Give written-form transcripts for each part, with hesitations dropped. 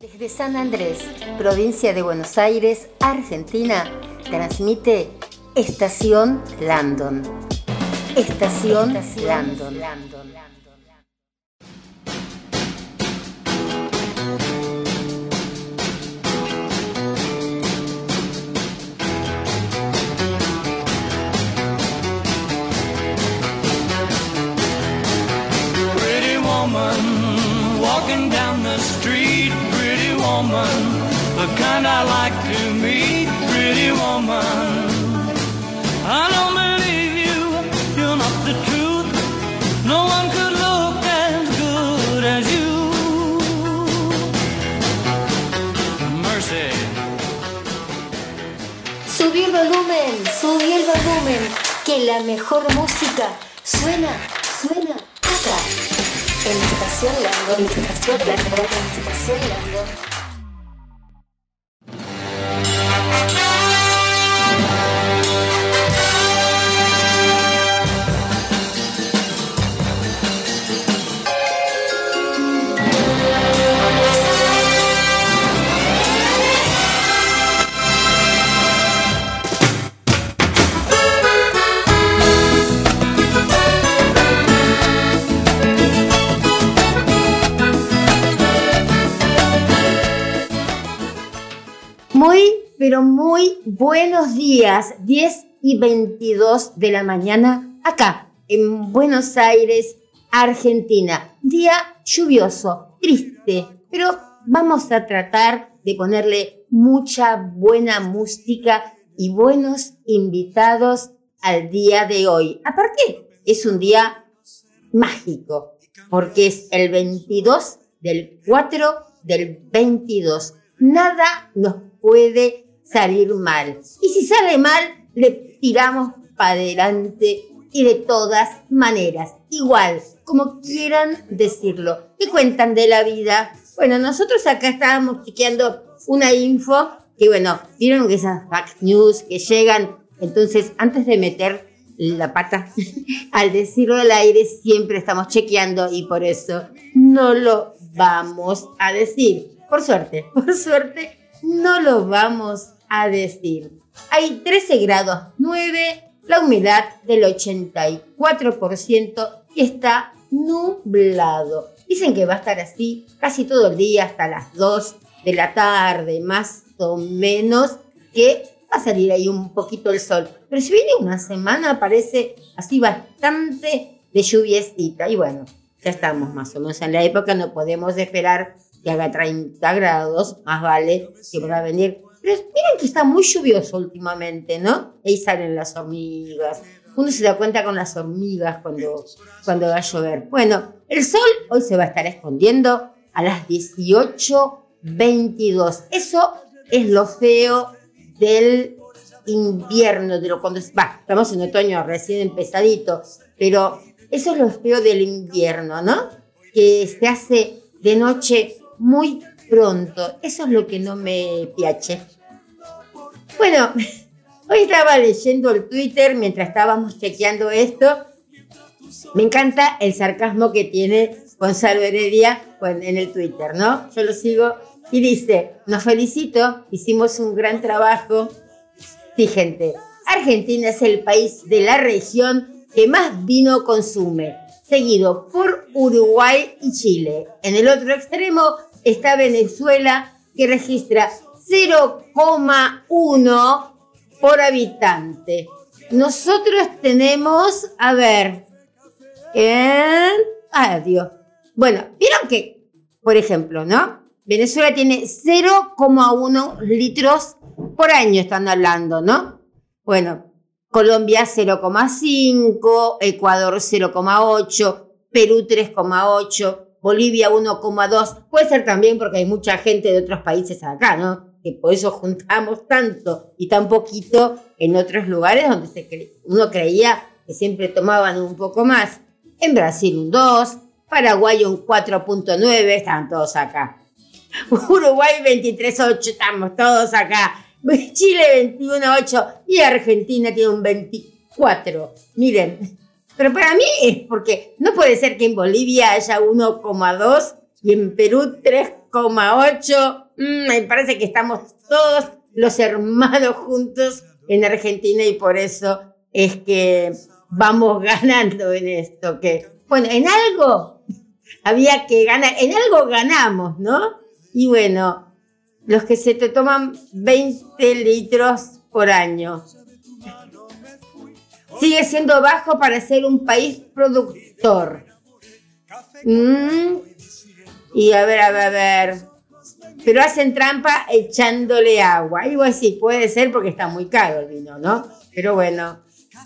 Desde San Andrés, provincia de Buenos Aires, Argentina, transmite Estación Landon. Estación Landon. Pretty woman walking down the street. Pretty woman, the kind I like to meet. Pretty woman, I don't believe you, you're not the truth. No one could look as good as you. Mercy. Subí el volumen, que la mejor música suena acá. En Estación Landon, Estación Landon. Pero muy buenos días, 10:22 de la mañana, acá en Buenos Aires, Argentina. Día lluvioso, triste, pero vamos a tratar de ponerle mucha buena música y buenos invitados al día de hoy. Aparte, es un día mágico, porque es el 22 del 4 del 22. Nada nos puede salir mal. Y si sale mal, le tiramos para adelante y de todas maneras. Igual, como quieran decirlo. ¿Qué cuentan de la vida? Bueno, nosotros acá estábamos chequeando una info que, bueno, vieron que esas fact news que llegan. Entonces, antes de meter la pata, al decirlo al aire, siempre estamos chequeando y por eso no lo vamos a decir. Por suerte, no lo vamos a decir. Hay 13 grados 9, la humedad del 84% y está nublado. Dicen que va a estar así casi todo el día hasta las 2 de la tarde, más o menos, que va a salir ahí un poquito el sol. Pero si viene una semana parece así bastante de lluviecita. Y bueno, ya estamos más o menos en la época, no podemos esperar que haga 30 grados, más vale que va a venir. Pero miren que está muy lluvioso últimamente, ¿no? Ahí salen las hormigas. Uno se da cuenta con las hormigas cuando va a llover. Bueno, el sol hoy se va a estar escondiendo a las 18:22. Eso es lo feo del invierno, estamos en otoño recién empezadito, pero eso es lo feo del invierno, ¿no? Que se hace de noche muy pronto. Eso es lo que no me piace. Bueno, hoy estaba leyendo el Twitter mientras estábamos chequeando esto. Me encanta el sarcasmo que tiene Gonzalo Heredia en el Twitter, ¿no? Yo lo sigo y dice: nos felicito, hicimos un gran trabajo. Sí, gente, Argentina es el país de la región que más vino consume, seguido por Uruguay y Chile. En el otro extremo está Venezuela, que registra 0,1 por habitante. Nosotros tenemos, Dios. Bueno, vieron que, por ejemplo, ¿no? Venezuela tiene 0,1 litros por año, están hablando, ¿no? Bueno, Colombia 0,5, Ecuador 0,8, Perú 3,8, Bolivia 1,2. Puede ser también porque hay mucha gente de otros países acá, ¿no? Que por eso juntamos tanto y tan poquito en otros lugares donde uno creía que siempre tomaban un poco más. En Brasil un 2, Paraguay un 4,9, estaban todos acá. Uruguay 23,8, estamos todos acá. Chile 21,8 y Argentina tiene un 24. Miren, pero para mí es porque no puede ser que en Bolivia haya 1,2 y en Perú 3,8. 2,8. Me parece que estamos todos los hermanos juntos en Argentina y por eso es que vamos ganando en esto. Que, bueno, en algo había que ganar, en algo ganamos, ¿no? Y bueno, los que se te toman 20 litros por año. Sigue siendo bajo para ser un país productor. Y a ver. Pero hacen trampa echándole agua. Y vos sí, puede ser porque está muy caro el vino, ¿no? Pero bueno,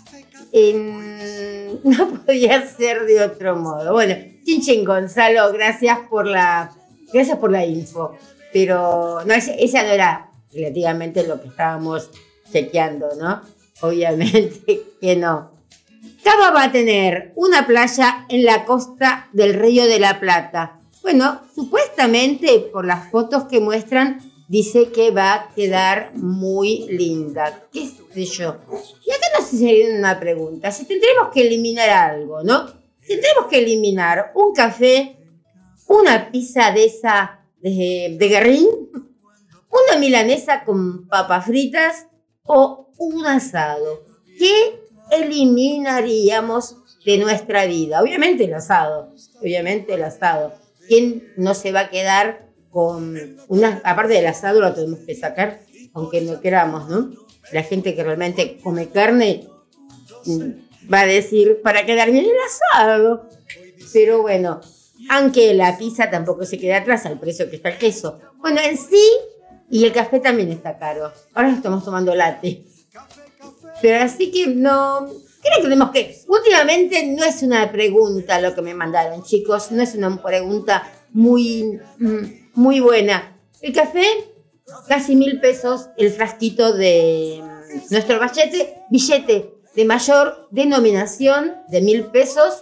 no podía ser de otro modo. Bueno, Chin Gonzalo, gracias por la info. Pero no, esa no era relativamente lo que estábamos chequeando, ¿no? Obviamente que no. Cava va a tener una playa en la costa del Río de la Plata. Bueno, supuestamente, por las fotos que muestran, dice que va a quedar muy linda. ¿Qué sé yo? Y acá nos sería una pregunta. Si tendremos que eliminar algo, ¿no? Tendremos que eliminar un café, una pizza de esa de guerrín, una milanesa con papas fritas o un asado. ¿Qué eliminaríamos de nuestra vida? Obviamente el asado. ¿Quién no se va a quedar con una? Aparte del asado lo tenemos que sacar, aunque no queramos, ¿no? La gente que realmente come carne va a decir, para quedar bien el asado. Pero bueno, aunque la pizza tampoco se queda atrás al precio que está el queso. Bueno, en sí, y el café también está caro. Ahora estamos tomando latte. Pero así que no, creo que tenemos que... Últimamente no es una pregunta lo que me mandaron, chicos. No es una pregunta muy buena. El café, casi 1.000 pesos el frasquito de nuestro billete de mayor denominación de 1.000 pesos.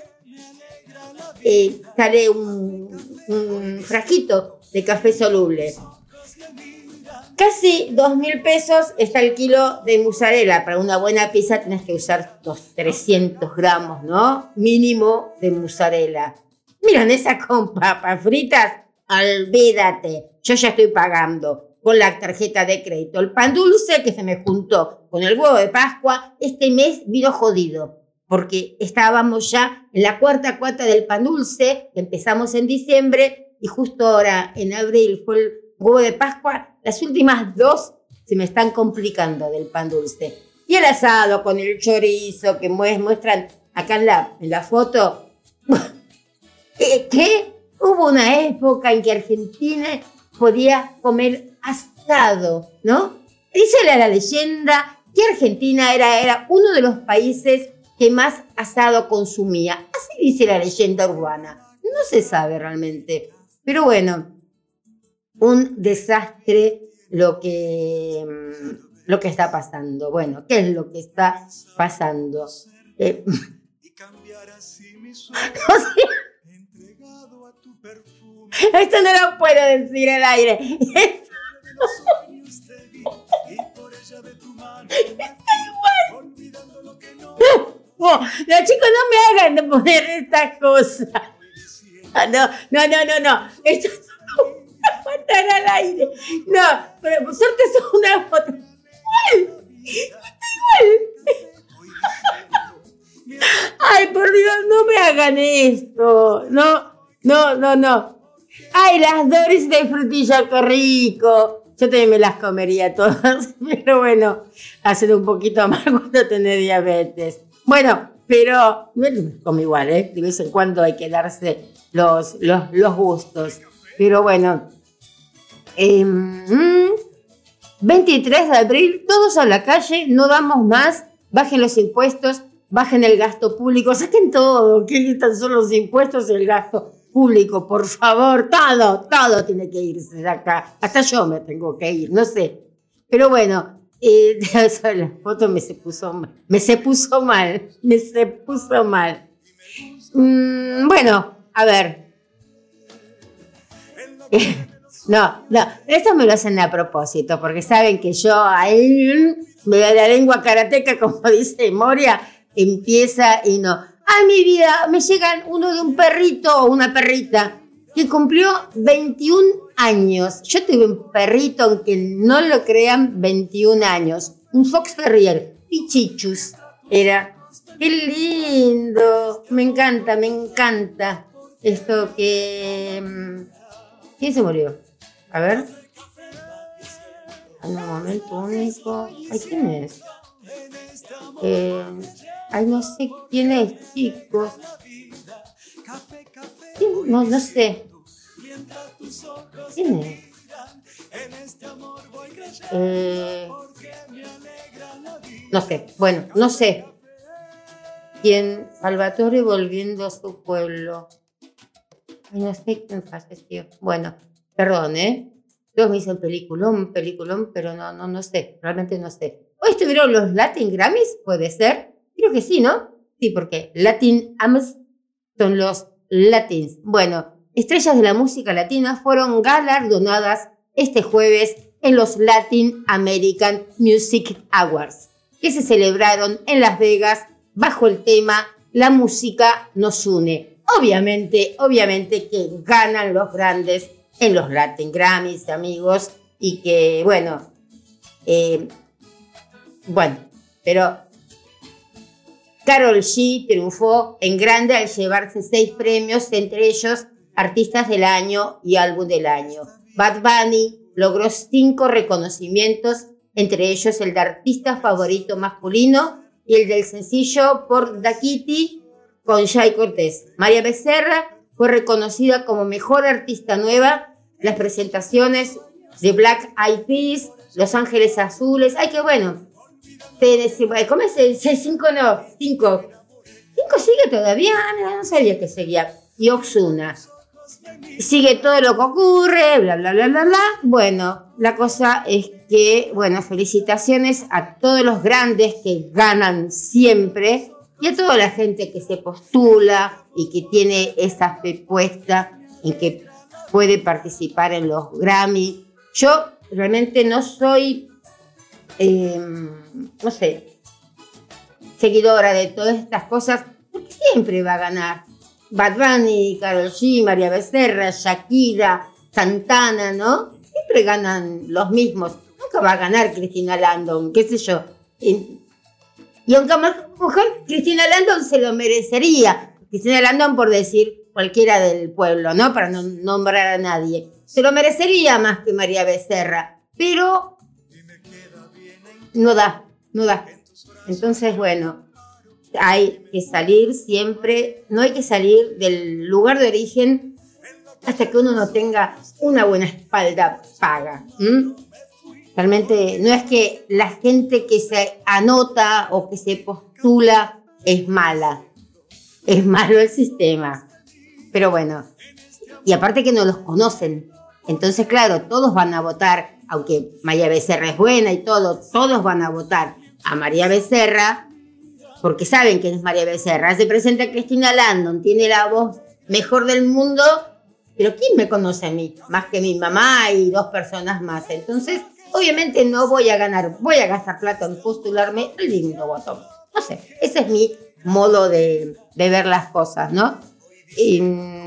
Sale un frasquito de café soluble. Casi 2.000 pesos está el kilo de mozzarella. Para una buena pizza tenés que usar 300 gramos, ¿no? Mínimo de mozzarella. Milanesa con papas fritas, olvídate. Yo ya estoy pagando con la tarjeta de crédito. El pan dulce que se me juntó con el huevo de Pascua, este mes vino jodido. Porque estábamos ya en la cuarta cuota del pan dulce, empezamos en diciembre y justo ahora en abril fue el huevo de Pascua. Las últimas 2 se me están complicando del pan dulce. Y el asado con el chorizo que muestran acá en la foto. ¿Qué? Hubo una época en que Argentina podía comer asado, ¿no? Dice la leyenda que Argentina era uno de los países que más asado consumía. Así dice la leyenda urbana. No se sabe realmente. Pero bueno, un desastre lo que está pasando. Bueno, ¿qué es lo que está pasando? O sea, esto no lo puedo decir al aire. Oh, los chicos no me hagan de poner estas cosas. No. Esto no va a matar al aire. No, pero por suerte es una foto. Igual. Ay, por Dios, no me hagan esto. No. Ay, las Doris de frutilla, qué rico. Yo también me las comería todas, pero bueno, hacer un poquito más cuando tenés diabetes. Bueno, pero no me como igual, ¿eh? De vez en cuando hay que darse los gustos. Pero bueno, 23 de abril, todos a la calle, no damos más, bajen los impuestos, bajen el gasto público, saquen todo, que tan solo los impuestos y el gasto público, por favor, todo tiene que irse de acá. Hasta yo me tengo que ir, no sé. Pero bueno, la foto me se puso mal. Bueno, a ver. No, esto me lo hacen a propósito, porque saben que yo ahí, la lengua karateca, como dice Moria, empieza y no. Ay, mi vida, me llegan uno de un perrito o una perrita. que cumplió 21 años. Yo tuve un perrito, aunque no lo crean, 21 años. Un Fox Terrier, Pichichus era. ¡Qué lindo! Me encanta. Esto que... ¿Quién se murió? A ver. En un momento único. Ay, ¿quién es? No sé quién es, chicos. No sé. ¿Quién es? No sé. Bueno, no sé. ¿Quién? Salvatore volviendo a su pueblo. Ay, no sé quién falleció. Bueno, perdón, Todos me dicen peliculón, pero no sé. Realmente no sé. ¿Hoy estuvieron los Latin Grammys? ¿Puede ser? Creo que sí, ¿no? Sí, porque Latin Ames son los Latins. Bueno, estrellas de la música latina fueron galardonadas este jueves en los Latin American Music Awards, que se celebraron en Las Vegas bajo el tema La música nos une. Obviamente que ganan los grandes en los Latin Grammys, amigos, y que, pero Karol G triunfó en grande al llevarse 6 premios, entre ellos Artistas del Año y Álbum del Año. Bad Bunny logró 5 reconocimientos, entre ellos el de Artista Favorito Masculino y el del sencillo por Da Kitty con Jay Cortés. María Becerra fue reconocida como Mejor Artista Nueva. Las presentaciones de Black Eyed Peas, Los Ángeles Azules. ¡Ay, qué bueno! ¿Cómo es el C5? No, 5. ¿5 sigue todavía? No sabía que seguía. Y Ozuna. Sigue Todo lo que ocurre, bla, bla, bla, bla, bla. Bueno, la cosa es que, felicitaciones a todos los grandes que ganan siempre y a toda la gente que se postula y que tiene esa fe puesta en que puede participar en los Grammy. Yo realmente no soy, seguidora de todas estas cosas, porque siempre va a ganar Bad Bunny, Karol G, María Becerra, Shakira, Santana, ¿no? Siempre ganan los mismos. Nunca va a ganar Cristina Landon, qué sé yo. Y aunque a lo mejor Cristina Landon se lo merecería. Cristina Landon, por decir cualquiera del pueblo, ¿no? Para no nombrar a nadie. Se lo merecería más que María Becerra. Pero no da. Entonces, hay que salir siempre, no hay que salir del lugar de origen hasta que uno no tenga una buena espalda paga. Realmente no es que la gente que se anota o que se postula es mala. Es malo el sistema. Pero y aparte que no los conocen. Entonces, claro, todos van a votar, aunque María Becerra es buena y todos van a votar a María Becerra, porque saben quién es María Becerra. Se presenta Cristina Landon, tiene la voz mejor del mundo, pero ¿quién me conoce a mí? Más que mi mamá y 2 personas más. Entonces, obviamente no voy a ganar, voy a gastar plata en postularme el lindo botón. No sé, ese es mi modo de ver las cosas, ¿no? Y,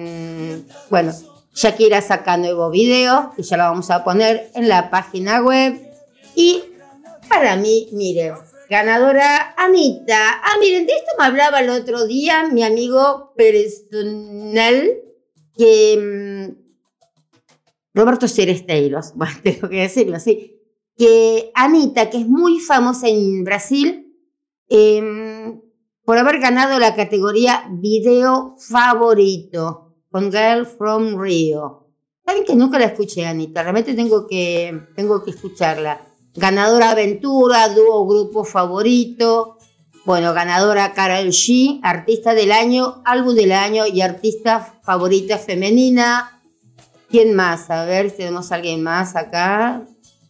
Shakira saca nuevo video, que ya lo vamos a poner en la página web. Y para mí, miren, ganadora Anita. Miren, de esto me hablaba el otro día mi amigo personal, que Roberto Ceresteiros, tengo que decirlo así, que Anita, que es muy famosa en Brasil, por haber ganado la categoría Video Favorito con Girl from Rio. Saben que nunca la escuché, Anita, realmente tengo que escucharla. Ganadora Aventura, dúo grupo favorito. Ganadora Karol G, artista del año, álbum del año y artista favorita femenina. ¿Quién más? A ver si tenemos a alguien más acá.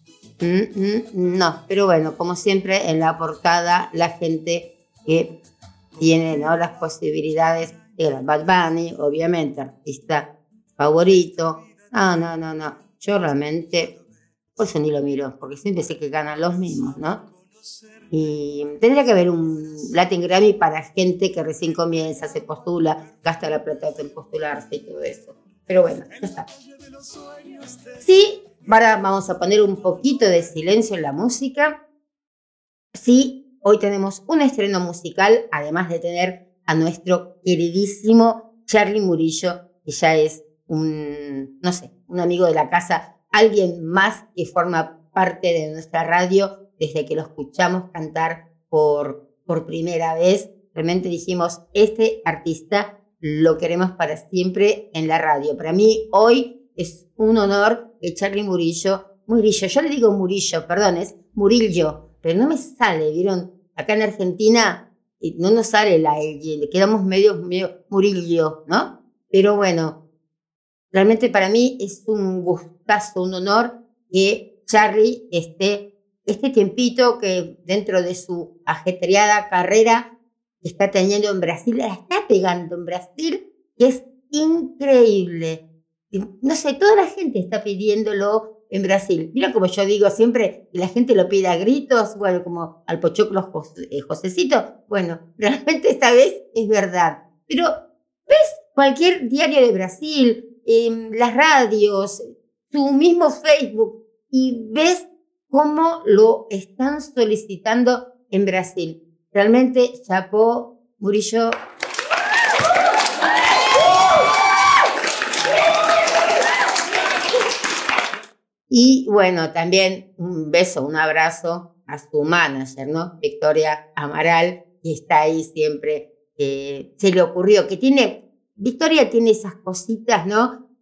No, pero como siempre en la portada la gente que tiene, ¿no?, las posibilidades de Bad Bunny, obviamente, artista favorito. No. Yo realmente, por eso ni lo miro, porque siempre sé que ganan los mismos, ¿no? Y tendría que haber un Latin Grammy para gente que recién comienza, se postula, gasta la plata en postularse y todo eso. Pero bueno, ya está. Sí, ahora vamos a poner un poquito de silencio en la música. Sí, hoy tenemos un estreno musical, además de tener a nuestro queridísimo Charly Murillo, que ya es un amigo de la casa, alguien más que forma parte de nuestra radio desde que lo escuchamos cantar por primera vez. Realmente dijimos, este artista lo queremos para siempre en la radio. Para mí hoy es un honor que Charly Murillo, yo le digo Murillo, perdón, es Murillo, pero no me sale, ¿vieron? Acá en Argentina no nos sale la L, le quedamos medio Murillo, ¿no? Pero bueno, realmente para mí es un gustazo, un honor que Charly esté este tiempito que dentro de su ajetreada carrera está teniendo en Brasil, la está pegando en Brasil, que es increíble. No sé, toda la gente está pidiéndolo en Brasil. Mira como yo digo siempre, que la gente lo pide a gritos, bueno, como al Pochoclo Josecito. Bueno, realmente esta vez es verdad. Pero ves cualquier diario de Brasil, las radios, tu mismo Facebook, y ves cómo lo están solicitando en Brasil. Realmente, chapó, Murillo. Y bueno, también un beso, un abrazo a su manager, ¿no? Victoria Amaral, que está ahí siempre. Se le ocurrió que Victoria tiene esas cositas, ¿no?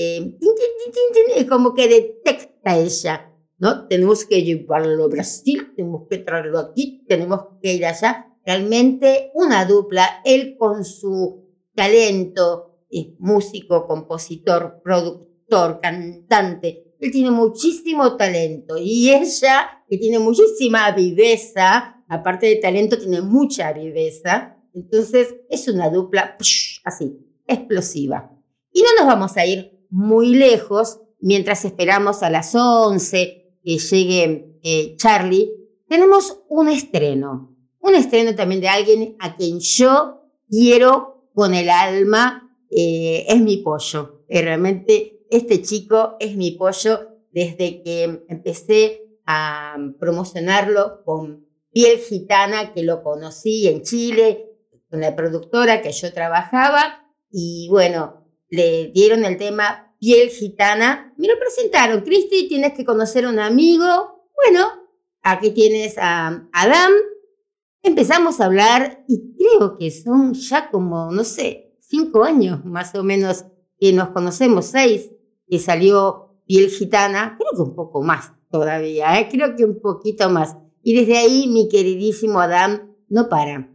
Como que detecta ella, ¿no? Tenemos que llevarlo a Brasil, tenemos que traerlo aquí, tenemos que ir allá. Realmente una dupla, él con su talento, es músico, compositor, productor, cantante. Él tiene muchísimo talento y ella, que tiene muchísima viveza, aparte de talento, tiene mucha viveza. Entonces es una dupla así, explosiva. Y no nos vamos a ir muy lejos mientras esperamos a las 11 que llegue Charly. Tenemos un estreno también de alguien a quien yo quiero con el alma, es mi pollo. Realmente este chico es mi pollo desde que empecé a promocionarlo con Piel Gitana, que lo conocí en Chile, con la productora que yo trabajaba, y bueno, le dieron el tema Piel Gitana, me lo presentaron, Cristi, tienes que conocer a un amigo, bueno, aquí tienes a Adam, empezamos a hablar y creo que son ya como, 5 años más o menos que nos conocemos, 6, que salió Piel Gitana, creo que un poco más todavía, creo que un poquito más. Y desde ahí mi queridísimo Adam no para.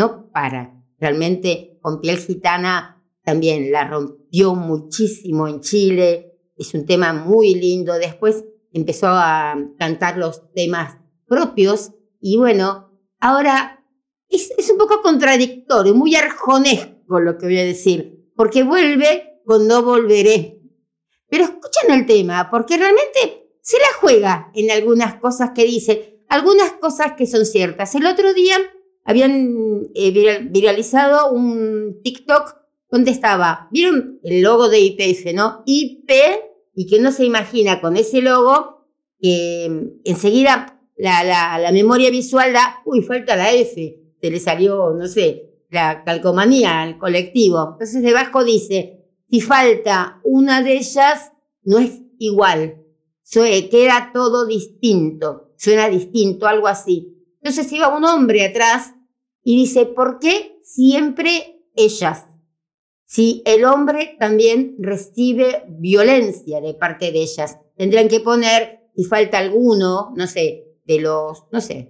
Realmente con Piel Gitana también la rompió muchísimo en Chile, es un tema muy lindo. Después empezó a cantar los temas propios y bueno, ahora es un poco contradictorio, muy arjonesco lo que voy a decir, porque vuelve con No Volveré. Pero escuchen el tema, porque realmente se la juega en algunas cosas que dice, algunas cosas que son ciertas. El otro día habían viralizado un TikTok donde estaba, ¿vieron el logo de YPF, no? IP, y que no se imagina con ese logo, que enseguida la memoria visual da, falta la F, se le salió, la calcomanía al colectivo. Entonces debajo dice, si falta una de ellas, no es igual. Queda todo distinto. Suena distinto, algo así. Entonces iba un hombre atrás y dice, ¿por qué siempre ellas? Si el hombre también recibe violencia de parte de ellas. Tendrían que poner, si falta alguno, de los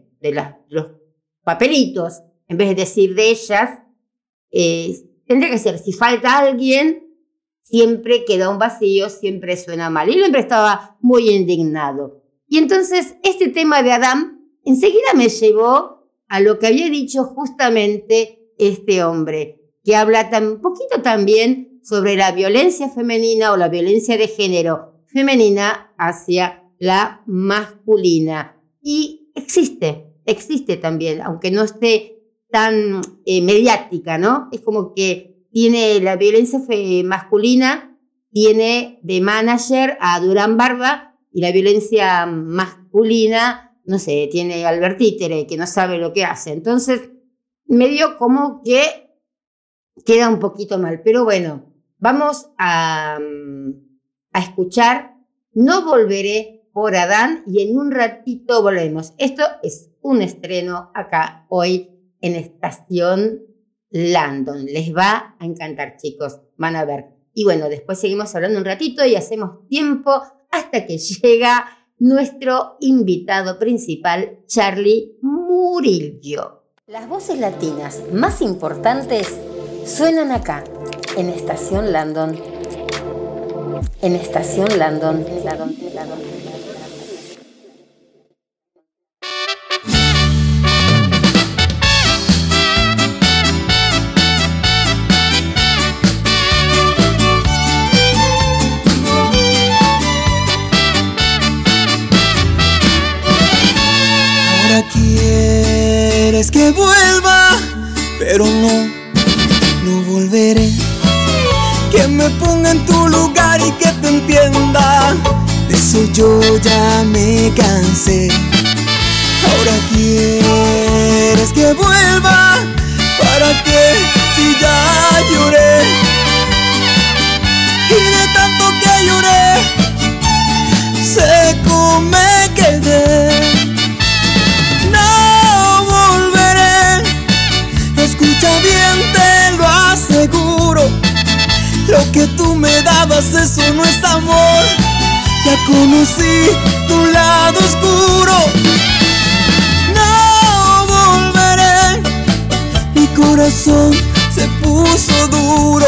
papelitos, en vez de decir de ellas, tendría que ser, si falta alguien, siempre queda un vacío, siempre suena mal. Y el hombre estaba muy indignado. Y entonces este tema de Adam enseguida me llevó a lo que había dicho justamente este hombre, que habla un poquito también sobre la violencia femenina o la violencia de género femenina hacia la masculina. Y existe también, aunque no esté tan mediática, ¿no? Es como que tiene la violencia masculina, tiene de manager a Durán Barba y la violencia masculina, no sé, tiene Albert Títere, que no sabe lo que hace. Entonces, medio como que queda un poquito mal. Pero bueno, vamos a escuchar No Volveré por Adán y en un ratito volvemos. Esto es un estreno acá hoy en Estación Landon. Les va a encantar, chicos. Van a ver. Y bueno, después seguimos hablando un ratito y hacemos tiempo hasta que llega nuestro invitado principal, Charly Murillo. Las voces latinas más importantes suenan acá, en Estación Landon. En Estación Landon. Quieres que vuelva, pero no volveré. Que me ponga en tu lugar y que te entienda. De eso yo ya me cansé. Ahora quieres que vuelva, ¿para qué si ya lloré? Y de tanto que lloré, seco me quedé. Escucha bien, te lo aseguro. Lo que tú me dabas, eso no es amor. Ya conocí tu lado oscuro. No volveré. Mi corazón se puso duro.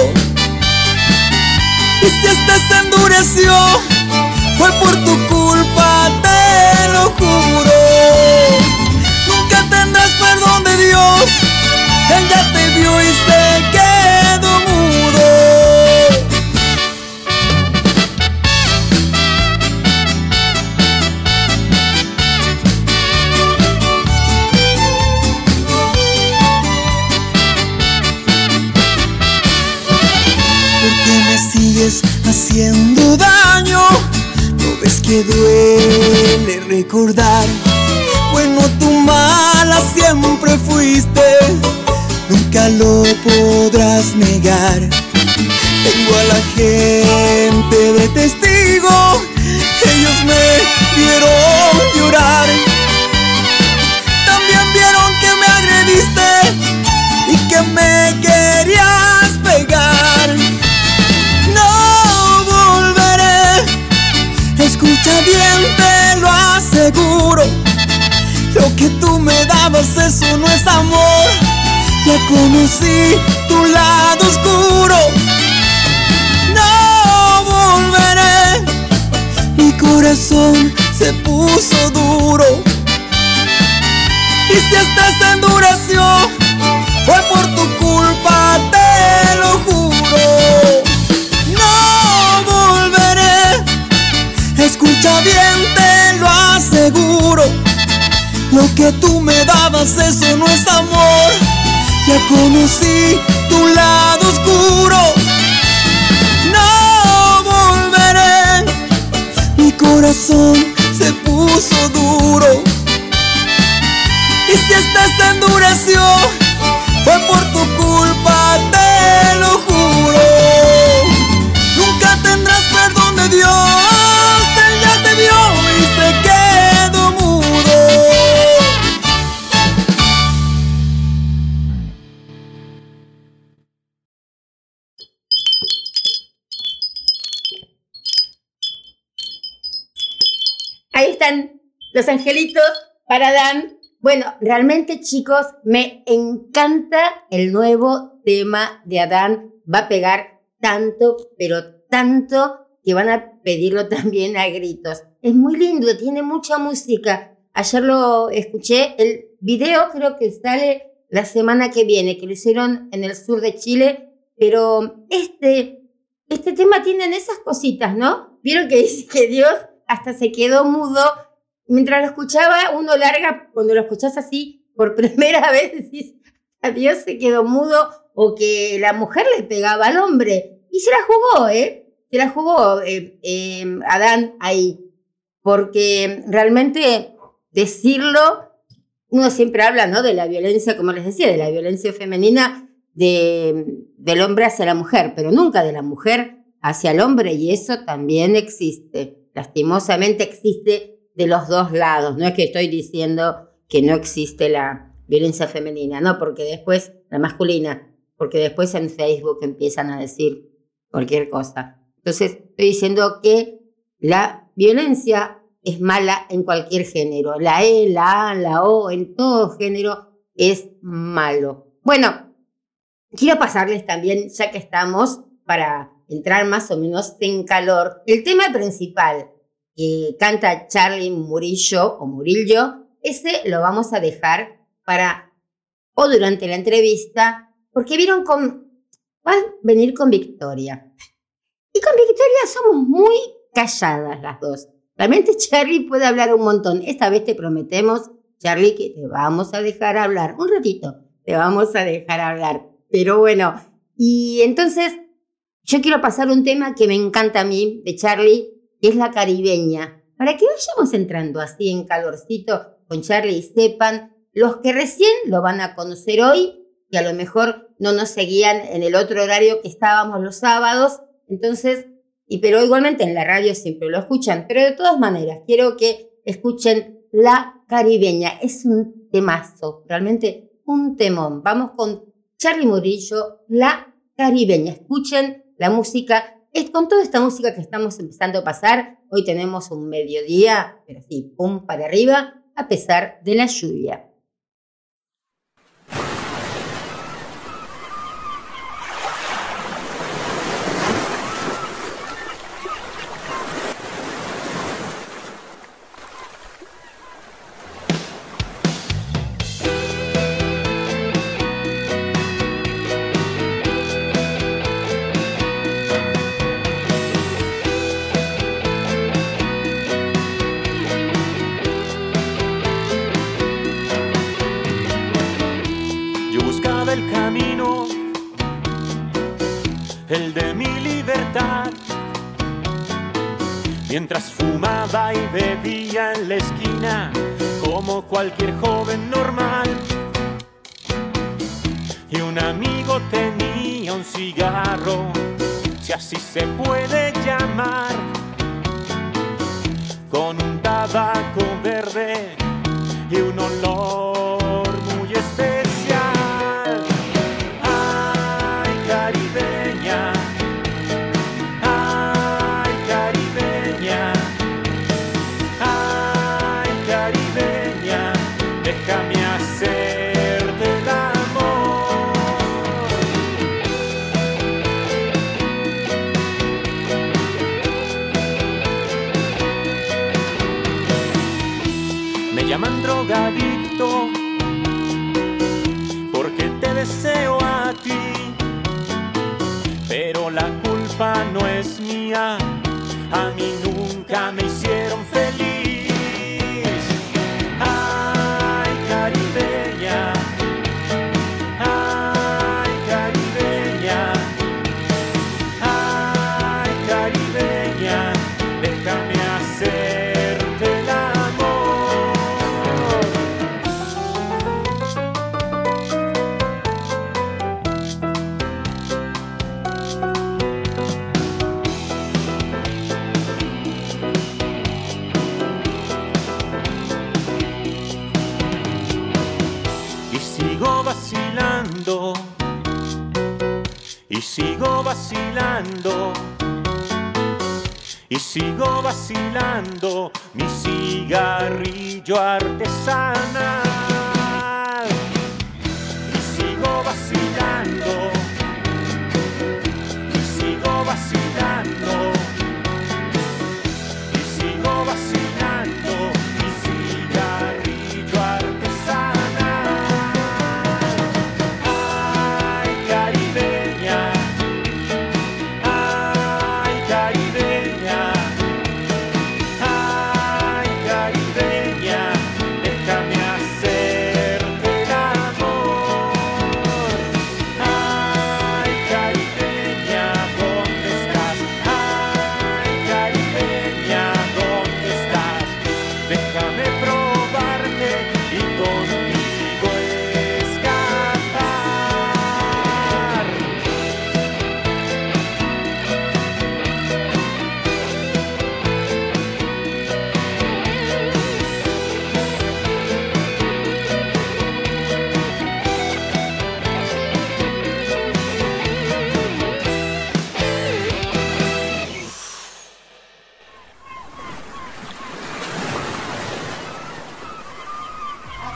Y si este se endureció, fue por tu culpa, te lo juro. Nunca tendrás perdón de Dios. Él ya te vio y se quedó mudo. ¿Por qué me sigues haciendo daño? ¿No ves que duele recordar? Bueno, tú mala siempre fuiste. Nunca lo podrás negar. Tengo a la gente de testigo. Ellos me vieron llorar. También vieron que me agrediste y que me querías pegar. No volveré. Escucha bien, te lo aseguro. Lo que tú me dabas, eso no es amor. Ya conocí tu lado oscuro. No volveré. Mi corazón se puso duro. Y si este se endureció, fue por tu culpa, te lo juro. No volveré. Escucha bien, te lo aseguro. Lo que tú me dabas, eso no es amor. Ya conocí tu lado oscuro. No volveré. Mi corazón se puso duro. Y si este se endureció, fue por tu culpa, te lo juro. Nunca tendrás perdón de Dios. Él ya te vio y se quedó mudo. Ahí están los angelitos para Dan. Bueno, realmente, chicos, me encanta el nuevo tema de Adán. Va a pegar tanto, pero tanto, que van a pedirlo también a gritos. Es muy lindo, tiene mucha música. Ayer lo escuché, el video creo que sale la semana que viene, que lo hicieron en el sur de Chile, pero este tema tiene esas cositas, ¿no? Vieron que dice que Dios hasta se quedó mudo. Mientras lo escuchaba, uno larga, cuando lo escuchás así por primera vez, decís, a Dios se quedó mudo, o que la mujer le pegaba al hombre. Y se la jugó, ¿eh? se la jugó Adán ahí, porque realmente decirlo, uno siempre habla, ¿no?, de la violencia, como les decía, de la violencia femenina del hombre hacia la mujer, pero nunca de la mujer hacia el hombre, y eso también existe, lastimosamente existe de los dos lados. No es que estoy diciendo que no existe la violencia femenina, no, porque después, la masculina, porque después en Facebook empiezan a decir cualquier cosa. Entonces, estoy diciendo que la violencia es mala en cualquier género. La E, la A, la O, en todo género es malo. Bueno, quiero pasarles también, ya que estamos, para entrar más o menos en calor, el tema principal que canta Charly Murillo, o Murillo, ese lo vamos a dejar para o durante la entrevista, porque va a venir con Victoria. Y con Victoria somos muy calladas las dos. Realmente Charly puede hablar un montón. Esta vez te prometemos, Charly, que te vamos a dejar hablar. Un ratito, te vamos a dejar hablar. Pero bueno, y entonces yo quiero pasar un tema que me encanta a mí, de Charly, que es la caribeña. Para que vayamos entrando así en calorcito con Charly y sepan, los que recién lo van a conocer hoy, que a lo mejor no nos seguían en el otro horario que estábamos los sábados, entonces, pero igualmente en la radio siempre lo escuchan, pero de todas maneras, quiero que escuchen la caribeña. Es un temazo, realmente un temón. Vamos con Charly Murillo, la caribeña. Escuchen la música. Con toda esta música que estamos empezando a pasar, hoy tenemos un mediodía, pero sí, pum para arriba, a pesar de la lluvia. El de mi libertad, mientras fumaba y bebía en la esquina como cualquier joven normal. Y un amigo tenía un cigarro, si así se puede llamar, con un tabaco verde y un olor muy especial. Llaman drogadicto porque te deseo a ti, pero la culpa no es mía, a mí nunca me hicieron feliz. Ay, caribeña, ay, caribeña, ay, caribeña, déjame hacer. Y sigo vacilando, y sigo vacilando mi cigarrillo artesanal. Y sigo vacilando, y sigo vacilando, y sigo vacilando mi cigarrillo artesanal. Déjame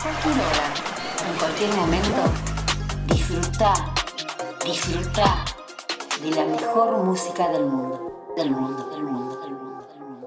cualquier hora, en cualquier momento, disfruta de la mejor música del mundo, del mundo, del mundo, del mundo, del mundo.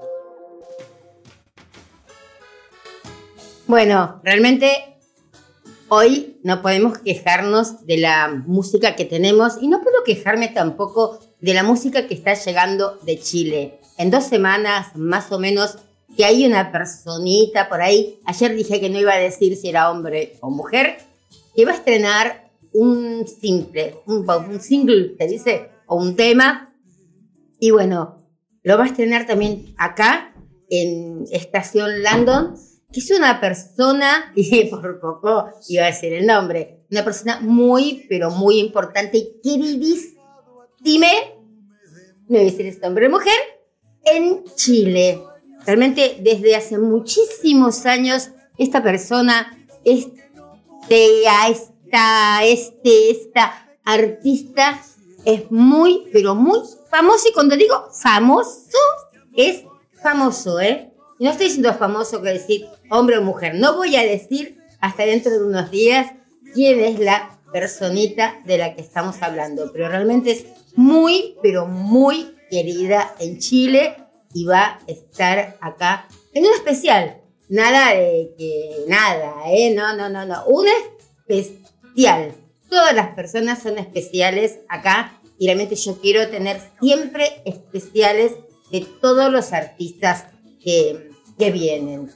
Bueno, realmente hoy no podemos quejarnos de la música que tenemos y no puedo quejarme tampoco de la música que está llegando de Chile. En 2 semanas, más o menos, que hay una personita por ahí, ayer dije que no iba a decir si era hombre o mujer, que va a estrenar un single, ¿se dice? O un tema. Y bueno, lo va a estrenar también acá, en Estación Landon, que es una persona, y por poco iba a decir el nombre, una persona muy, pero muy importante y queridísima, no voy a decir este hombre o mujer, en Chile. Realmente desde hace muchísimos años esta persona, esta artista es muy, pero muy famoso. Y cuando digo famoso, es famoso, ¿eh? Y no estoy diciendo famoso que decir hombre o mujer. No voy a decir hasta dentro de unos días quién es la personita de la que estamos hablando. Pero realmente es muy, pero muy querida en Chile y va a estar acá en un especial. Nada de que nada, ¿eh? No. Un especial. Todas las personas son especiales acá y realmente yo quiero tener siempre especiales de todos los artistas que vienen.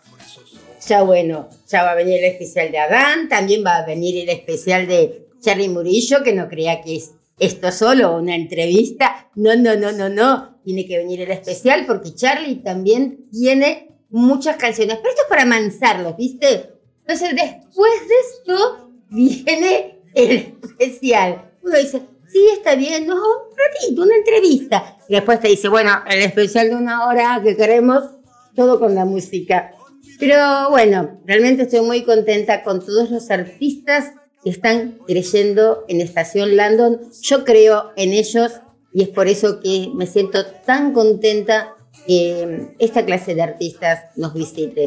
Ya bueno, ya va a venir el especial de Adán, también va a venir el especial de Charly Murillo, que no crea que es esto solo, una entrevista. No. Tiene que venir el especial porque Charly también tiene muchas canciones. Pero esto es para amansarlos, ¿viste? Entonces, después de esto, viene el especial. Uno dice, sí, está bien, no, un ratito, una entrevista. Y después te dice, bueno, el especial de 1 hora que queremos, todo con la música. Pero bueno, realmente estoy muy contenta con todos los artistas que están creyendo en Estación Landon. Yo creo en ellos y es por eso que me siento tan contenta que esta clase de artistas nos visite.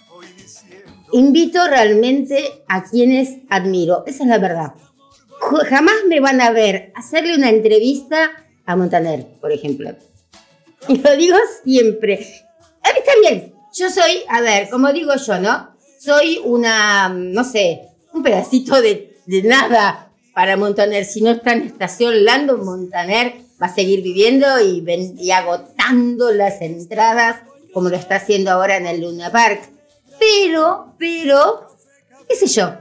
Invito realmente a quienes admiro, esa es la verdad. Jamás me van a ver hacerle una entrevista a Montaner, por ejemplo. Y lo digo siempre. Está bien, yo soy, a ver, como digo yo, ¿no? Soy una, no sé, un pedacito de nada para Montaner. Si no está en Estación Landon, Montaner va a seguir viviendo y agotando las entradas como lo está haciendo ahora en el Luna Park. Pero, qué sé yo,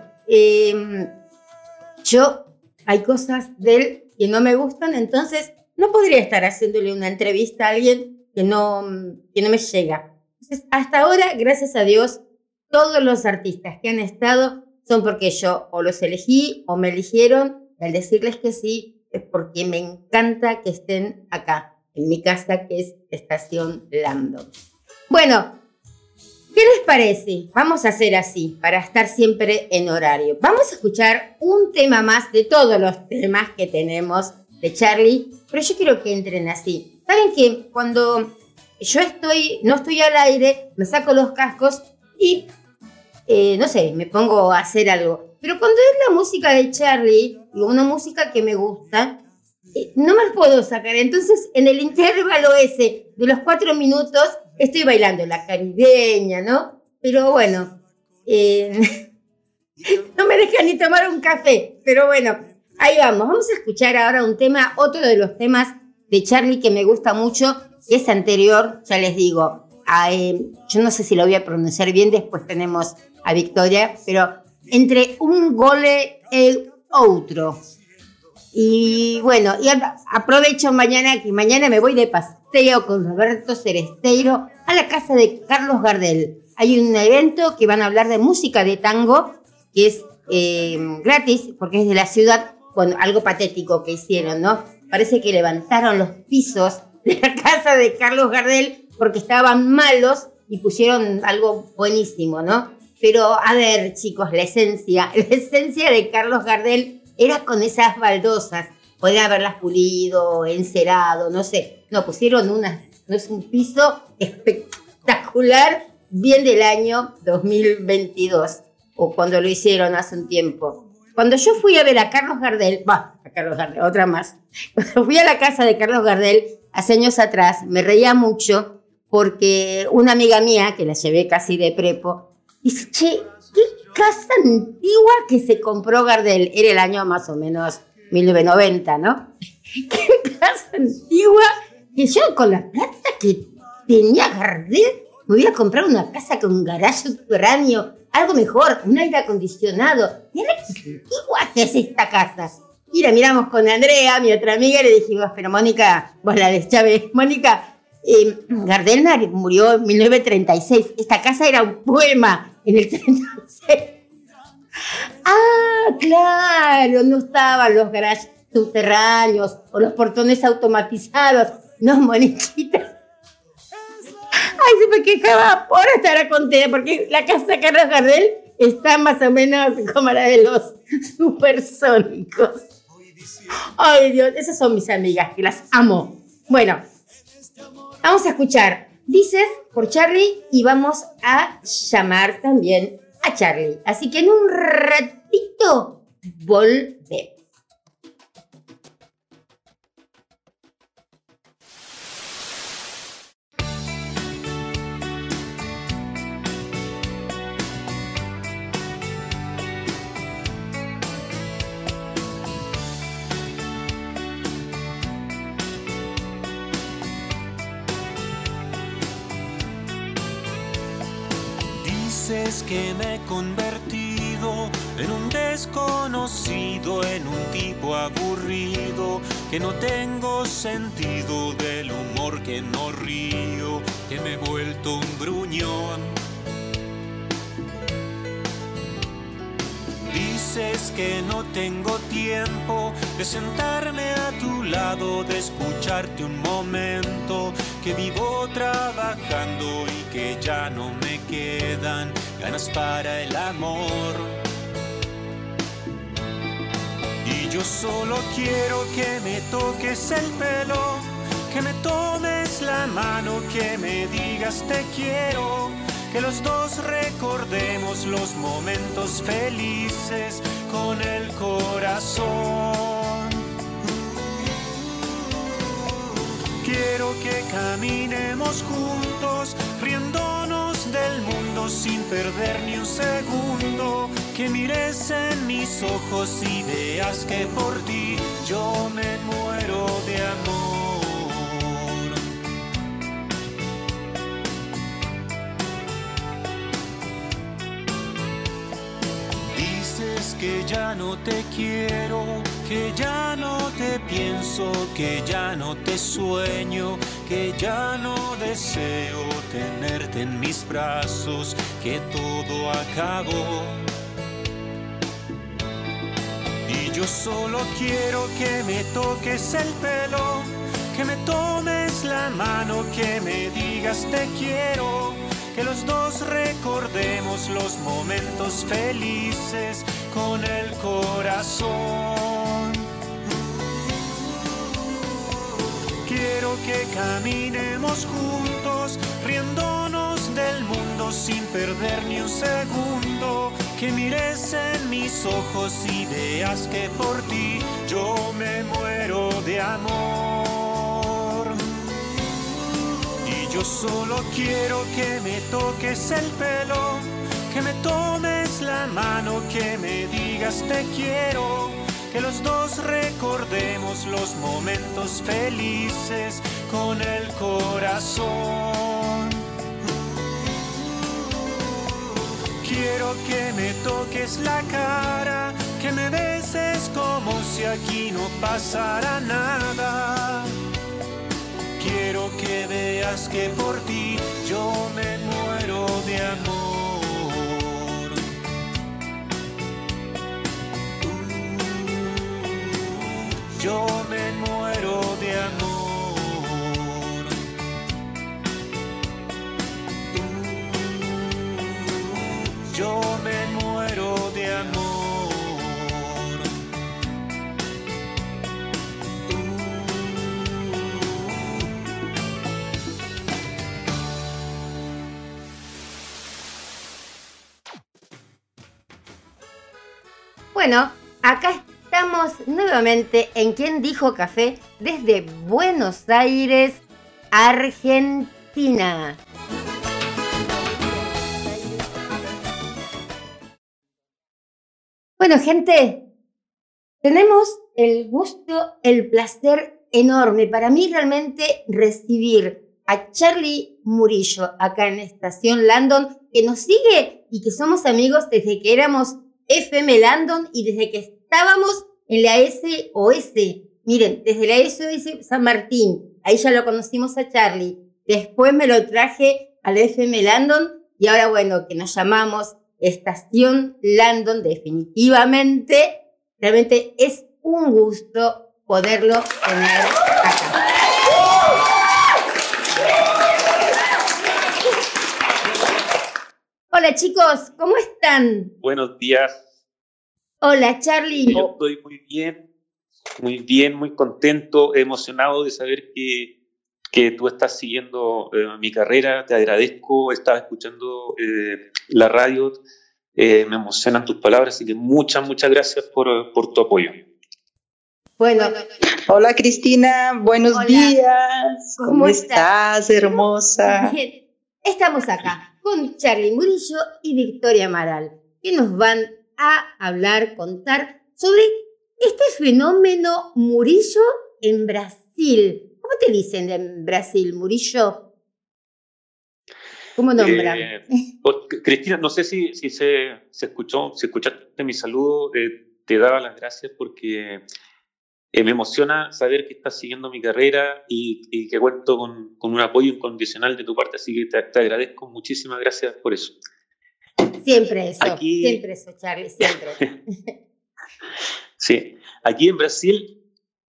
hay cosas de él que no me gustan, entonces no podría estar haciéndole una entrevista a alguien que no me llega. Entonces, hasta ahora, gracias a Dios, todos los artistas que han estado son porque yo o los elegí o me eligieron. Y al decirles que sí, es porque me encanta que estén acá, en mi casa, que es Estación Landon. Bueno, ¿qué les parece? Vamos a hacer así, para estar siempre en horario. Vamos a escuchar un tema más de todos los temas que tenemos de Charly, pero yo quiero que entren así. ¿Saben que cuando yo no estoy al aire, me saco los cascos y, no sé, me pongo a hacer algo? Pero cuando es la música de Charly, y una música que me gusta, no me la puedo sacar. Entonces, en el intervalo ese de los 4 minutos, estoy bailando la caribeña, ¿no? Pero bueno, no me dejan ni tomar un café. Pero bueno, ahí vamos. Vamos a escuchar ahora un tema, otro de los temas de Charly que me gusta mucho, que es anterior, ya les digo. Yo no sé si lo voy a pronunciar bien, después tenemos a Victoria, pero entre un gole y otro. Y bueno, y aprovecho que mañana me voy de paseo con Roberto Ceresteiro a la casa de Carlos Gardel. Hay un evento que van a hablar de música de tango, que es gratis, porque es de la ciudad. Bueno, algo patético que hicieron, ¿no? Parece que levantaron los pisos de la casa de Carlos Gardel porque estaban malos y pusieron algo buenísimo, ¿no? Pero, a ver, chicos, la esencia de Carlos Gardel era con esas baldosas. Podrían haberlas pulido, encerado, no sé. No, pusieron un piso espectacular, bien del año 2022. o cuando lo hicieron hace un tiempo. Cuando yo fui a ver a Carlos Gardel, otra más. Cuando fui a la casa de Carlos Gardel hace años atrás, me reía mucho porque una amiga mía, que la llevé casi de prepo, dice, che, qué casa antigua que se compró Gardel. Era el año más o menos 1990, ¿no? Qué casa antigua que yo con la plata que tenía Gardel me voy a comprar una casa con un garaje subterráneo, algo mejor, un aire acondicionado. Mira qué antigua que es esta casa. Miramos con Andrea, mi otra amiga, y le dijimos, pero Mónica, vos la de Chávez, Mónica, Gardel murió en 1936. Esta casa era un poema en el 36. Ah, claro, no estaban los garajes subterráneos o los portones automatizados. No, Moniquita. Ay, se me quejaba, por estar contenta, porque la casa de Carlos Gardel está más o menos como la de los supersónicos. Ay, Dios, esas son mis amigas, que las amo. Bueno, vamos a escuchar Dices por Charlie y vamos a llamar también a Charlie. Así que en un ratito volvemos. Dices que me he convertido en un desconocido, en un tipo aburrido, que no tengo sentido del humor, que no río, que me he vuelto un gruñón. Dices que no tengo tiempo de sentarme a tu lado, de escucharte un momento, que vivo trabajando y que ya no me quedan ganas para el amor. Y yo solo quiero que me toques el pelo, que me tomes la mano, que me digas te quiero, que los dos recordemos los momentos felices con el corazón. Quiero que caminemos juntos, riéndonos del mundo sin perder ni un segundo, que mires en mis ojos y veas que por ti yo me muero de amor. Dices que ya no te quiero, que ya no te pienso, que ya no te sueño, que ya no deseo tenerte en mis brazos, que todo acabó. Y yo solo quiero que me toques el pelo, que me tomes la mano, que me digas te quiero, que los dos recordemos los momentos felices con el corazón. Quiero que caminemos juntos, riéndonos del mundo sin perder ni un segundo, que mires en mis ojos y veas que por ti yo me muero de amor. Y yo solo quiero que me toques el pelo, que me tomes la mano, que me digas te quiero, que los dos recordemos los momentos felices con el corazón. Quiero que me toques la cara, que me beses como si aquí no pasara nada. Quiero que veas que por ti yo me muero de amor. Yo me muero de amor. Yo me muero de amor. Bueno, acá estamos nuevamente en ¿Quién dijo café? Desde Buenos Aires, Argentina. Bueno, gente, tenemos el gusto, el placer enorme para mí realmente recibir a Charlie Murillo acá en Estación Landon, que nos sigue y que somos amigos desde que éramos FM Landon y desde que estábamos en la SOS. Miren, desde la SOS San Martín, ahí ya lo conocimos a Charlie. Después me lo traje a la FM Landon y ahora, bueno, que nos llamamos Estación Landon, definitivamente, realmente es un gusto poderlo tener acá. Hola chicos, ¿cómo están? Buenos días. Hola Charlie. Yo estoy muy bien, muy contento, emocionado de saber que tú estás siguiendo mi carrera. Te agradezco, estaba escuchando la radio, me emocionan tus palabras, así que muchas gracias por tu apoyo. Bueno. Hola Cristina, buenos Hola. días. ¿Cómo estás, hermosa? Bien. Estamos acá con Charlie Murillo y Victoria Amaral, que nos van a contar sobre este fenómeno Murillo en Brasil. ¿Cómo te dicen en Brasil, Murillo? ¿Cómo nombran? Cristina, no sé si se escuchó, si escuchaste mi saludo, te daba las gracias porque me emociona saber que estás siguiendo mi carrera y que cuento con un apoyo incondicional de tu parte, así que te agradezco, muchísimas gracias por eso. Siempre eso, Charlie, siempre. Sí, aquí en Brasil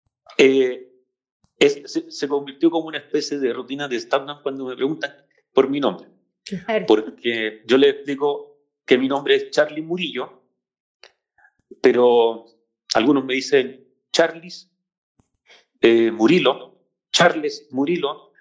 se convirtió como una especie de rutina de stand-up cuando me preguntan por mi nombre. Claro. Porque yo les explico que mi nombre es Charlie Murillo, pero algunos me dicen Charles Murilo, Charles Murilo,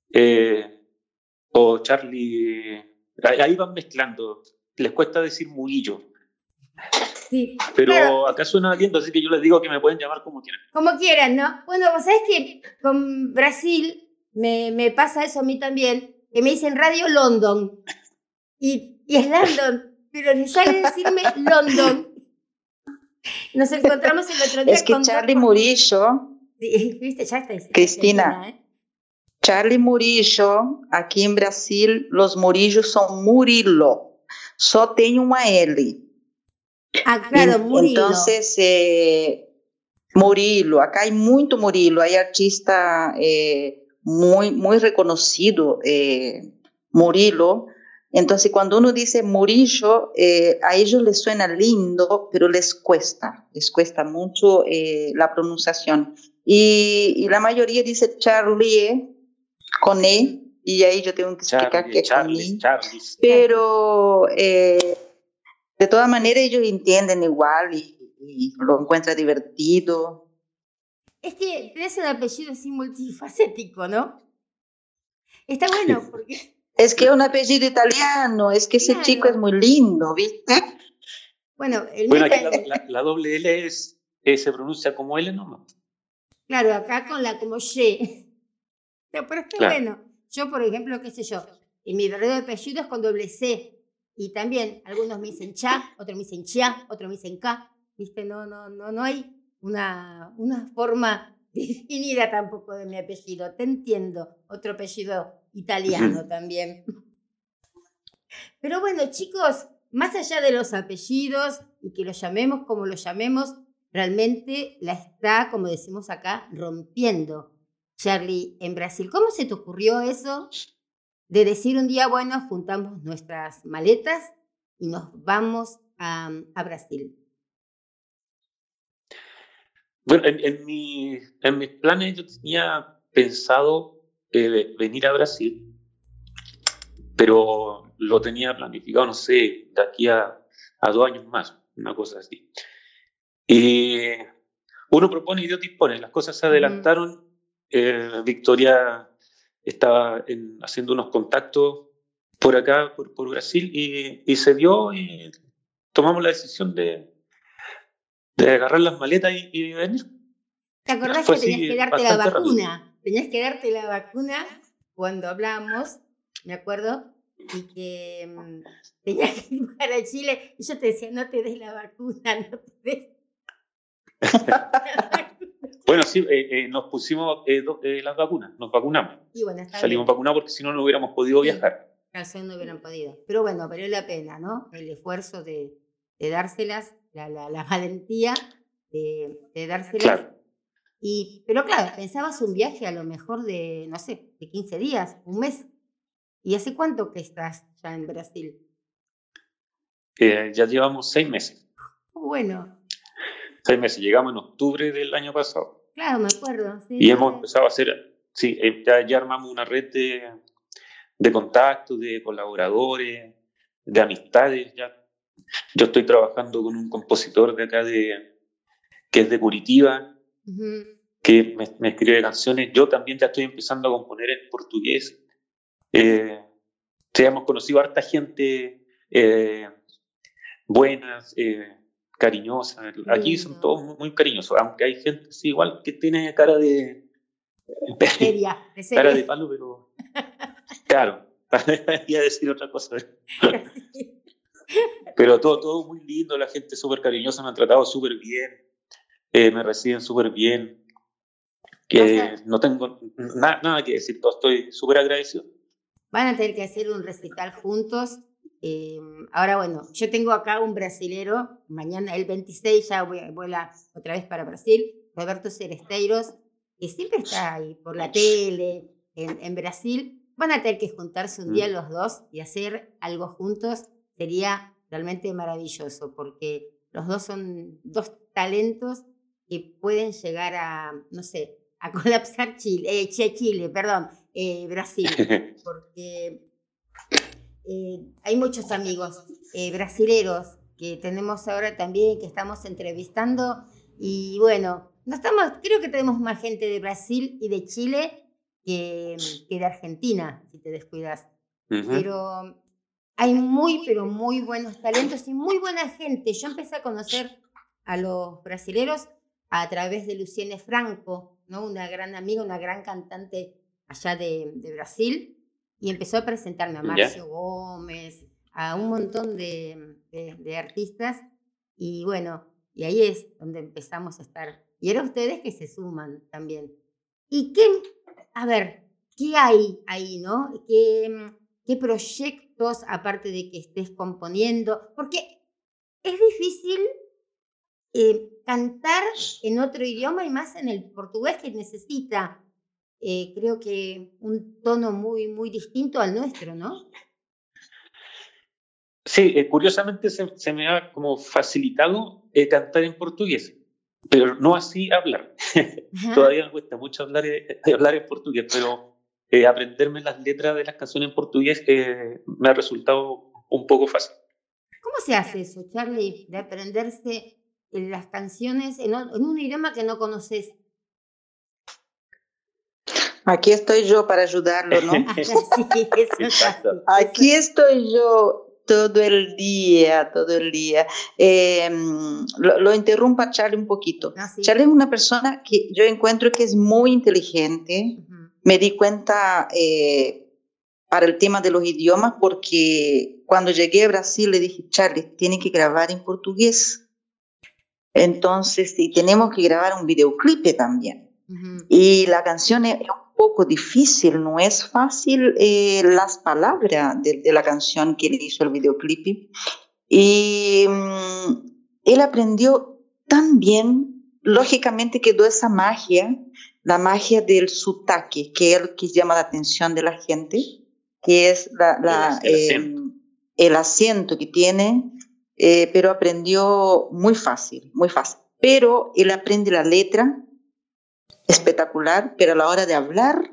o Charlie. Ahí van mezclando. Les cuesta decir Murillo. Sí, pero claro. Acá suena lindo, así que yo les digo que me pueden llamar como quieran. Como quieran, ¿no? Bueno, vos sabés que con Brasil me pasa eso a mí también, que me dicen Radio London. Y es London, pero les sale decirme London. Nos encontramos el otro día Es que con Charlie Murillo, sí, ¿viste? Ya está diciendo Cristina, Argentina, Charlie Murillo, aquí en Brasil, los Murillos son Murilo, só tem uma L. Ah, claro, Murilo. Entonces, Murilo, acá hay muito Murilo, hay artista muy reconocido, Murilo. Entonces, cuando uno dice Murillo, a ellos les suena lindo, pero les cuesta mucho la pronunciación. Y la mayoría dice Charlie con E, y ahí yo tengo que explicar que es con I. Pero de todas maneras ellos entienden igual y lo encuentran divertido. Es que tenés un apellido así multifacético, ¿no? Está bueno porque... Es que es un apellido italiano, es que ese chico es muy lindo, ¿viste? Bueno, aquí la doble L se pronuncia como L, ¿no? Claro, acá con la como Y. Pero está claro. Bueno. Yo, por ejemplo, qué sé yo, y mi verdadero apellido es con doble C. Y también algunos me dicen Cha, otros me dicen Chia, otros me dicen K. ¿Viste? No hay una forma definida tampoco de mi apellido. Te entiendo. Otro apellido italiano también. Pero bueno, chicos, más allá de los apellidos y que los llamemos como los llamemos, realmente la está, como decimos acá, rompiendo Charlie en Brasil. ¿Cómo se te ocurrió eso de decir un día, bueno, juntamos nuestras maletas y nos vamos a Brasil? Bueno, en mis planes yo tenía pensado venir a Brasil, pero lo tenía planificado, no sé, de aquí a 2 años más, una cosa así. Y uno propone y Dios dispone, las cosas se adelantaron. Victoria estaba haciendo unos contactos por acá, por Brasil, y se dio y tomamos la decisión de de agarrar las maletas y venir. ¿Te acordás Fue que tenías así, que darte la bastante rápido. vacuna? Tenías que darte la vacuna cuando hablamos, me acuerdo, y que tenías que ir para Chile. Y yo te decía, no te des la vacuna, no te des la vacuna. Bueno, sí, nos pusimos las vacunas, nos vacunamos. Y bueno, está Salimos bien. vacunados porque si no, no hubiéramos podido Sí. viajar. Razón no hubieran podido. Pero bueno, valió la pena, ¿no? El esfuerzo de dárselas, la valentía de dárselas. Claro. Pero claro, pensabas un viaje a lo mejor de, no sé, de 15 días, un mes. ¿Y hace cuánto que estás ya en Brasil? Ya llevamos 6 meses. Bueno, 6 meses. Llegamos en octubre del año pasado. claro, me acuerdo. Sí, Y sí, hemos sí. empezado a hacer, sí, ya armamos una red de contactos, de colaboradores, de amistades. Ya. Yo estoy trabajando con un compositor de acá que es de Curitiba, Ujú. que me escribe canciones. Yo también ya estoy empezando a componer en portugués. Hemos conocido a harta gente buena, cariñosa. Aquí son Lindo. todos muy, muy cariñosos, aunque hay gente sí, igual que tiene cara de Seria, de cara de seria. palo, pero claro, iba a decir otra cosa. Pero todo muy lindo, la gente súper cariñosa, me han tratado súper bien, me reciben súper bien. No tengo nada que decir, estoy súper agradecido. Van a tener que hacer un recital juntos. Ahora, bueno, yo tengo acá un brasilero, mañana el 26 ya vuela otra vez para Brasil, Roberto Seresteiros, que siempre está ahí por la tele, en Brasil. Van a tener que juntarse un día los dos y hacer algo juntos. Sería realmente maravilloso, porque los dos son dos talentos que pueden llegar a, no sé, a colapsar Brasil, porque hay muchos amigos brasileros que tenemos ahora también, que estamos entrevistando, y bueno, creo que tenemos más gente de Brasil y de Chile que de Argentina, si te descuidas. Pero hay pero muy buenos talentos y muy buena gente. Yo empecé a conocer a los brasileros a través de Luciene Franco, ¿no? Una gran amiga, una gran cantante allá de Brasil, y empezó a presentarme a Marcio Gómez, a un montón de artistas, y bueno, y ahí es donde empezamos a estar. Y eran ustedes que se suman también. ¿Y qué hay ahí, no? ¿Qué proyectos, aparte de que estés componiendo? Porque es difícil cantar en otro idioma y más en el portugués, que necesita, creo que, un tono muy, muy distinto al nuestro, ¿no? Sí, curiosamente se me ha como facilitado cantar en portugués, pero no así hablar. Todavía me cuesta mucho hablar en portugués, pero aprenderme las letras de las canciones en portugués me ha resultado un poco fácil. ¿Cómo se hace eso, Charlie, de aprenderse las canciones en un idioma que no conoces? Aquí estoy yo para ayudarlo, ¿no? Sí, Exacto. Aquí estoy yo todo el día. Lo interrumpa Charlie un poquito. Sí. Charlie es una persona que yo encuentro que es muy inteligente. Me di cuenta para el tema de los idiomas porque cuando llegué a Brasil le dije, Charlie, tiene que grabar en portugués. Entonces, y tenemos que grabar un videoclip también. Y la canción es un poco difícil, no es fácil las palabras de la canción que él hizo el videoclip. Y él aprendió tan bien, lógicamente quedó esa magia, la magia del sotaque, que es el que llama la atención de la gente, que es el acento que tiene, pero aprendió muy fácil. Pero él aprende la letra, espectacular, pero a la hora de hablar,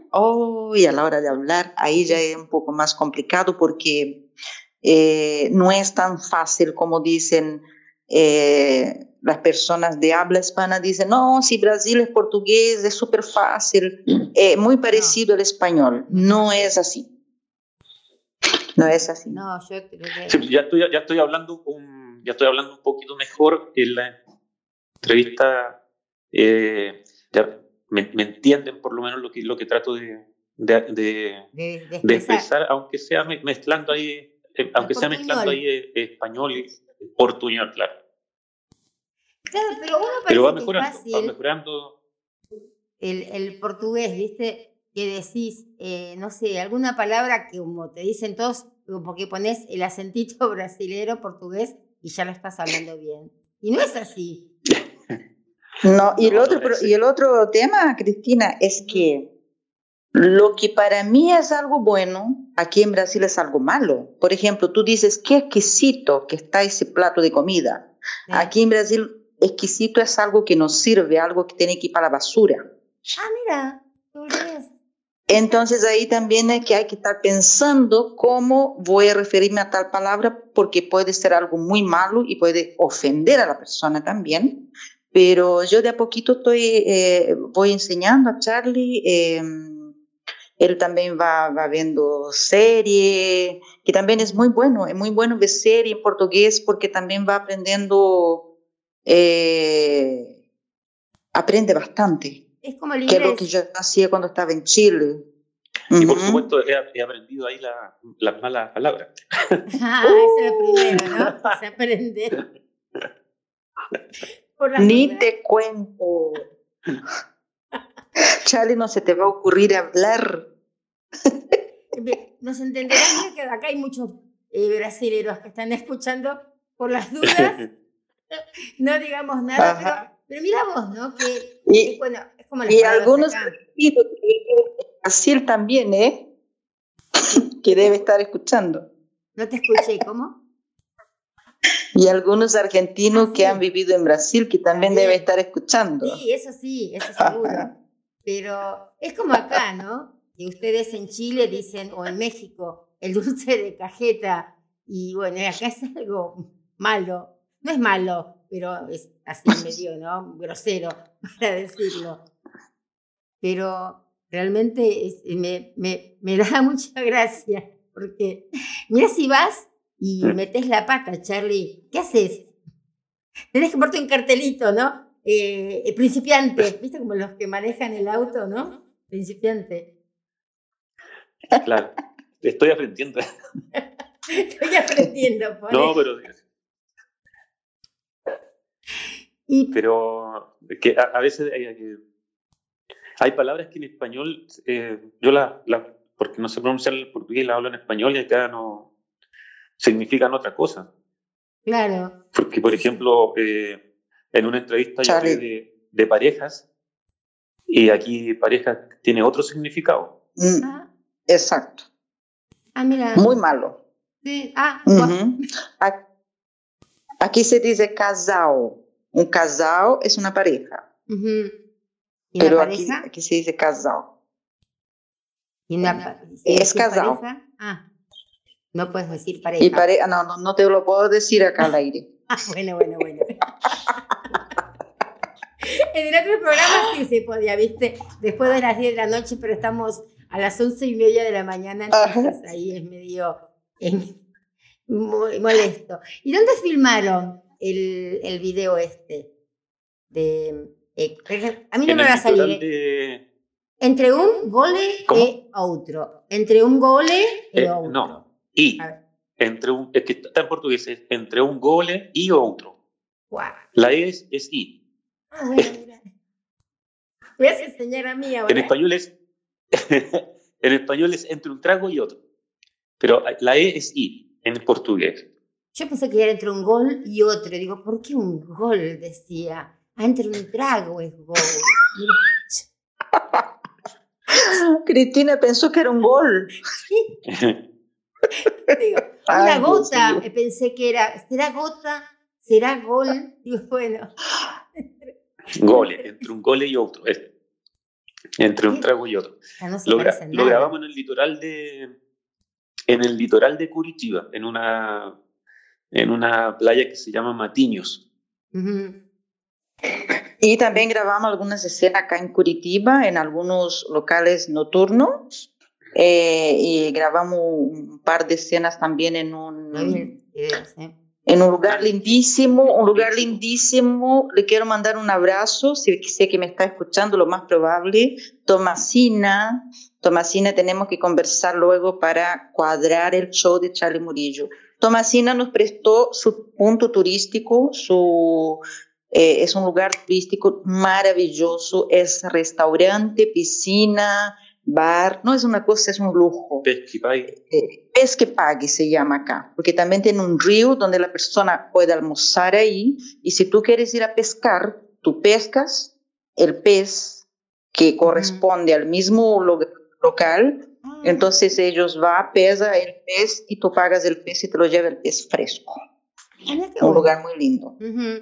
ahí ya es un poco más complicado porque no es tan fácil como dicen las personas de habla hispana, dicen, no, si Brasil es portugués, es súper fácil, muy parecido al español. No es así. No es así. No, yo creo que... Sí, ya estoy hablando un poquito mejor entrevista ya me entienden por lo menos lo que trato de expresar, aunque sea mezclando ahí, español y portuñol, claro. Claro, pero uno Pero va parece que es mejorando, fácil va mejorando. el portugués, ¿viste? Que decís, no sé, alguna palabra que como te dicen todos, porque pones el acentito brasilero, portugués, y ya lo estás hablando bien. Y no es así. No, y No, el otro tema, Cristina, es que lo que para mí es algo bueno, aquí en Brasil es algo malo. Por ejemplo, tú dices, qué exquisito que está ese plato de comida. Sí. Aquí en Brasil, exquisito es algo que nos sirve, algo que tiene que ir para la basura. Ah, mira, tú ves. Entonces ahí también es que hay que estar pensando cómo voy a referirme a tal palabra, porque puede ser algo muy malo y puede ofender a la persona también. Pero yo de a poquito voy enseñando a Charlie. Él también va viendo serie, que también es muy bueno ver serie en portugués, porque también va aprendiendo, aprende bastante. Es como el Que es lo inglés. que yo hacía cuando estaba en Chile. Y por supuesto he aprendido ahí las malas palabras. Ah, ese es lo primero, ¿no? Se aprende. Ni te cuento. Charlie, no se te va a ocurrir hablar. Nos entenderán bien que acá hay muchos brasileros que están escuchando por las dudas. No digamos nada, pero mira vos, ¿no? Que bueno, es como las y palabras algunos acá. argentinos, Brasil también, que debe estar escuchando. No te escuché, ¿cómo? Y algunos argentinos sí, que han vivido en Brasil que también debe estar escuchando. Sí, eso seguro. Pero es como acá, ¿no? Que ustedes en Chile dicen, o en México, el dulce de cajeta. Y bueno, acá es algo malo. No es malo, pero es así medio, ¿no? Grosero, para decirlo. Pero realmente me da mucha gracia, porque mira si vas y metes la pata, Charlie, ¿qué haces? Tenés que ponerte un cartelito, ¿no? Principiante, ¿viste? Como los que manejan el auto, ¿no? Principiante. Claro, estoy aprendiendo. Estoy aprendiendo, por No, eso. Pero es que a veces hay palabras que en español yo porque no sé pronunciar el portugués, la hablo en español y acá no significan otra cosa. Claro. Porque, por ejemplo, en una entrevista yo hablé de parejas y aquí pareja tiene otro significado. Exacto. Ah, mira. Muy malo. Sí. Aquí se dice casal. Un casal es una pareja. ¿Y pero una pareja? Aquí se dice casal. ¿Y una es casal. Pareja? No puedes decir pareja. Y no te lo puedo decir acá al aire. Bueno. En el otro programa sí se podía, ¿viste? Después de las 10 de la noche, pero estamos a las 11:30 de la mañana, entonces ahí es medio muy molesto. ¿Y dónde filmaron el video este? A mí no me va a salir. Entre un gole y otro. Entre un gole y otro. No, es que está en portugués, es entre un gole y otro. Wow. La E es I. Bueno, mira. Voy a enseñar a mí ahora. En español es entre un trago y otro. Pero la E es I en portugués. Yo pensé que era entre un gol y otro. Digo, ¿por qué un gol? Decía. Entre un trago es gol. Cristina pensó que era un gol. Sí. Digo, una gota. Pensé que era. ¿Será gota? ¿Será gol? Digo, bueno. Gole, entre un gole y otro. Entre un trago y otro. No lo grabamos en el litoral de Curitiba, en una playa que se llama Matiños. Y también grabamos algunas escenas acá en Curitiba, en algunos locales nocturnos. Y grabamos un par de escenas también en en un lugar lindísimo. Le quiero mandar un abrazo, si sé que me está escuchando, lo más probable. Tomasina, tenemos que conversar luego para cuadrar el show de Charlie Murillo. Tomasina nos prestó su punto turístico, es un lugar turístico maravilloso, es restaurante, piscina, bar, no es una cosa, es un lujo. Pesque Pague se llama acá, porque también tiene un río donde la persona puede almorzar ahí, y si tú quieres ir a pescar, tú pescas el pez que corresponde al mismo local, entonces ellos pesan el pez y tú pagas el pez y te lo lleva el pez fresco. Un lugar muy lindo.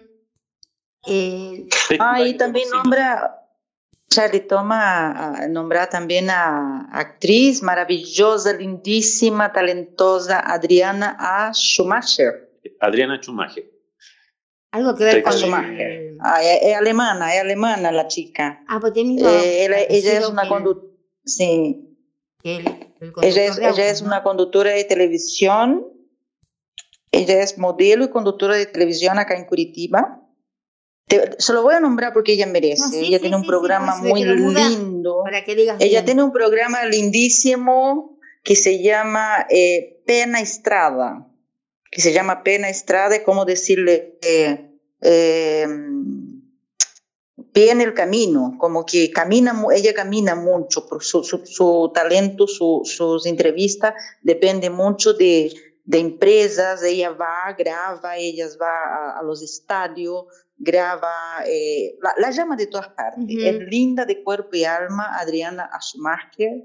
Y también Charlie nombra también a actriz maravillosa, lindísima, talentosa, Adriana Schumacher. Algo que ver con Schumacher. Es alemana la chica. Porque ella es una conductora. Sí. Ella es una conductora de televisión. Ella es modelo y conductora de televisión acá en Curitiba. Se lo voy a nombrar porque ella merece. Ella tiene un programa muy lindo. Para que digas ella bien. Tiene un programa lindísimo que se llama Pena Estrada. Es como decirle pie en el camino, como que ella camina mucho, por su talento, sus entrevistas depende mucho de empresas. Ella graba, va a los estadios, graba, la llama de todas partes. Es linda de cuerpo y alma, Adriana Schumacher.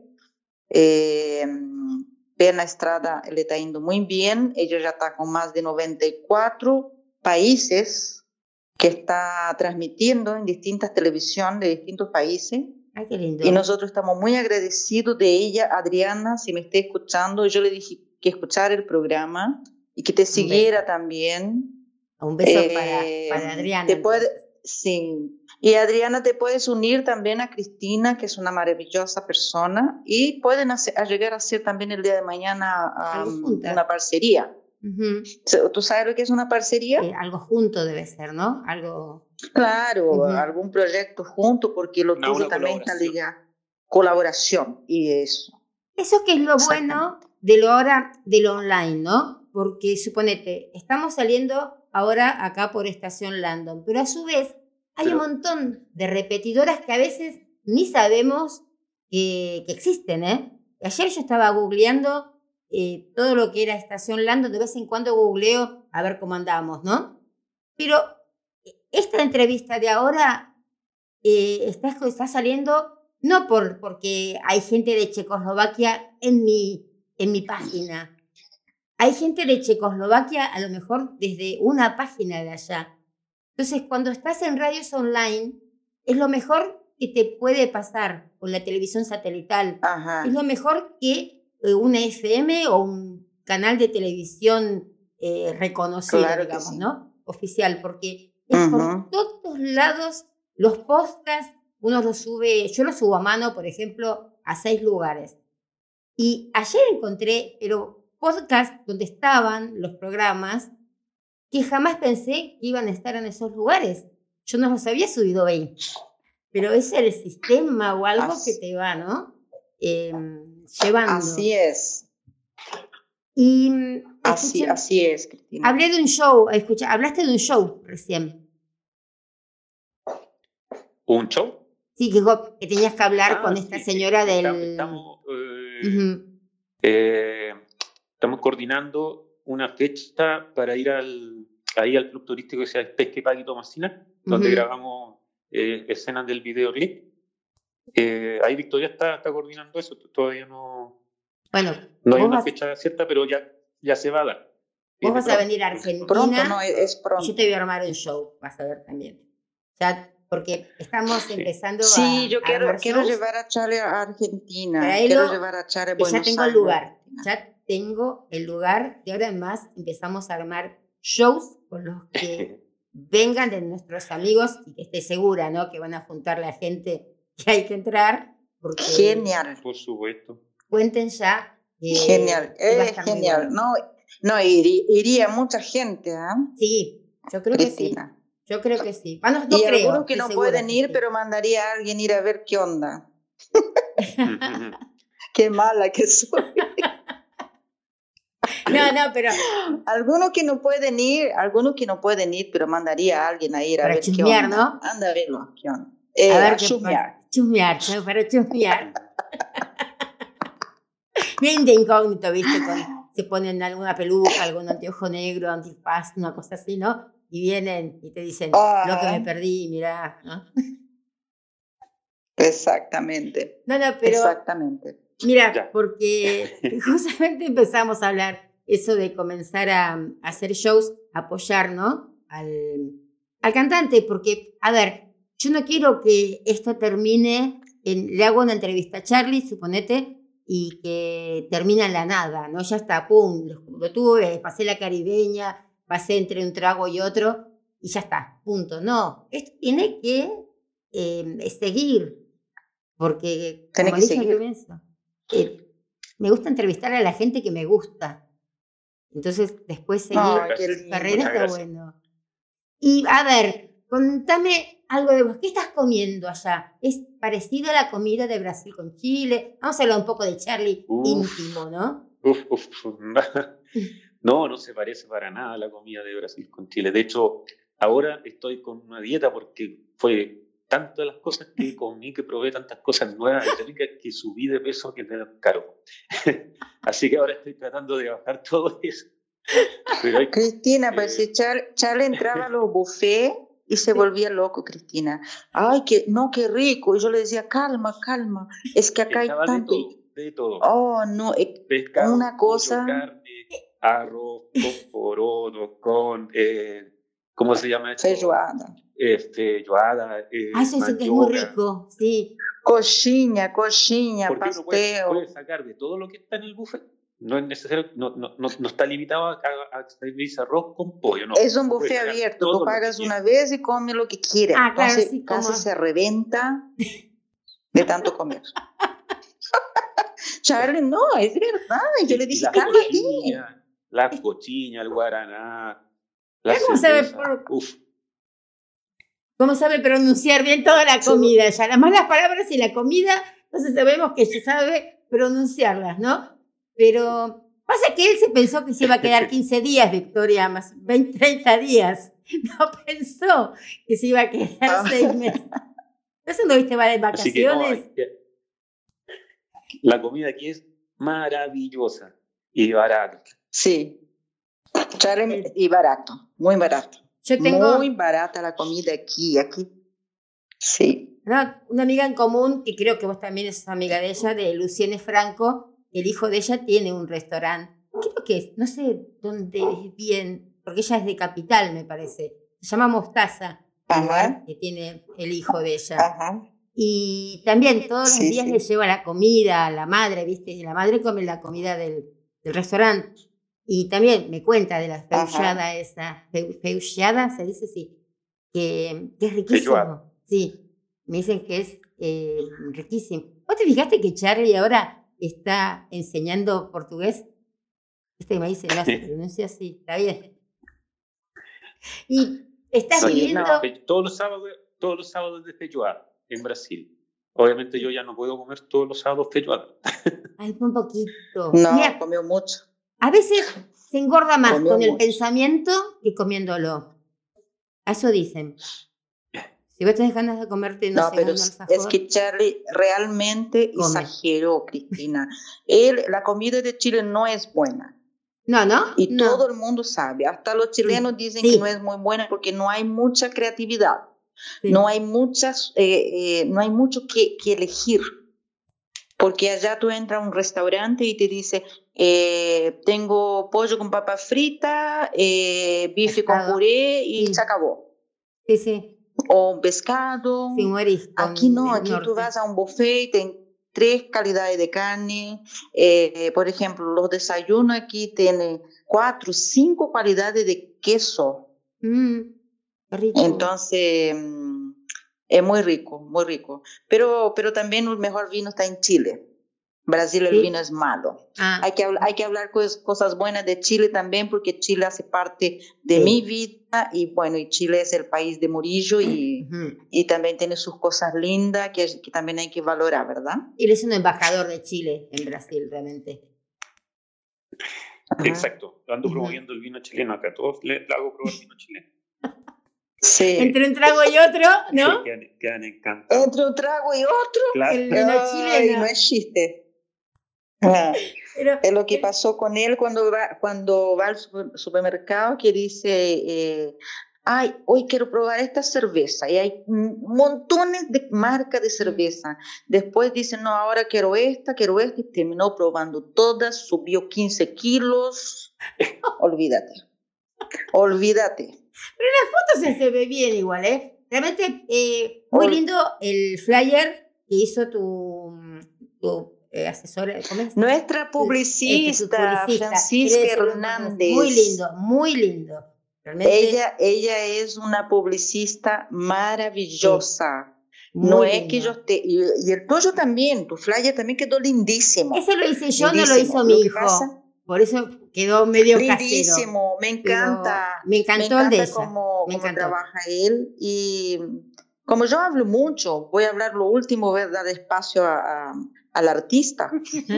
Pena Estrada le está yendo muy bien. Ella ya está con más de 94 países que está transmitiendo en distintas televisiones de distintos países. Ay, qué lindo. Y nosotros estamos muy agradecidos de ella. Adriana, si me está escuchando, yo le dije que escuchara el programa y que te siguiera también. Un beso para Adriana. Sí. Y Adriana, te puedes unir también a Cristina, que es una maravillosa persona, y pueden llegar a hacer también el día de mañana una parcería. ¿Tú sabes lo que es una parcería? Algo junto debe ser, ¿no? Algo. Claro, algún proyecto junto, porque lo tuyo también está ligado. Colaboración y eso. Eso que es lo bueno de lo online, ¿no? Porque suponete, estamos saliendo ahora acá por Estación Landon, pero a su vez hay un montón de repetidoras que a veces ni sabemos que existen, ¿eh? Ayer yo estaba googleando todo lo que era Estación Landon, de vez en cuando googleo a ver cómo andamos, ¿no? Pero esta entrevista de ahora está saliendo no porque hay gente de Checoslovaquia en mi página. Hay gente de Checoslovaquia a lo mejor desde una página de allá. Entonces, cuando estás en radios online, es lo mejor que te puede pasar con la televisión satelital. Ajá. Es lo mejor que una FM o un canal de televisión reconocido, claro, digamos, sí. ¿no? Oficial, porque es por todos lados los podcasts, uno los sube, yo los subo a mano, por ejemplo, a 6 lugares. Y ayer encontré, podcasts donde estaban los programas que jamás pensé que iban a estar en esos lugares. Yo no los había subido ahí. Pero es el sistema o algo que te va, ¿no? Llevando. Así es. Y así es, Cristina. Hablé de un show, hablaste de un show recién. ¿Un show? Sí, que tenías que hablar con esta señora del... Estamos coordinando una fecha para ir ahí al club turístico que se llama Pesque Pague Tomasina, donde grabamos escenas del videoclip. Ahí Victoria está coordinando eso, todavía no... Bueno, no hay una fecha cierta, pero ya se va a dar. Vos vas a venir a Argentina. Pronto, no, es pronto. Yo te voy a armar un show, vas a ver también. Ya, porque estamos empezando yo quiero llevar a Charlie a Argentina. Traelo, quiero llevar a Charlie a Buenos Aires. Ya tengo el lugar. Ya tengo el lugar. De ahora en más empezamos a armar shows con los que vengan de nuestros amigos y que esté segura, ¿no? Que van a juntar la gente que hay que entrar. Porque genial. Por supuesto. Cuenten ya. Genial, genial. Bueno. No, No, iría mucha gente, ¿ah? Sí, yo creo que sí. Cristina. Yo creo que sí. Ah, no Y creo, algunos que estoy no segura pueden que ir, sí. pero mandaría a alguien ir a ver qué onda. Qué mala que soy. No, pero Algunos que no pueden ir, pero mandaría a alguien a ir a para ver qué chusmear, onda. ¿no? Anda a verlo, qué onda. A ver A qué chusmear. pasa. Chusmear, para chusmear. Bien de incógnito, ¿viste? Se ponen alguna peluca, algún anteojo negro, antifaz, una cosa así, ¿no? Y vienen y te dicen, lo que me perdí, mirá, ¿no? Exactamente. No, pero Exactamente. mira, Ya. porque justamente empezamos a hablar eso de comenzar a hacer shows, apoyar, ¿no? Al cantante, porque, a ver, yo no quiero que esto termine le hago una entrevista a Charlie, suponete, y que termina en la nada, ¿no? Ya está, pum, lo tuve, pasé la caribeña, pasé entre un trago y otro, y ya está, punto. No, esto tiene que seguir, porque, Tiene como que dije al seguir. comienzo, me gusta entrevistar a la gente que me gusta. Entonces, después seguir Ay, qué su lindo. carrera Muchas está gracias. bueno. Y, a ver, contame algo de vos. ¿Qué estás comiendo allá? ¿Es parecido a la comida de Brasil con Chile? Vamos a hablar un poco de Charlie íntimo, ¿no? No se parece para nada a la comida de Brasil con Chile. De hecho, ahora estoy con una dieta porque fue tantas las cosas que comí, que probé tantas cosas nuevas y ricas que subí de peso que me caro. Así que ahora estoy tratando de bajar todo eso. Pero Cristina, pues si Charlie entraba a los buffets y se volvía loco, Cristina. Ay, qué rico. Y yo le decía, calma, es que acá hay estaba tanto. de todo. Oh, no, Pescado, una cosa. pollo, carne, arroz, con porotos, con, ¿cómo se llama esto? Feijoada. Feijoada, Eso sí que es muy rico, sí. Coxinha, Porque uno pastel. puede sacar de todo lo que está en el buffet. No es necesario, no está limitado a servirse arroz con pollo. No. Es un Uno puede buffet sacar abierto, todo tú lo que pagas quiera. una vez y comes lo que quieras. Ah, claro, Entonces sí, casi como- se reventa de tanto comer. Charlie, no, es verdad. Yo le dije, cálmate. Las cochiñas, el guaraná, Mira la cómo sabe cerveza. Uf. ¿Cómo sabe pronunciar bien toda la comida? Ya las malas palabras y la comida, entonces sabemos que ella sabe pronunciarlas, ¿no? Pero pasa que él se pensó que se iba a quedar 15 días, Victoria, más 20, 30 días. No pensó que se iba a quedar 6 meses. ¿Eso no viste de Así que no, vacaciones? la comida aquí es maravillosa y barata. Sí. Charlie, y barato, muy barato. Yo tengo Muy barata la comida aquí. Sí. una amiga en común, que creo que vos también sos amiga de ella, de Luciene Franco. El hijo de ella tiene un restaurante. Creo que es, no sé dónde es bien, porque ella es de Capital, me parece. Se llama Mostaza, el Ajá. lugar que tiene el hijo de ella. Ajá. Y también todos los Sí, días sí. le lleva la comida a la madre, ¿viste? Y la madre come la comida del restaurante. Y también me cuenta de la feijoada esa. Feijoada, se dice así. Que es riquísimo. Feijoada. Sí, me dicen que es riquísimo. ¿Vos te fijaste que Charlie ahora está enseñando portugués? Me dice, no se pronuncia así, está bien. Y estás Sí, viviendo... todos los sábados de feijoada en Brasil. Obviamente yo ya no puedo comer todos los sábados feijoada. Ay, un poquito. No, Mira, comió mucho. a veces se engorda más Comió con el mucho. pensamiento que comiéndolo. A eso dicen. Si vos tenés ganas de comerte, no, No, sé, pero un es alfajor, que Charlie realmente Come. exageró, Cristina. La comida de Chile no es buena. No, Y no. todo el mundo sabe. Hasta los chilenos dicen Sí. que no es muy buena porque no hay mucha creatividad. Sí. No hay no hay mucho que elegir. Porque allá tú entras a un restaurante y te dice, tengo pollo con papa frita, bife con Pescado. puré y Sí. se acabó. Sí, sí. O un pescado. Sin marisco. Aquí no, en el aquí norte. tú vas a un buffet y ten 3 calidades de carne. Por ejemplo, los desayunos aquí tienen 4, 5 cualidades de queso. Qué rico. Entonces, es muy rico, muy rico. Pero también el mejor vino está en Chile. Brasil el Sí. vino es malo. Ah, Hay que hablar cosas buenas de Chile también, porque Chile hace parte de Sí. mi vida y bueno, y Chile es el país de Murillo ujú. y también tiene sus cosas lindas que también hay que valorar, ¿verdad? Él es un embajador de Chile en Brasil, realmente. Ajá. Exacto, ando Ujú. promoviendo el vino chileno acá. Todos le hago probar vino chileno. Sí. Entre un trago y otro, ¿no? Quedan encantados. Entre un trago y otro, Claro. El vino ay, chileno. no es chiste. Ah, Pero, es lo que pasó con él cuando va al supermercado, que dice, ay, hoy quiero probar esta cerveza, y hay montones de marcas de cerveza. Después dicen, no, ahora quiero esta, y terminó probando todas, subió 15 kilos. Olvídate. Entonces se ve bien igual, ¿eh? Realmente muy lindo el flyer que hizo tu asesora, ¿cómo es? Nuestra Tu publicista, publicista. Francisca Quería decirlo Hernández. Muy lindo, muy lindo. Realmente Ella es una publicista maravillosa. muy No lindo. es que yo esté. Y el tuyo también, tu flyer también quedó lindísimo. Eso lo hice yo, no lo Lindísimo. hizo mi Lo que hijo. pasa- Por eso quedó medio casero. Lindísimo, me encanta. Me encantó el de ella. Cómo Me encantó. trabaja él. Y como yo hablo mucho, voy a hablar lo último, voy a dar espacio al artista.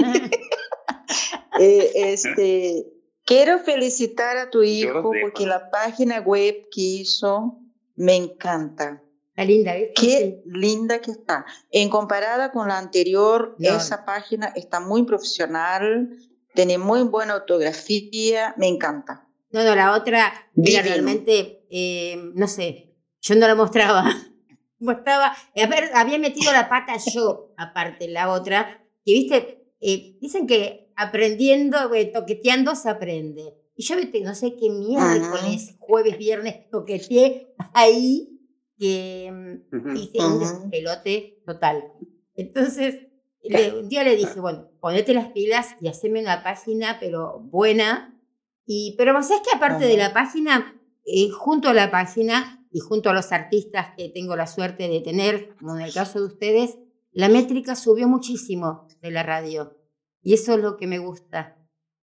Quiero felicitar a tu hijo los dejo. porque la página web que hizo me encanta. Está linda, ¿viste? Qué linda que está. En comparada con la anterior, No. esa página está muy profesional, tiene muy buena ortografía, me encanta. No, la otra Divino. era realmente, no sé, yo no la mostraba. Había metido la pata yo, aparte, la otra, que viste, dicen que aprendiendo, toqueteando se aprende. Y yo, viste, no sé qué miércoles, jueves, viernes, toqueteé ahí, que hice un despelote total. Entonces, un día le dije, bueno, ponete las pilas y haceme una página, pero buena. Pero ¿sabes que aparte de la página, junto a la página y junto a los artistas que tengo la suerte de tener, como en el caso de ustedes, la métrica subió muchísimo de la radio. Y eso es lo que me gusta.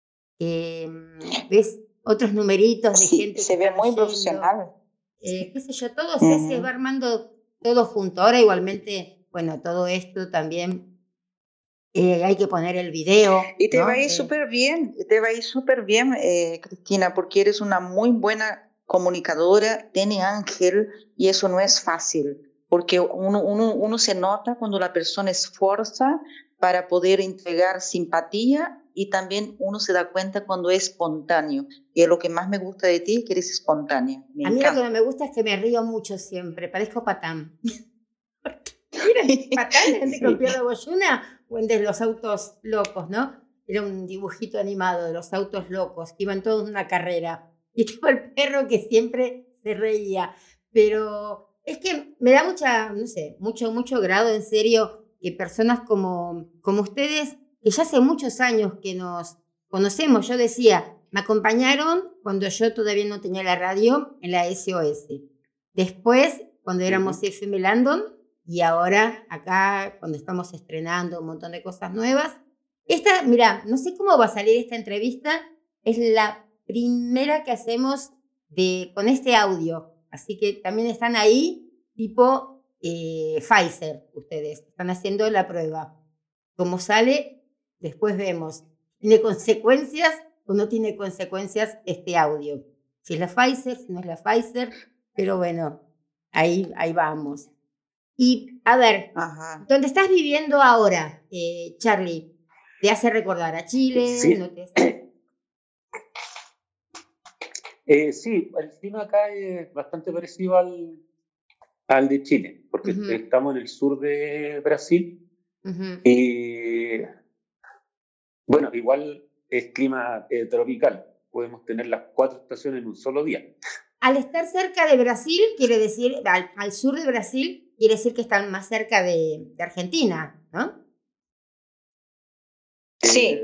¿Ves? Otros numeritos de gente se que ve está muy oyendo. profesional. Qué sé yo, todo se va armando todo junto. Ahora igualmente, bueno, todo esto también hay que poner el video. Y te ¿no? va a ir súper bien, Cristina, porque eres una muy buena comunicadora, tiene ángel, y eso no es fácil, porque uno se nota cuando la persona esfuerza para poder entregar simpatía, y también uno se da cuenta cuando es espontáneo. Y es lo que más me gusta de ti, que eres espontánea. A mí lo que no me gusta es que me río mucho siempre, parezco Patán. Mira, Patán, la gente con Pierre Boyuna, o el de los autos locos, ¿no? Era un dibujito animado de los autos locos, que iban todos en una carrera. Y estaba el perro que siempre se reía. Pero es que me da mucho grado, en serio, que personas como ustedes, que ya hace muchos años que nos conocemos, yo decía, me acompañaron cuando yo todavía no tenía la radio en la SOS. Después, cuando éramos FM Landon, y ahora acá, cuando estamos estrenando un montón de cosas nuevas. Mira, no sé cómo va a salir esta entrevista, es la primera que hacemos con este audio, así que también están ahí, tipo Pfizer, ustedes, están haciendo la prueba. Cómo sale, después vemos. ¿Tiene consecuencias o no tiene consecuencias este audio? Si es la Pfizer, si no es la Pfizer, pero bueno, ahí vamos. Y, a ver, ¿dónde estás viviendo ahora, Charlie? ¿Te hace recordar a Chile? Sí. ¿No te hace? Sí, el clima acá es bastante parecido al de Chile, porque estamos en el sur de Brasil y, bueno, igual es clima tropical. Podemos tener las 4 estaciones en un solo día. Al estar cerca de Brasil, quiere decir, al sur de Brasil, quiere decir que están más cerca de Argentina, ¿no? Sí.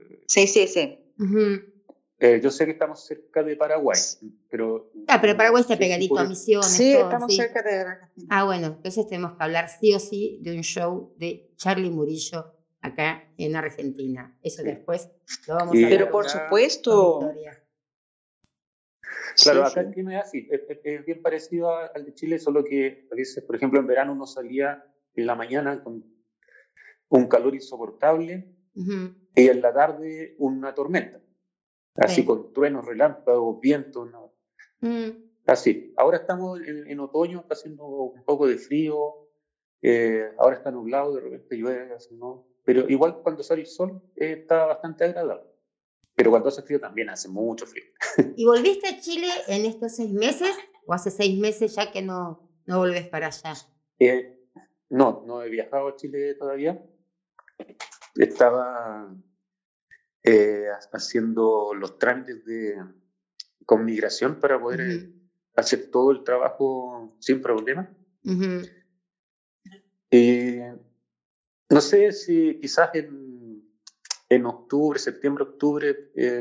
Yo sé que estamos cerca de Paraguay, pero... pero Paraguay está pegadito a Misiones. Sí, todo, estamos cerca de Argentina. Bueno, entonces tenemos que hablar sí o sí de un show de Charlie Murillo acá en Argentina. Eso después lo vamos Y- a hablar. Pero por con supuesto, Victoria. Claro, sí, acá sí. el clima es así, es bien parecido al de Chile, solo que a veces, por ejemplo, en verano uno salía en la mañana con un calor insoportable Ujú. y en la tarde una tormenta, así Sí. con truenos, relámpagos, vientos, ¿no? Mm. Así. Ahora estamos en otoño, está haciendo un poco de frío, ahora está nublado, de repente llueve, así, ¿no? Pero igual cuando sale el sol está bastante agradable. Pero cuando hace frío también hace mucho frío. ¿Y volviste a Chile en estos 6 meses? ¿O hace 6 meses ya que no volvés para allá? No he viajado a Chile todavía. Estaba haciendo los trámites con migración para poder Ujú, hacer todo el trabajo sin problema. ujú. No sé si quizás en octubre, septiembre, octubre,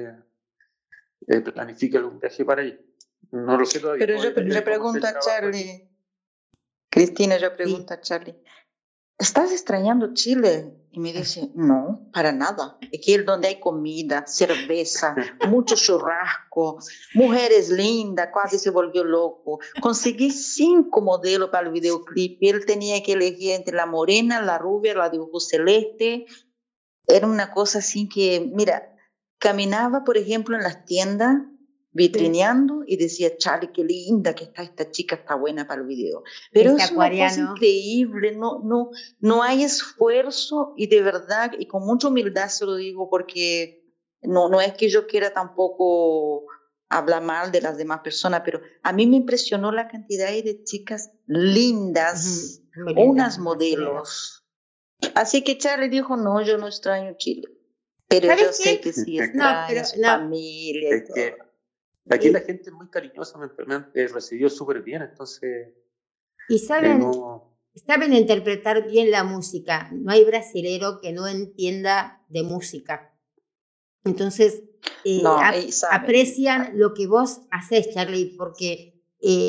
planifique algún viaje para allá. No lo sé todavía. Pero yo Depende de cómo esté pregunto el a trabajo aquí. Charlie, Cristina, yo pregunto a Charlie, ¿estás extrañando Chile? Y me dice, no, para nada. Aquí es donde hay comida, cerveza, mucho churrasco, mujeres lindas, casi se volvió loco. Conseguí 5 modelos para el videoclip y él tenía que elegir entre la morena, la rubia, la de ojos celeste. Era una cosa así que, mira, caminaba, por ejemplo, en las tiendas vitrineando y decía, Charlie, qué linda que está esta chica, está buena para el video. Pero Este es una cosa acuariano. increíble, no hay esfuerzo y de verdad, y con mucha humildad se lo digo porque no es que yo quiera tampoco hablar mal de las demás personas, pero a mí me impresionó la cantidad de chicas lindas, Ujú, muy lindas, unas brasileras. modelos. Así que Charlie dijo, no, yo no extraño Chile. Pero ¿Sabes yo sé qué? que sí No, extraña pero su no. familia y Es que todo. aquí la gente es muy cariñosa, me han recibido súper bien, entonces Y saben no. interpretar bien la música. No hay brasilero que no entienda de música. Entonces, No, y saben. aprecian lo que vos haces, Charlie, porque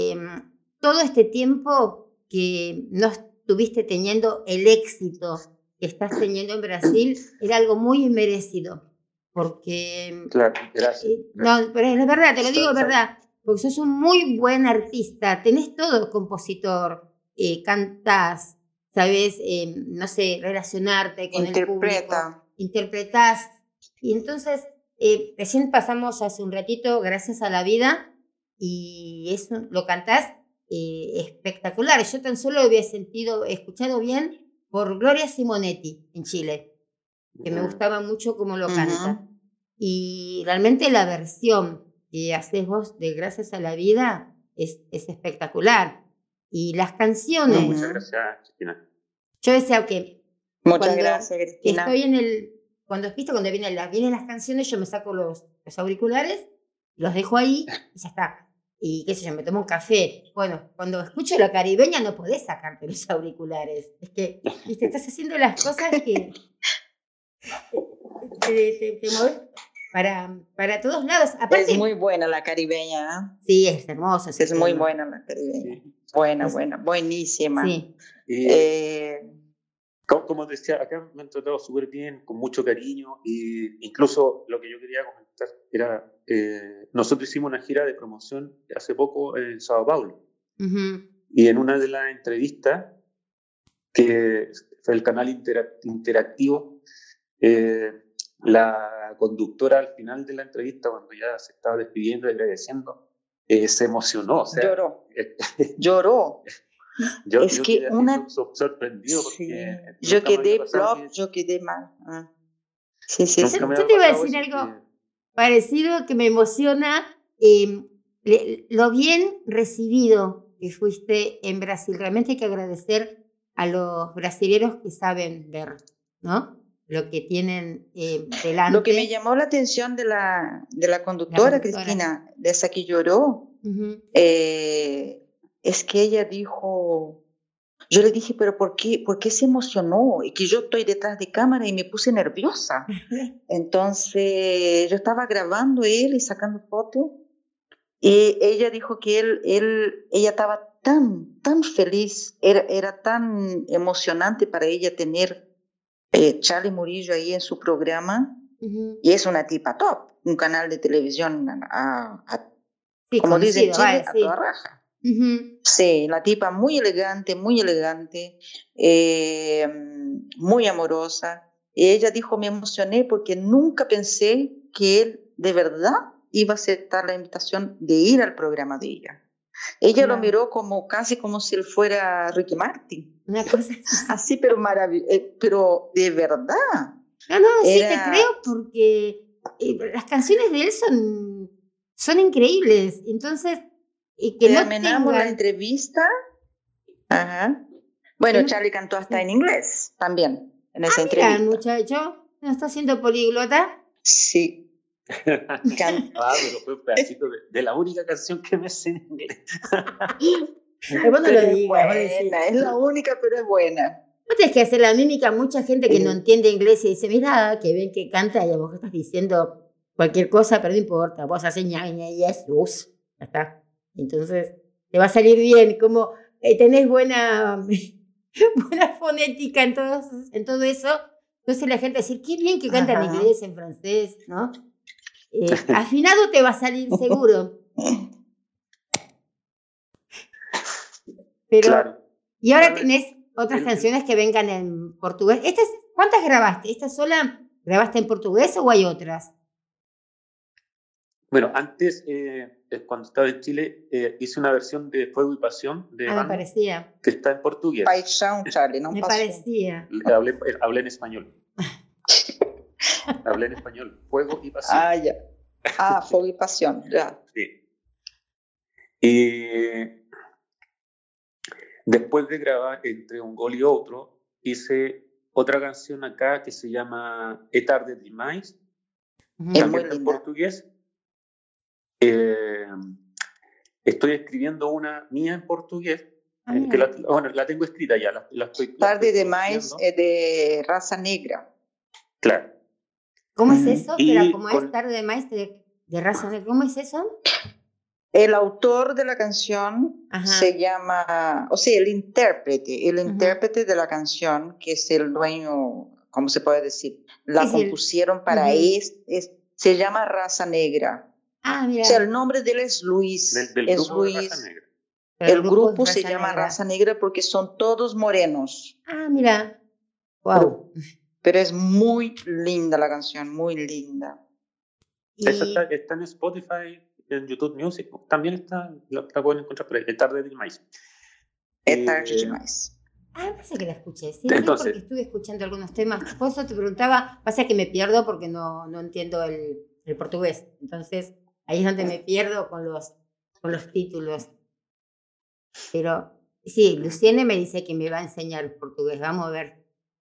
todo este tiempo que no estuviste teniendo el éxito que estás teniendo en Brasil era algo muy inmerecido. Porque, Claro, gracias. no, pero es verdad, te lo digo de Sa- verdad, porque sos un muy buen artista, tenés todo, compositor, cantás, sabés, no sé, relacionarte con el público, Interpreta. interpretás. Y entonces, recién pasamos hace un ratito, Gracias a la Vida, y eso lo cantás espectacular. Yo tan solo había escuchado bien por Gloria Simonetti en Chile, que me gustaba mucho cómo lo canta. Y realmente la versión que haces vos de Gracias a la Vida es espectacular. Y las canciones, Ujú. Muchas gracias, Cristina. yo decía que Muchas cuando gracias, Cristina. estoy cuando vienen las canciones, yo me saco los auriculares, los dejo ahí y ya está. Y qué sé yo, me tomo un café. Bueno, cuando escucho la caribeña no podés sacarte los auriculares. Es que, viste, estás haciendo las cosas que te mueves para todos lados. Aparte, Es muy buena la caribeña, ¿eh? sí, es hermoso. ese Es muy tema. buena la caribeña. Sí. Buena, buenísima. Sí. Como te decía, acá me han tratado súper bien, con mucho cariño, y incluso lo que yo quería comentar era, nosotros hicimos una gira de promoción hace poco en Sao Paulo, Ujú. y en una de las entrevistas, que fue el canal interactivo, la conductora al final de la entrevista, cuando ya se estaba despidiendo y agradeciendo, se emocionó. O sea, Lloró. Lloró. Yo Es que quedé así una- sorprendido Sí. porque Yo nunca me había quedé pasado plop, que- yo quedé mal. Sí, sí, nunca sí. me Yo había te iba a pasado decir eso, algo que- parecido que me emociona, lo bien recibido que fuiste en Brasil. Realmente hay que agradecer a los brasileños que saben ver, ¿no? Lo que tienen delante. Lo que me llamó la atención de la conductora, Cristina, de esa que lloró, Ujú. es que ella dijo, yo le dije, pero ¿por qué se emocionó? Y que yo estoy detrás de cámara y me puse nerviosa. Entonces yo estaba grabando él y sacando fotos y ella dijo que ella estaba tan feliz, era tan emocionante para ella tener Charlie Murillo ahí en su programa, Ujú. y es una tipa top, un canal de televisión, Sí, como dicen en conocido, Chile, vale, a sí. toda raja. Ujú. Sí, la tipa muy elegante, muy amorosa. Y ella dijo, me emocioné porque nunca pensé que él de verdad iba a aceptar la invitación de ir al programa de ella. Ella lo Claro. miró como casi como si él fuera Ricky Martin. Una cosa así. Así, pero pero de verdad. No, sí te Era- creo porque las canciones de él son increíbles. Entonces, que no Terminamos la tengan... entrevista. Ajá. que Bueno, no- Charlie cantó hasta sí. en inglés también en esa Mira, el entrevista. muchacho, ¿no está haciendo políglota? Sí. Pero fue un pedacito de la única canción que me sé en inglés. Vos no Pero lo es digas, vos decís. buena, es la única, pero es buena. Vos tenés que hacer la mímica. Mucha gente que no entiende inglés y dice, mira, que ven que canta y vos estás diciendo cualquier cosa, pero no importa. Vos haces ñaña y Jesús. Ya está. Entonces, te va a salir bien. Como tenés buena fonética en todo eso. Entonces la gente va a decir, qué bien que canta en Ajá. inglés, en francés, ¿no? Afinado te va a salir seguro. Pero, Claro. y ahora Claro, tenés otras el- canciones que vengan en portugués. ¿Cuántas grabaste? ¿Esta sola grabaste en portugués o hay otras? Bueno, antes, cuando estaba en Chile, hice una versión de Fuego y Pasión de Me banda parecía. que está en portugués. Paixão, Charlie, não Me passou. parecía. Hablé en español. Hablé en español. Fuego y Pasión. Ah, ya. Ah, Fogo e Paixão, ya. Sí. Y después de grabar entre un gol y otro, hice otra canción acá que se llama É Tarde Demais, Ujú. Es también muy está en linda. portugués. Estoy escribiendo una mía en portugués, Ah, que mira. la tengo escrita ya, la estoy Tarde demais produciendo. é de raça negra. Claro. ¿Cómo es Ujú. eso? Y Espera, ¿cómo es? con- Tarde de maíz de raza negra. ¿Cómo es eso? El autor de la canción Ajá. se llama, o sea, el intérprete Ujú. de la canción, que es el dueño, ¿cómo se puede decir? La Es el- compusieron para Ujú. se llama Raza Negra. Ah, O mira. sea, el nombre de él es Luis. del es grupo de Luis. Raza Negra. Pero El grupo es se Raza llama Negra. Raza Negra porque son todos morenos. Ah, mira. Wow. Pero es muy linda la canción, muy linda. Esa Y está en Spotify, en YouTube Music, también la pueden encontrar por ahí, Es Tarde Demais. Es tarde demais. me parece que la escuché. Sí, Entonces- porque estuve escuchando algunos temas. Por eso te preguntaba. Pasa que me pierdo porque no entiendo el portugués. Entonces, ahí es donde me pierdo con los títulos. Pero sí, Luciene me dice que me va a enseñar portugués. Vamos a ver.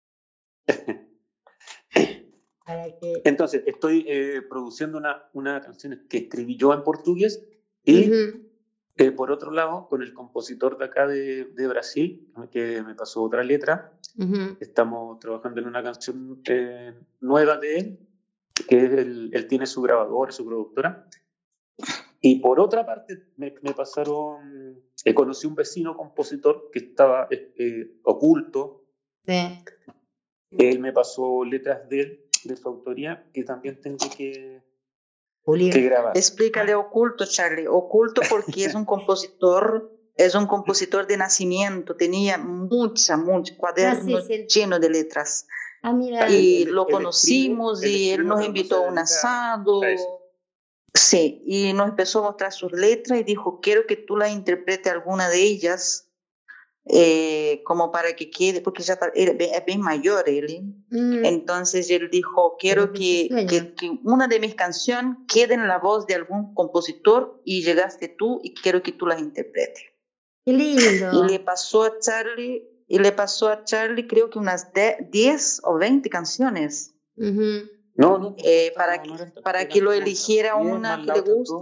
Para que... Entonces, estoy produciendo una canción que escribí yo en portugués y, Ujú. por otro lado, con el compositor de acá de Brasil, que me pasó otra letra, Ujú. estamos trabajando en una canción nueva de él, que él tiene su grabadora, su productora. Y por otra parte, me pasaron, conocí un vecino compositor que estaba oculto. Sí. Él me pasó letras de su autoría que también tengo que Pulir. grabar. Explícale oculto, Charlie. Oculto porque es un compositor de nacimiento. Tenía mucha cuaderno sí. lleno de letras. Ah, mira. Y Él lo escribe, conocimos él y él escribe, nos pero no invitó se a un dedica asado. a eso. Sí, y nos empezó a mostrar sus letras y dijo, quiero que tú la interpretes alguna de ellas, como para que quede, porque ya es bien mayor él. Entonces él dijo, quiero que una de mis canciones quede en la voz de algún compositor y llegaste tú y quiero que tú las interpretes. Qué lindo. Y le pasó a Charlie creo que unas 10 o 20 canciones. Ujú. No, para que lo eligiera una que le guste.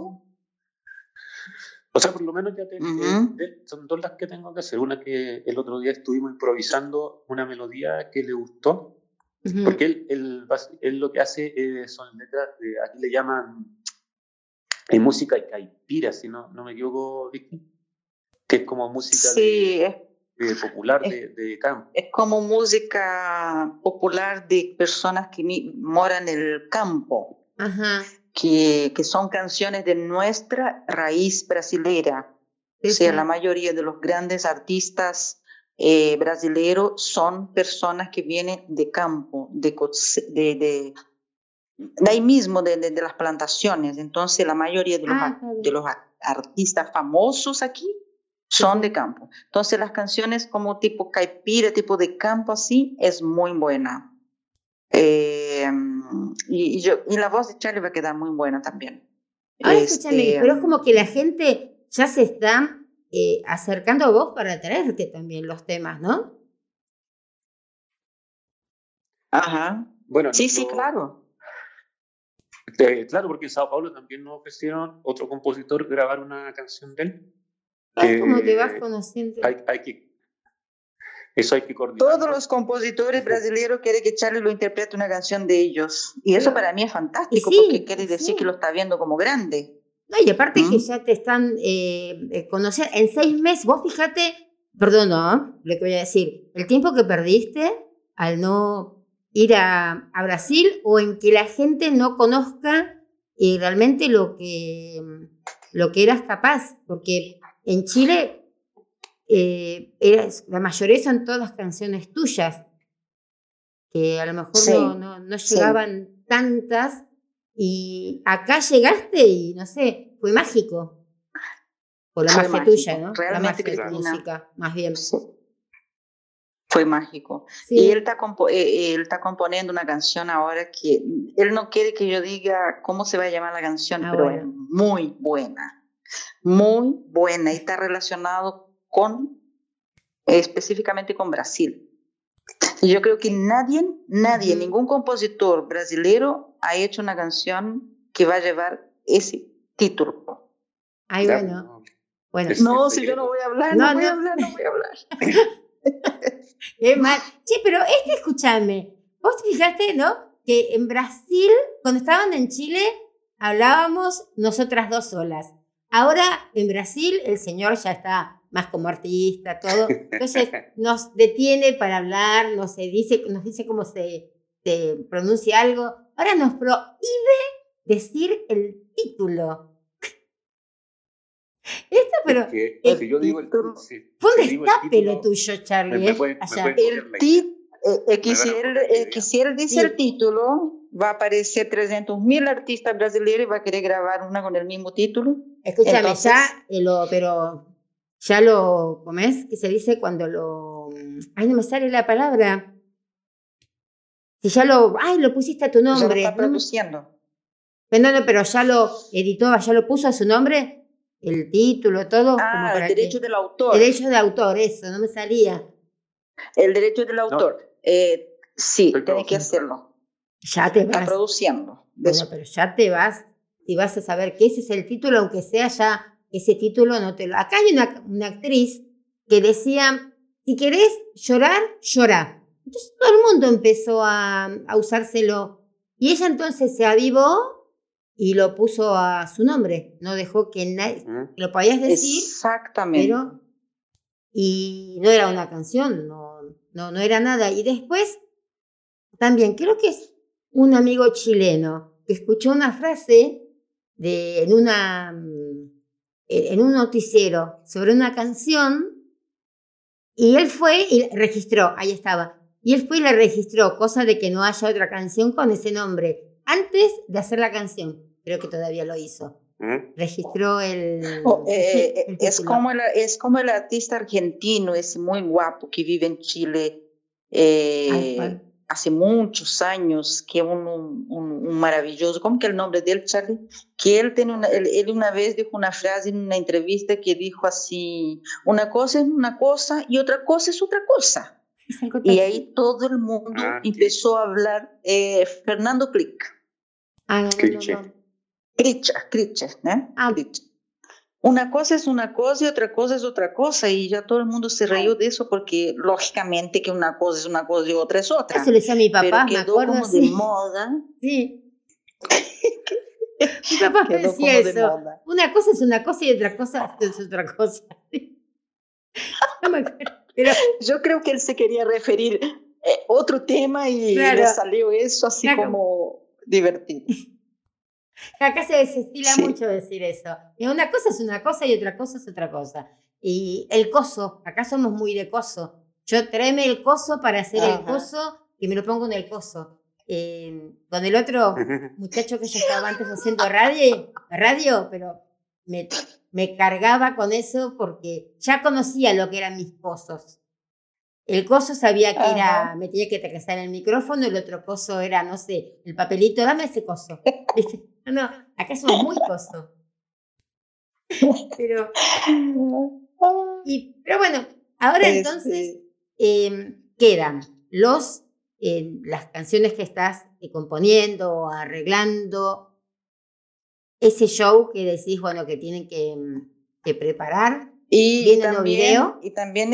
O sea, por lo menos ya Ujú. son dos las que tengo que hacer. Una que el otro día estuvimos improvisando una melodía que le gustó, Ujú. porque él lo que hace son letras, aquí le llaman música caipira, si no me equivoco, Vicky, que es como música Sí, popular de campo. Es como música popular de personas que moran en el campo, Ajá. que son canciones de nuestra raíz brasilera. O sea, la mayoría de los grandes artistas brasileños son personas que vienen de campo, de ahí mismo, de las plantaciones. Entonces, la mayoría de los artistas famosos aquí son de campo. Entonces, las canciones como tipo caipira, tipo de campo así, es muy buena. Y la voz de Charlie va a quedar muy buena también. Ahora escúchame, pero es como que la gente ya se está acercando a vos para traerte también los temas, ¿no? Ajá. Bueno, sí, claro. Claro, porque en Sao Paulo también nos ofrecieron otro compositor grabar una canción de él. Es como te vas conociendo. Eso hay que coordinar. Todos los compositores brasileños quieren que Charlie lo interprete una canción de ellos. Y eso para mí es fantástico, porque quiere decir que lo está viendo como grande. No, y aparte que ya te están conociendo. En 6 meses, vos fíjate, perdón, ¿no? Lo que voy a decir, el tiempo que perdiste al no ir a Brasil, o en que la gente no conozca realmente lo que eras capaz, porque en Chile la mayoría son todas canciones tuyas, que a lo mejor no llegaban tantas, y acá llegaste y no sé, fue mágico. Por la magia tuya, ¿no? Realmente, la magia de tu música, más bien. Sí. Fue mágico. Sí. Y él está componiendo una canción ahora que él no quiere que yo diga cómo se va a llamar la canción, pero es muy buena. Muy buena. Y está relacionado específicamente con Brasil. Y yo creo que nadie, ningún compositor brasilero ha hecho una canción que va a llevar ese título. Ay, bueno. No, si yo no voy a hablar, no voy a hablar. Es mal. Che, pero escúchame, vos te fijaste, ¿no? Que en Brasil, cuando estaban en Chile, hablábamos nosotras dos solas. Ahora, en Brasil, el señor ya está más como artista, todo. Entonces, nos detiene para hablar, nos dice cómo se pronuncia algo. Ahora nos prohíbe decir el título. Esto, pero... si yo digo el título... Fue un destape lo tuyo, Charlie. Si él dice el título, va a aparecer 300.000 artistas brasileños y va a querer grabar una con el mismo título. Escúchame, entonces, ya lo comés, que se dice cuando lo... Ay, no me sale la palabra. Si ya lo pusiste a tu nombre. Ya lo está produciendo. No, pero ya lo editó, ya lo puso a su nombre, el título, todo. Ah, como el derecho del autor. Derecho de autor, eso, no me salía. El derecho del autor. Sí, tienes que hacerlo. Ya te vas. Está produciendo. Bueno, pero ya te vas y vas a saber que ese es el título, aunque sea ya ese título no te lo... Acá hay una actriz que decía, si querés llorar, llorá. Entonces todo el mundo empezó a usárselo. Y ella entonces se avivó y lo puso a su nombre. No dejó que nadie... Lo podías decir. Exactamente. Pero... Y no era una canción, no era nada. Y después, también creo que es un amigo chileno que escuchó una frase en un noticiero sobre una canción, y él fue y registró, ahí estaba, y él fue y la registró, cosa de que no haya otra canción con ese nombre, antes de hacer la canción, creo que todavía lo hizo. Registró es como el artista argentino, es muy guapo, que vive en Chile hace muchos años, que es un maravilloso, ¿cómo que el nombre de él, Charlie? Que él una vez dijo una frase en una entrevista que dijo así, una cosa es una cosa y otra cosa es otra cosa. Y ahí todo el mundo empezó a hablar Fernando Klick. Klick, ¿no? Una cosa es una cosa y otra cosa es otra cosa, y ya todo el mundo se rió de eso, porque lógicamente que una cosa es una cosa y otra es otra. Eso le decía a mi papá, pero quedó como de moda. Sí. Mi papá me decía eso. Una cosa es una cosa y otra cosa es otra cosa. No me acuerdo. Pero, Yo creo que él se quería referir a otro tema y claro, le salió eso así claro, como divertido. acá se estila Sí. mucho decir eso. Y una cosa es una cosa y otra cosa es otra cosa. Y el coso, acá somos muy de coso. Yo tráeme el coso para hacer el Ajá. coso y me lo pongo en el coso. Con el otro muchacho que yo estaba antes haciendo radio, pero me cargaba con eso porque ya conocía lo que eran mis cosos. El coso sabía que era, Ajá. me tenía que trazar el micrófono, el otro coso era, no sé, el papelito, dame ese coso. ¿Viste? No, acá somos muy coso. Pero bueno, ahora entonces quedan las canciones que estás componiendo o arreglando, ese show que decís, bueno, que tienen que preparar. Y ¿Viene nuevo video? también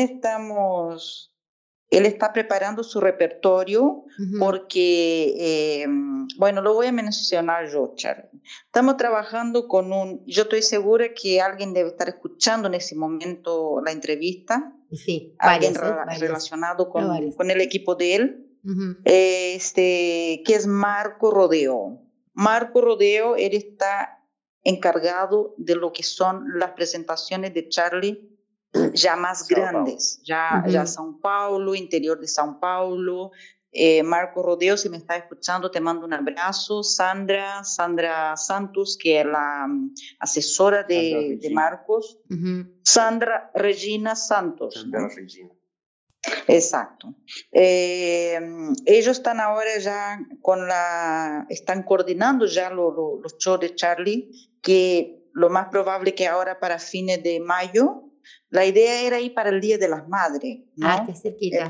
él está preparando su repertorio porque, bueno, lo voy a mencionar yo, Charlie. Estamos trabajando yo estoy segura que alguien debe estar escuchando en ese momento la entrevista, Sí, alguien varios. relacionado Varios. con el equipo de él, que es Marco Rodeo. Marco Rodeo, él está encargado de lo que son las presentaciones de Charlie ya más grandes, ya São Paulo, interior de São Paulo. Marco Rodeo, si me estás escuchando, te mando un abrazo. Sandra Santos, que es la asesora de Marcos. Sandra Regina Santos. Sandra Regina. Exacto. Ellos están ahora ya están coordinando ya los shows de Charlie, que lo más probable que ahora para fines de mayo. La idea era ir para el Día de las Madres, ¿no? Ah, qué cerquita.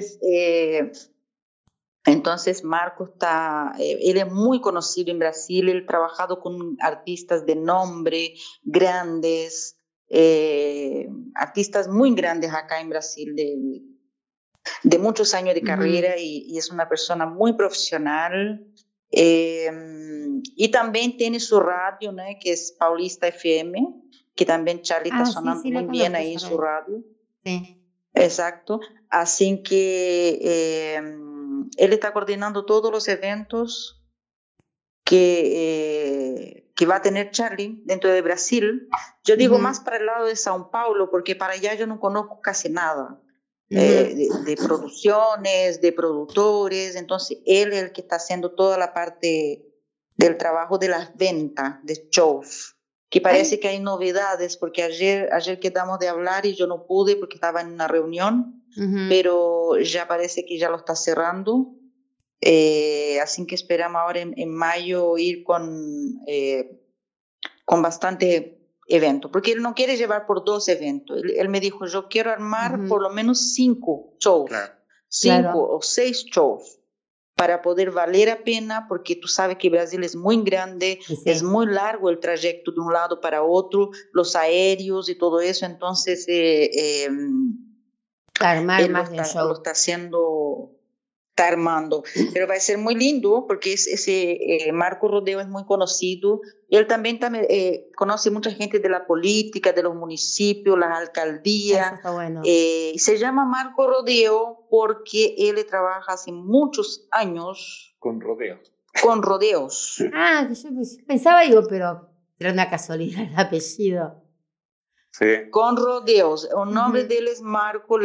Entonces Marco él es muy conocido en Brasil, él ha trabajado con artistas de nombre, grandes, artistas muy grandes acá en Brasil, de muchos años de carrera, y es una persona muy profesional. Y también tiene su radio, ¿no? Que es Paulista FM, que también Charlie está sonando muy bien ahí en su radio. Sí. Exacto. Así que él está coordinando todos los eventos que va a tener Charlie dentro de Brasil. Yo digo más para el lado de São Paulo, porque para allá yo no conozco casi nada. De producciones, de productores. Entonces él es el que está haciendo toda la parte del trabajo de las ventas de shows, que parece que hay novedades, porque ayer quedamos de hablar y yo no pude porque estaba en una reunión, pero ya parece que ya lo está cerrando. Así que esperamos ahora en mayo ir con bastante evento, porque él no quiere llevar por 2 eventos. Él me dijo, yo quiero armar por lo menos 5 shows, 5 o 6 shows, para poder valer la pena, porque tú sabes que Brasil es muy grande, es muy largo el trayecto de un lado para otro, los aéreos y todo eso. Entonces armar él más lo está haciendo, está armando, pero va a ser muy lindo, porque ese Marco Rodeo es muy conocido. Él también conoce mucha gente de la política, de los municipios, las alcaldías. Eso está bueno. Se llama Marco Rodeo porque él trabaja hace muchos años con rodeos. Con rodeos. Ah, yo pensaba, pero era una casualidad el apellido. Sí. Con rodeos. El nombre de él es Marcos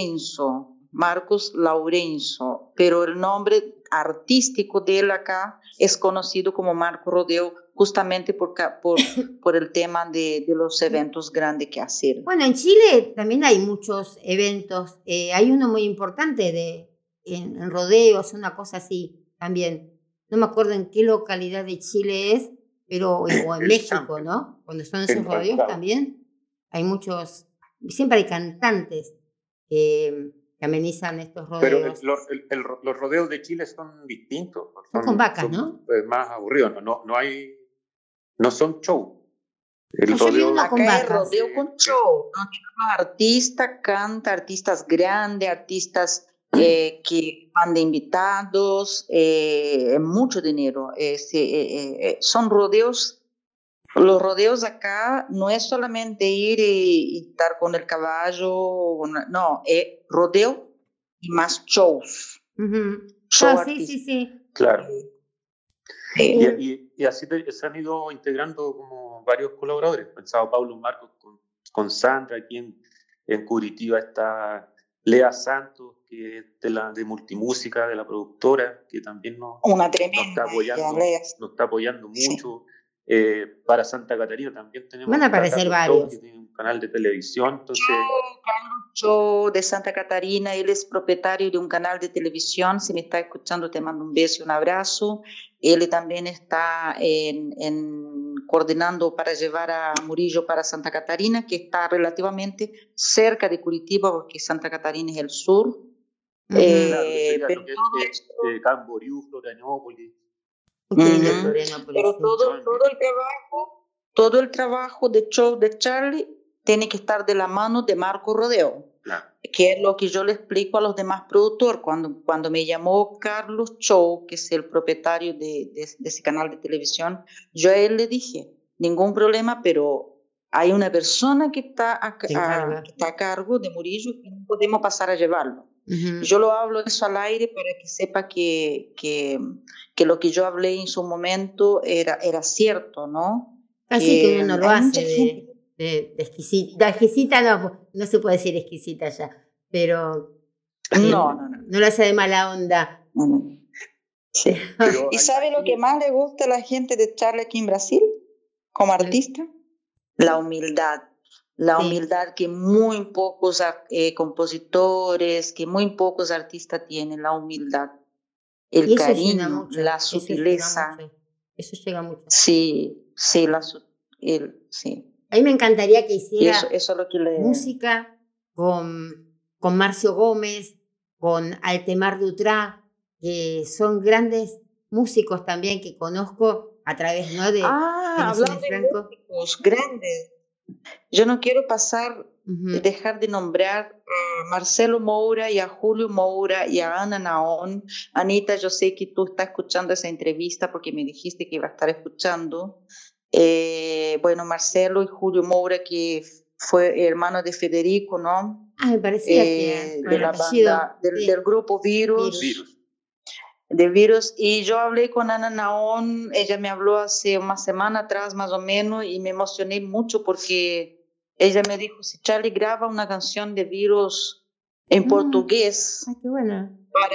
Laurenzo, pero el nombre artístico de él acá es conocido como Marco Rodeo, justamente por el tema de los eventos grandes que hace. Bueno, en Chile también hay muchos eventos. Hay uno muy importante en rodeos, una cosa así también. No me acuerdo en qué localidad de Chile es, pero o en México, ¿no? Cuando son esos rodeos también hay muchos, siempre hay cantantes que amenizan estos rodeos. Pero los rodeos de Chile son distintos. Son con vacas, ¿no? Más aburridos, no son show. El yo vi rodeo, uno con acá vacas. es rodeo con show. Los artistas cantan, artistas grandes, artistas que van de invitados, mucho dinero. Son rodeos Los rodeos acá no es solamente ir y estar con el caballo, no, es rodeo y más shows. Show Sí, artístico. sí. Claro. Eh, Y así se han ido integrando como varios colaboradores. En Sao Paulo, Marcos con Sandra, aquí en Curitiba está Lea Santos, que es de Multimúsica, de la productora, que también una nos tremenda. está apoyando, Lea. mucho. Para Santa Catarina también tenemos Van a aparecer Carlos Show, varios. que tiene un canal de televisión. Entonces, Carlos Cho de Santa Catarina, él es propietario de un canal de televisión. Si me está escuchando, te mando un beso y un abrazo. Él también está coordinando para llevar a Murillo para Santa Catarina, que está relativamente cerca de Curitiba, porque Santa Catarina es el sur. claro, que sería Pero lo que todo es Camboriú, Florianópolis. Qué lindo Ujú. Florianópolis, Pero sí. todo el trabajo de show de Charlie tiene que estar de la mano de Marco Rodeo, Claro. que es lo que yo le explico a los demás productores. Cuando me llamó Carlos Show, que es el propietario de ese canal de televisión, yo a él le dije, ningún problema, pero hay una persona que está Se encarga. que está a cargo de Murillo y no podemos pasar a llevarlo. Ujú. Yo lo hablo eso al aire para que sepa que lo que yo hablé en su momento era cierto, ¿no? Así que uno no lo hay hace mucha gente. de exquisita. Exquisita no se puede decir exquisita ya, pero No. no lo hace de mala onda. No. Sí. Pero ¿Y sabe lo que más le gusta a la gente de Charlie aquí en Brasil como artista? La humildad. La Sí. humildad que muy pocos compositores, que muy pocos artistas tienen, la humildad, el Y eso llena cariño, mucho. la Eso sutileza. Eso llega mucho. Sí, sí. A mí me encantaría que Y hiciera eso es lo que le... música con Marcio Gómez, con Altemar Dutrá, que son grandes músicos también que conozco a través, ¿no?, de hablando Luciano de Franco. músicos grandes, yo no quiero Ujú. dejar de nombrar a Marcelo Moura y a Julio Moura y a Ana Naón. Anita, yo sé que tú estás escuchando esa entrevista porque me dijiste que iba a estar escuchando. Bueno, Marcelo y Julio Moura, que fue hermano de Federico, ¿no? Me parecía que con De el la apellido. banda, Sí. del grupo Virus. De Virus, y yo hablé con Ana Naón, ella me habló hace una semana atrás más o menos y me emocioné mucho porque ella me dijo, si Charlie graba una canción de Virus en portugués Qué bueno.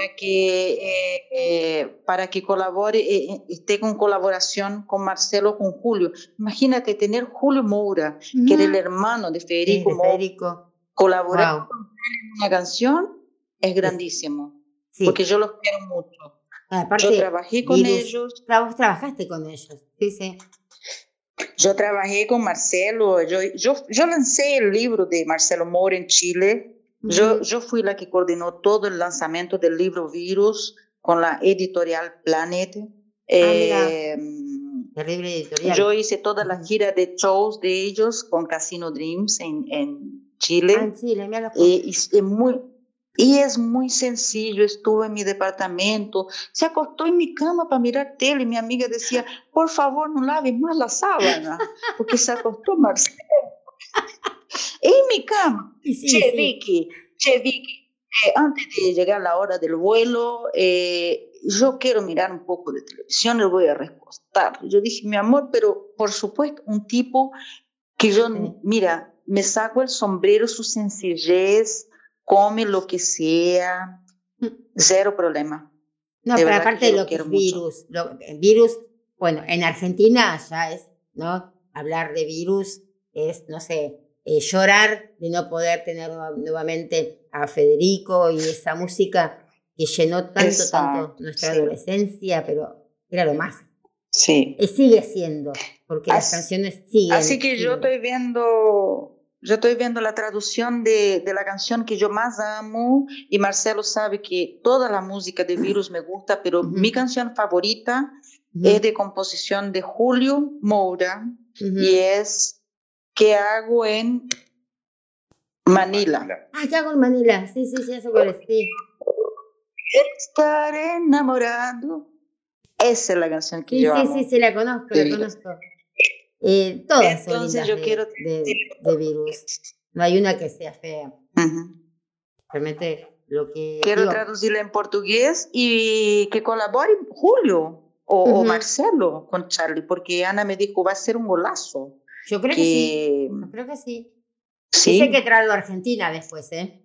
para que colabore, esté con colaboración con Marcelo, con Julio. Imagínate tener Julio Moura, que era el hermano de Federico Moura, Federico. colaborar Wow. con él en una canción es grandísimo, Sí. porque yo los quiero mucho. Aparte, Yo trabajé con ellos. Vos trabajaste con ellos. Sí. Yo trabajé con Marcelo. Yo lancé el libro de Marcelo Moura en Chile. Ujú. Yo fui la que coordinó todo el lanzamiento del libro Virus con la editorial Planet. Terrible editorial. Yo hice toda la gira de shows de ellos con Casino Dreams en Chile. En Chile, mira Y es muy sencillo. Estuve en mi departamento, se acostó en mi cama para mirar tele. Mi amiga decía, por favor, no laves más la sábana, porque se acostó Marcelo en mi cama. Sí. Vicky, antes de llegar la hora del vuelo, yo quiero mirar un poco de televisión, le voy a recostar. Yo dije, mi amor, pero por supuesto, un tipo que yo, mira, me saco el sombrero, su sencillez, come lo que sea, cero problema. No, pero aparte de lo que es Virus, Virus, bueno, en Argentina ya es, ¿no? Hablar de Virus es, no sé, llorar de no poder tener nuevamente a Federico y esa música que llenó tanto nuestra adolescencia, pero era lo más. Sí. Y sigue siendo, porque las canciones siguen. Así que yo estoy viendo la traducción de la canción que yo más amo, y Marcelo sabe que toda la música de Virus me gusta, pero mi canción favorita es de composición de Julio Moura y es ¿Qué hago en Manila? ¿Qué hago en Manila? Sí, eso cuál es, sí. Estar enamorado. Esa es la canción que yo amo. Sí, la conozco. Todas son Entonces lindas yo quiero de virus. No hay una que sea fea. Ujú. Realmente lo que Quiero digo, traducirla en portugués y que colabore Julio o Ujú. Marcelo con Charlie, porque Ana me dijo va a ser un golazo. yo creo que sí. Que Yo creo que sí. Ese hay que sí, traerlo a Argentina después, ¿eh?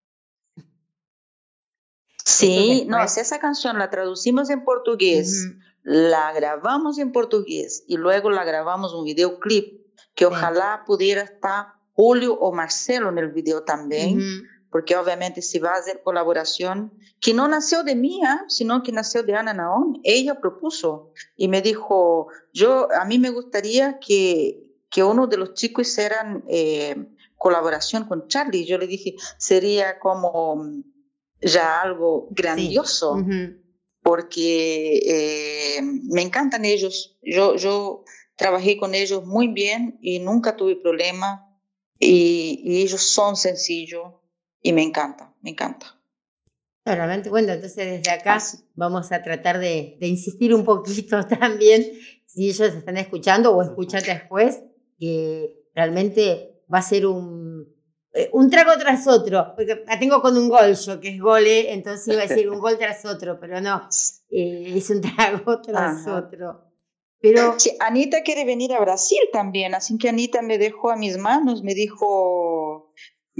Eso sí, no, después. si esa canción la traducimos en portugués, Ujú. la grabamos en portugués y luego la grabamos un videoclip, que Sí. ojalá pudiera estar Julio o Marcelo en el video también, Ujú. porque obviamente si va a hacer colaboración, que no nació de mí, sino que nació de Ana Naón, ella propuso y me dijo, a mí me gustaría que uno de los chicos hicieran colaboración con Charlie. Yo le dije, sería como ya algo Sí. grandioso, Ujú. porque me encantan ellos. Yo trabajé con ellos muy bien y nunca tuve problema y ellos son sencillos y me encanta, me encanta. Realmente, bueno, entonces desde acá Así. vamos a tratar de insistir un poquito también, si ellos están escuchando o escuchan después, que realmente va a ser un trago tras otro, porque la tengo con un gol yo, que es gole, entonces iba a decir un gol tras otro, pero no, es un trago tras Ajá. otro. Pero Sí, Anita quiere venir a Brasil también, así que Anita me dejó a mis manos, me dijo,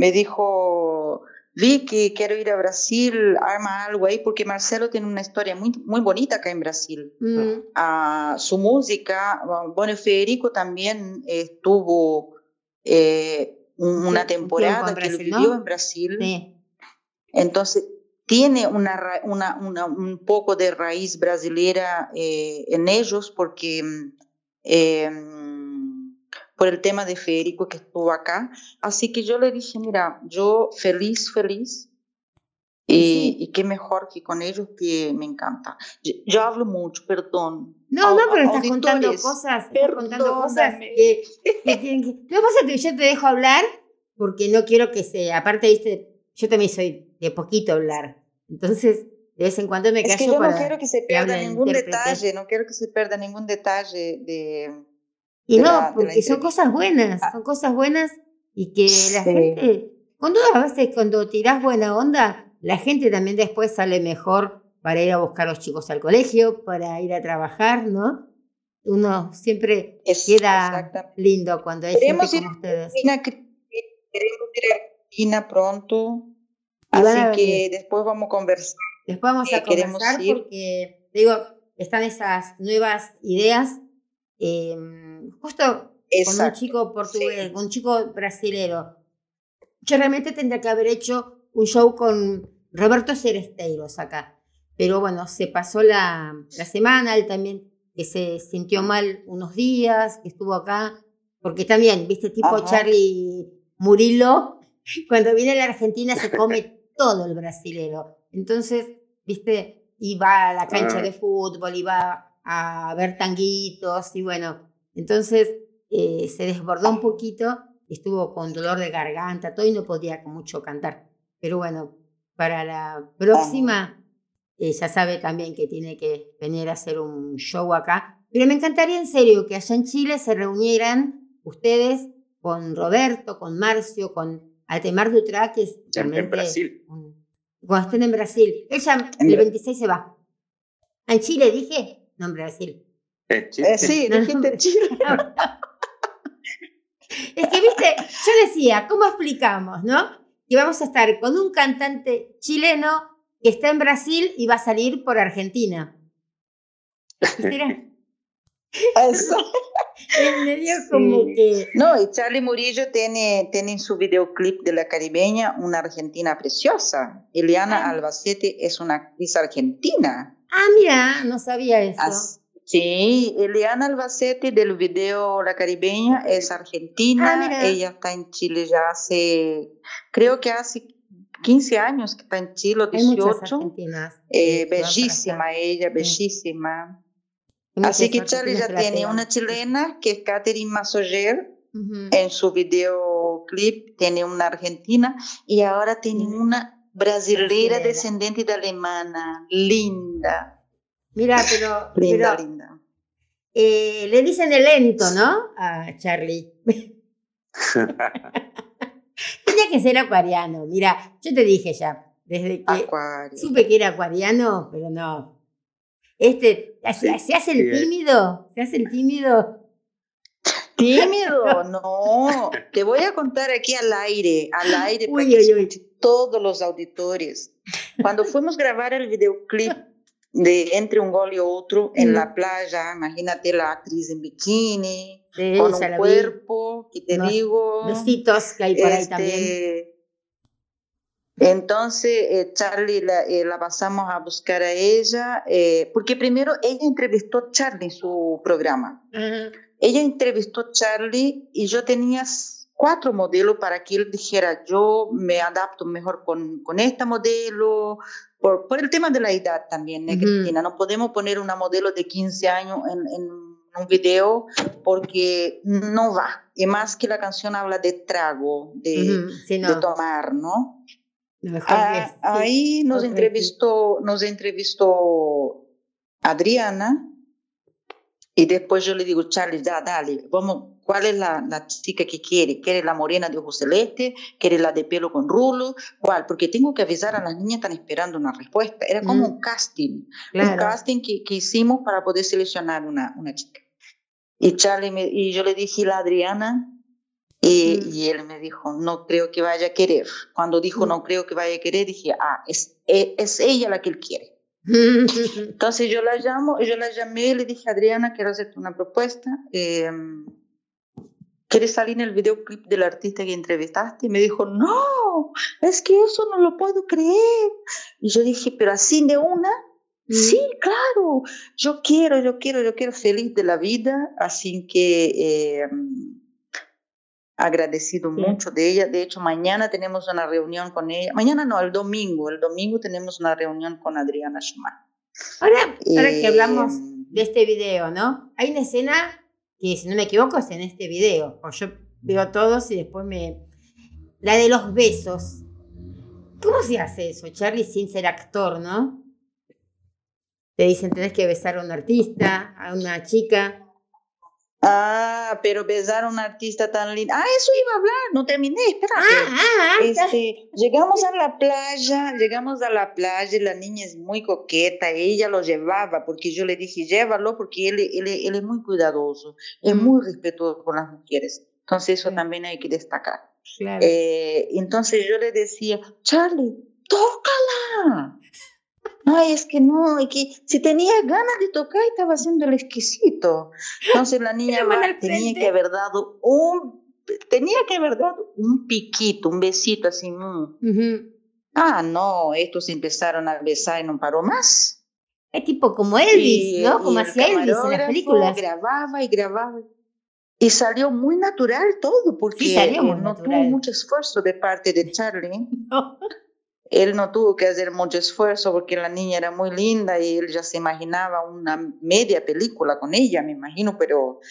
Vicky, quiero ir a Brasil, arma algo ahí, porque Marcelo tiene una historia muy, muy bonita acá en Brasil. Su música, bueno, Federico también estuvo una un tiempo temporada en que él Brasil, vivió ¿no? en Brasil, Sí. entonces tiene un poco de raíz brasileña en ellos, porque por el tema de Federico que estuvo acá. Así que yo le dije, mira, yo feliz, Sí. y qué mejor que con ellos, que me encanta. Yo hablo mucho, perdón. No, pero estás contando Auditores, cosas, perdóname. que tienen que... No pasa que yo te dejo hablar porque no quiero que se... Aparte, viste, yo también soy de poquito hablar. Entonces, de vez en cuando me Es que callo yo no para quiero que se que hable pierda el ningún intérprete. detalle, no quiero que se pierda ningún detalle Y de no, la porque son entrevista. cosas buenas y que la Sí. gente... A veces cuando tirás buena onda, la gente también después sale mejor para ir a buscar a los chicos al colegio, para ir a trabajar, ¿no? Uno siempre queda Exactamente. lindo cuando hay Queremos gente ir como a ustedes. Queremos ir a Argentina pronto, Y van así a que venir. después vamos a conversar. Después vamos a Queremos conversar ir. porque, digo, están esas nuevas ideas. Justo con un Exacto. chico portugués, Sí. con un chico brasilero. Yo realmente tendría que haber hecho un show con Roberto Seresteiros acá. Pero bueno, se pasó la semana, él también que se sintió mal unos días, que estuvo acá, porque también, viste, tipo Ajá. Charlie Murillo, cuando viene a la Argentina se come todo el brasilero. Entonces, viste, iba a la cancha de fútbol, iba a ver tanguitos y bueno, entonces se desbordó un poquito, estuvo con dolor de garganta, todo y no podía mucho cantar. Pero bueno, para la próxima ya sabe también que tiene que venir a hacer un show acá. Pero me encantaría en serio que allá en Chile se reunieran ustedes con Roberto, con Marcio, con Altemar Dutra, que es realmente... En Brasil. Cuando estén en Brasil. Ella el 26 se va. ¿En Chile dije? No, en Brasil. Sí, No, dijiste Chile. Es que, viste, yo decía, ¿cómo explicamos, no? Que vamos a estar con un cantante chileno que está en Brasil y va a salir por Argentina. ¿Quisiera? Eso. En medio como que... No, y Charlie Murillo tiene en su videoclip de La Caribeña una argentina preciosa. Eliana Albacete es una actriz argentina. Ah, mira, no sabía eso. Sí, Eliana Albacete del video La Caribeña es argentina. Ella está en Chile ya creo que hace 15 años que está en Chile, 18. Hay muchas argentinas. Bellísima ella, bellísima. Así que Charlie ya tiene una chilena que es Catherine Massoyer. En su videoclip tiene una argentina y ahora tiene una brasilera descendiente de alemana. Linda. Mira, linda. Le dicen el lento, ¿no? A Charlie. Tenía que ser acuariano. Mira, yo te dije ya, desde que Acuario. supe que era acuariano, pero no. Se hace el tímido, se hace el tímido. Tímido, no. Te voy a contar aquí al aire para que escuchen todos los auditores. Cuando fuimos a grabar el videoclip de Entre un gol y otro en la playa, imagínate la actriz en bikini, Sí, con ya un la cuerpo, que te Unos digo. Besitos que hay por ahí también. Entonces, Charlie la pasamos a buscar a ella, porque primero ella entrevistó a Charlie en su programa. Ajá. Ella entrevistó a Charlie y yo tenía 4 modelos para que él dijera, yo me adapto mejor con esta modelo, por el tema de la edad también, ¿no, Cristina? No podemos poner una modelo de 15 años en un video porque no va. Y más que la canción habla de trago, de tomar, ¿no? Ahí nos entrevistó Adriana. Y después yo le digo, Charlie, ya, dale, vamos, ¿cuál es la chica que quiere? ¿Quiere la morena de ojos celeste? ¿Quiere la de pelo con rulo? ¿Cuál? Porque tengo que avisar a las niñas, están esperando una respuesta. Era como un casting, un casting que hicimos para poder seleccionar una chica. Y y yo le dije, la Adriana, y él me dijo, no creo que vaya a querer. Cuando dijo, no creo que vaya a querer, dije, es ella la que él quiere. Entonces yo la llamé y le dije, Adriana, quiero hacerte una propuesta, ¿quieres salir en el videoclip del artista que entrevistaste? Y me dijo, no, es que eso no lo puedo creer. Y yo dije, pero así de una, sí, claro, yo quiero, feliz de la vida, así que agradecido mucho de ella. De hecho, mañana tenemos una reunión con ella. Mañana no, el domingo tenemos una reunión con Adriana Schumann. Ahora que hablamos de este video, ¿no? Hay una escena que, si no me equivoco, es en este video. O yo veo todos y después la de los besos. ¿Cómo se hace eso, Charlie, sin ser actor, no? Te dicen, tenés que besar a un artista, a una chica. Pero besar a un artista tan lindo. Eso iba a hablar, no terminé, espérate. Llegamos a la playa y la niña es muy coqueta, ella lo llevaba, porque yo le dije, llévalo, porque él es muy cuidadoso, es muy respetuoso con las mujeres. Entonces eso también hay que destacar. Claro. Entonces yo le decía, Charlie, tócala. Ay, es que no, es que si tenía ganas de tocar estaba haciendo el exquisito. Entonces la niña tenía que haber dado un piquito, un besito así. No, estos empezaron a besar y no paró más. Es tipo como Elvis, ¿no? Como hacía Elvis en las películas. Grababa y grababa. Y salió muy natural todo, porque no tuvo mucho esfuerzo de parte de Charlie. No. Él no tuvo que hacer mucho esfuerzo porque la niña era muy linda y él ya se imaginaba una media película con ella, me imagino, pero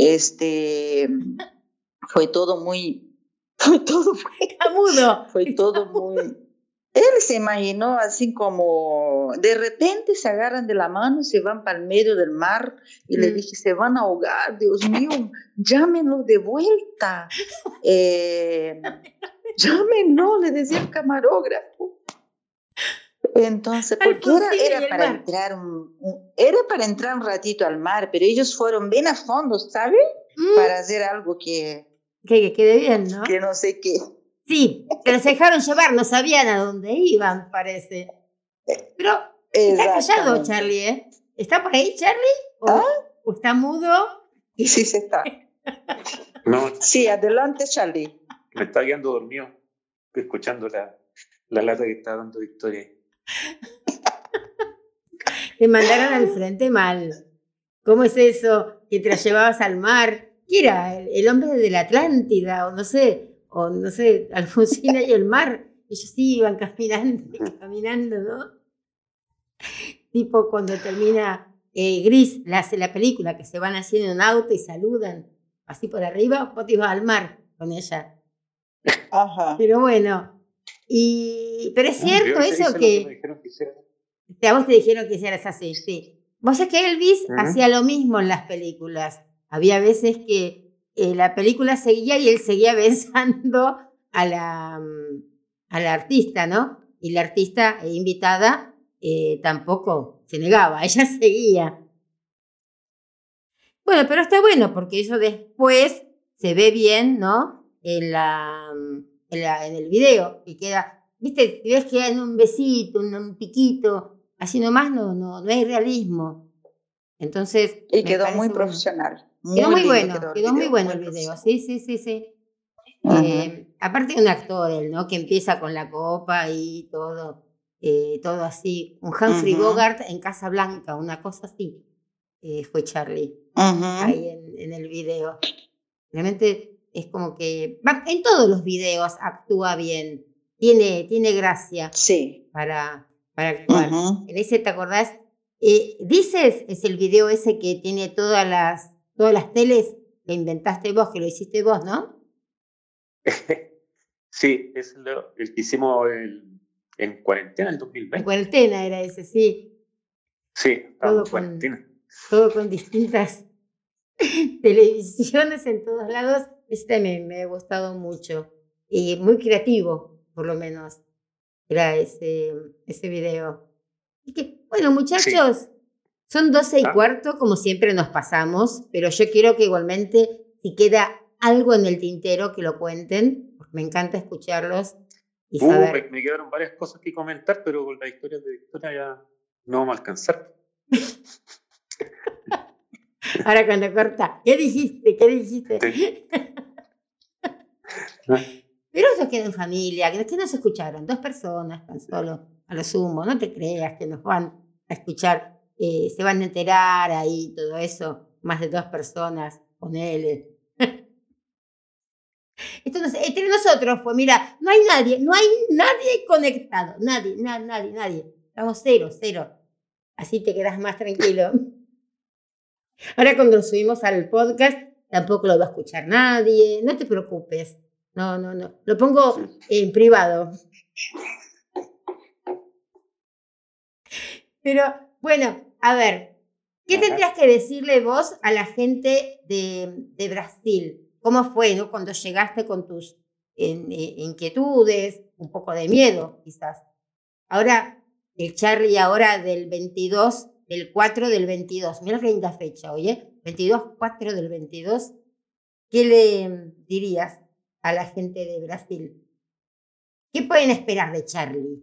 fue todo muy amudo. Fue todo muy... Él se imaginó así como de repente se agarran de la mano y se van para el medio del mar y le dije, se van a ahogar, Dios mío, llámenlo de vuelta. Llámenlo, le decía el camarógrafo. Entonces, porque era para entrar un ratito al mar, pero ellos fueron bien a fondo, ¿sabes? Para hacer algo que quede bien, ¿no? Que no sé qué. Sí, que los dejaron llevar, no sabían a dónde iban, parece. Pero está callado, Charlie, ¿eh? ¿Está por ahí, Charlie? ¿O está mudo? Sí, se está. No. Sí, adelante, Charlie. Me está quedando dormido, escuchando la lata que está dando Victoria. Te mandaron al frente mal. ¿Cómo es eso? Que te la llevabas al mar. ¿Qué era? ¿El hombre de la Atlántida? O no sé, Alfonsina y el mar. Ellos sí iban caminando, ¿no? Tipo cuando termina Gris, la película, que se van haciendo en un auto y saludan así por arriba, vos te ibas al mar con ella. Ajá. Pero bueno, pero es cierto eso que a vos te dijeron que hicieras así, sí. Vos sabés que Elvis hacía lo mismo en las películas. Había veces que la película seguía y él seguía besando a la artista, ¿no? Y la artista invitada tampoco se negaba, ella seguía. Bueno, pero está bueno porque eso después se ve bien, ¿no? En el video, que queda, viste, si ves que hay un besito, un piquito, así nomás no hay realismo. Entonces. Y quedó muy profesional. Quedó muy lindo, bueno, quedó muy bueno el video, sí. Aparte de un actor, él, ¿no? Que empieza con la copa y todo así. Un Humphrey Bogart en Casablanca, una cosa así. Fue Charlie ahí en el video. Realmente es como que en todos los videos actúa bien, tiene gracia para actuar. En ese, ¿te acordás? Dices, es el video ese que tiene todas las teles que inventaste vos, que lo hiciste vos, ¿no? Sí, es el que hicimos en cuarentena, el 2020. En cuarentena era ese, sí. Sí, estamos en cuarentena. Todo con distintas televisiones en todos lados. Me ha gustado mucho. Y muy creativo, por lo menos, era ese video. Y que, bueno, muchachos, son 12:15, como siempre nos pasamos, pero yo quiero que igualmente, si queda algo en el tintero, que lo cuenten, porque me encanta escucharlos y saber. Me quedaron varias cosas que comentar, pero con la historia de Victoria ya no vamos a alcanzar. Ahora cuando corta, ¿qué dijiste? Sí. Pero eso queda en familia, que nos escucharon 2 personas tan solo, a lo sumo, no te creas que nos van a escuchar, se van a enterar ahí, todo eso, más de 2 personas, ponele. Esto entre nosotros, pues mira, no hay nadie conectado, nadie. Estamos cero. Así te quedas más tranquilo. Ahora cuando lo subimos al podcast, tampoco lo va a escuchar nadie, no te preocupes. No. Lo pongo en privado. Pero, bueno, a ver, ¿qué tendrías que decirle vos a la gente de Brasil? ¿Cómo fue, no? Cuando llegaste con tus inquietudes, un poco de miedo, quizás. Ahora, el Charlie ahora del 22, del 4 del 22. Mira qué linda fecha, oye. 22/4 del 22. ¿Qué le dirías a la gente de Brasil? ¿Qué pueden esperar de Charlie?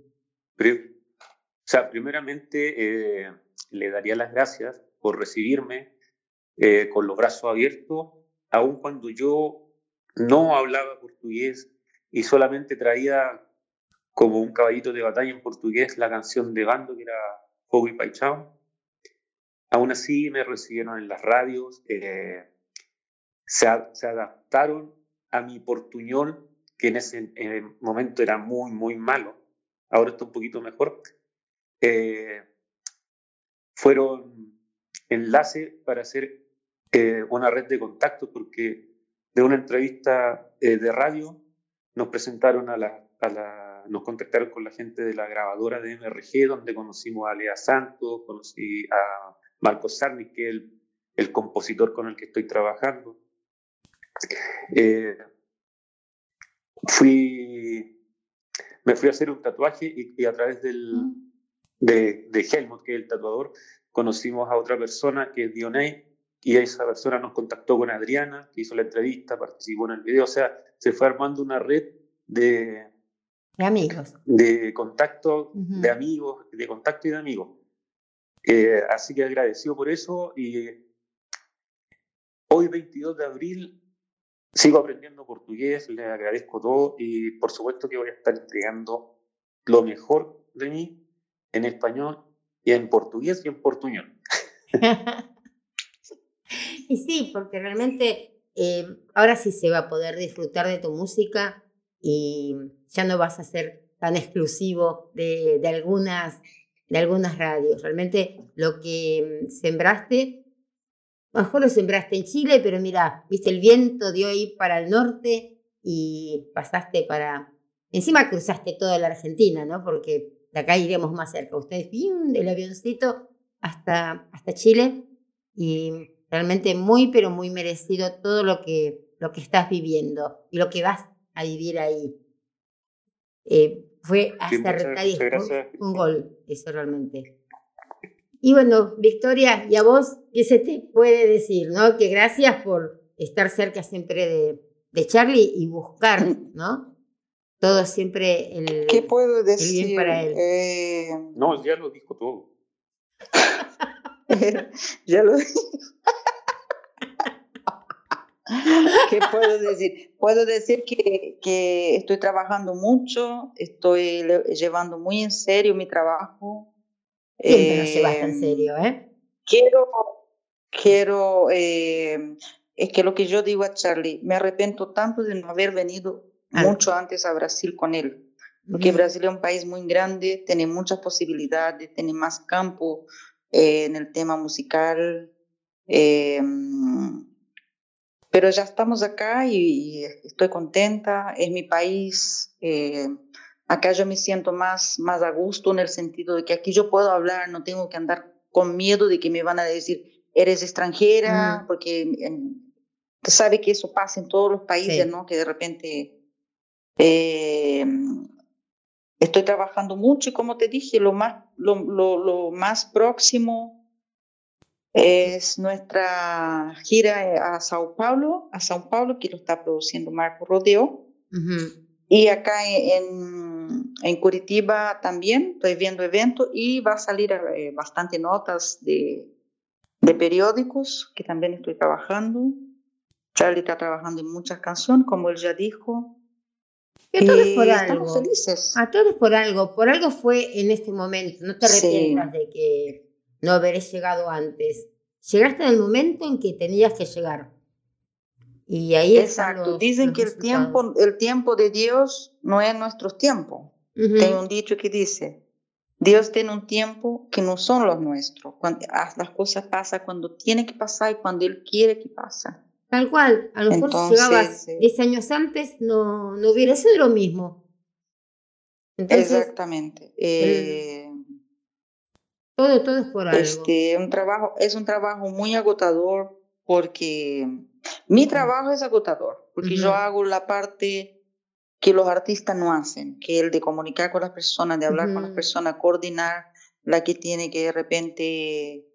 Primeramente le daría las gracias por recibirme con los brazos abiertos, aun cuando yo no hablaba portugués y solamente traía como un caballito de batalla en portugués la canción de Bando, que era Fogo y Paixão. Aún así me recibieron en las radios, se adaptaron a mi portuñol, que en ese momento era muy, muy malo. Ahora está un poquito mejor. Fueron enlace para hacer una red de contactos, porque de una entrevista de radio nos presentaron nos contactaron con la gente de la grabadora de MRG, donde conocimos a Lea Santos, conocí a Marco Sarni, que es el compositor con el que estoy trabajando. Me fui a hacer un tatuaje y a través de Helmut, que es el tatuador, conocimos a otra persona que es Dionei, y esa persona nos contactó con Adriana, que hizo la entrevista, participó en el video. O sea, se fue armando una red de amigos, de contacto, de amigos, de contacto y de amigos. Así que agradecido por eso, y hoy 22 de abril sigo aprendiendo portugués, les agradezco todo, y por supuesto que voy a estar entregando lo mejor de mí en español y en portugués y en portuñol. Y sí, porque realmente ahora sí se va a poder disfrutar de tu música y ya no vas a ser tan exclusivo de algunas radios. Realmente lo que sembraste, mejor lo sembraste en Chile, pero mira, viste, el viento dio ahí para el norte y pasaste encima cruzaste toda la Argentina, ¿no? Porque de acá iremos más cerca. Ustedes, el avioncito hasta Chile y realmente muy, pero muy merecido todo lo que estás viviendo y lo que vas a vivir ahí. Fue Sí, acertar y muchas gracias. un gol, eso realmente. Y bueno, Victoria, ¿y a vos qué se te puede decir, no? Que gracias por estar cerca siempre de Charlie y buscar, ¿no? Todo siempre ¿Qué puedo el bien decir? para él. No, ya lo dijo todo. Ya lo ¿Qué puedo decir? Puedo decir que estoy trabajando mucho, estoy llevando muy en serio mi trabajo. Siempre lo llevaste en serio, ¿eh? Quiero, es que lo que yo digo a Charlie, me arrepiento tanto de no haber venido mucho antes a Brasil con él, porque Brasil es un país muy grande, tiene muchas posibilidades, tiene más campo en el tema musical, pero ya estamos acá y estoy contenta, es mi país, acá yo me siento más a gusto en el sentido de que aquí yo puedo hablar, no tengo que andar con miedo de que me van a decir, eres extranjera, porque se sabe que eso pasa en todos los países, Sí. ¿no? Que de repente estoy trabajando mucho y como te dije, lo más próximo es nuestra gira a Sao Paulo, que lo está produciendo Marco Rodeo. Y acá en Curitiba también estoy viendo eventos y va a salir bastante notas de periódicos que también estoy trabajando. Charlie está trabajando en muchas canciones, como él ya dijo. Pero todo es por estamos algo. felices. Todo es por algo. Por algo fue en este momento. No te arrepientas de que no haber llegado antes. Llegaste en el momento en que tenías que llegar. Y ahí exacto. Dicen que el tiempo de Dios no es nuestro tiempo. Tengo un dicho que dice, Dios tiene un tiempo que no son los nuestros. Las cosas pasan cuando tiene que pasar y cuando Él quiere que pasen. Tal cual. A lo mejor si llegabas 10 años antes no hubiera sido lo mismo. Entonces, exactamente. Todo es por algo. Es un trabajo muy agotador porque mi trabajo es agotador, porque yo hago la parte que los artistas no hacen, que es el de comunicar con las personas, de hablar con las personas, coordinar, la que tiene que de repente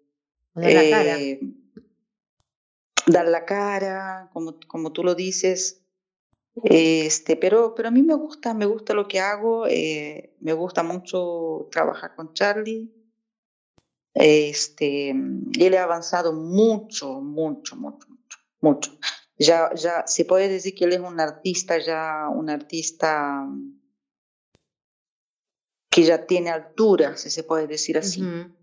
dar la cara, como tú lo dices. Pero a mí me gusta lo que hago, me gusta mucho trabajar con Charlie. Él ha avanzado mucho. Ya se puede decir que él es un artista que ya tiene altura, si se puede decir así.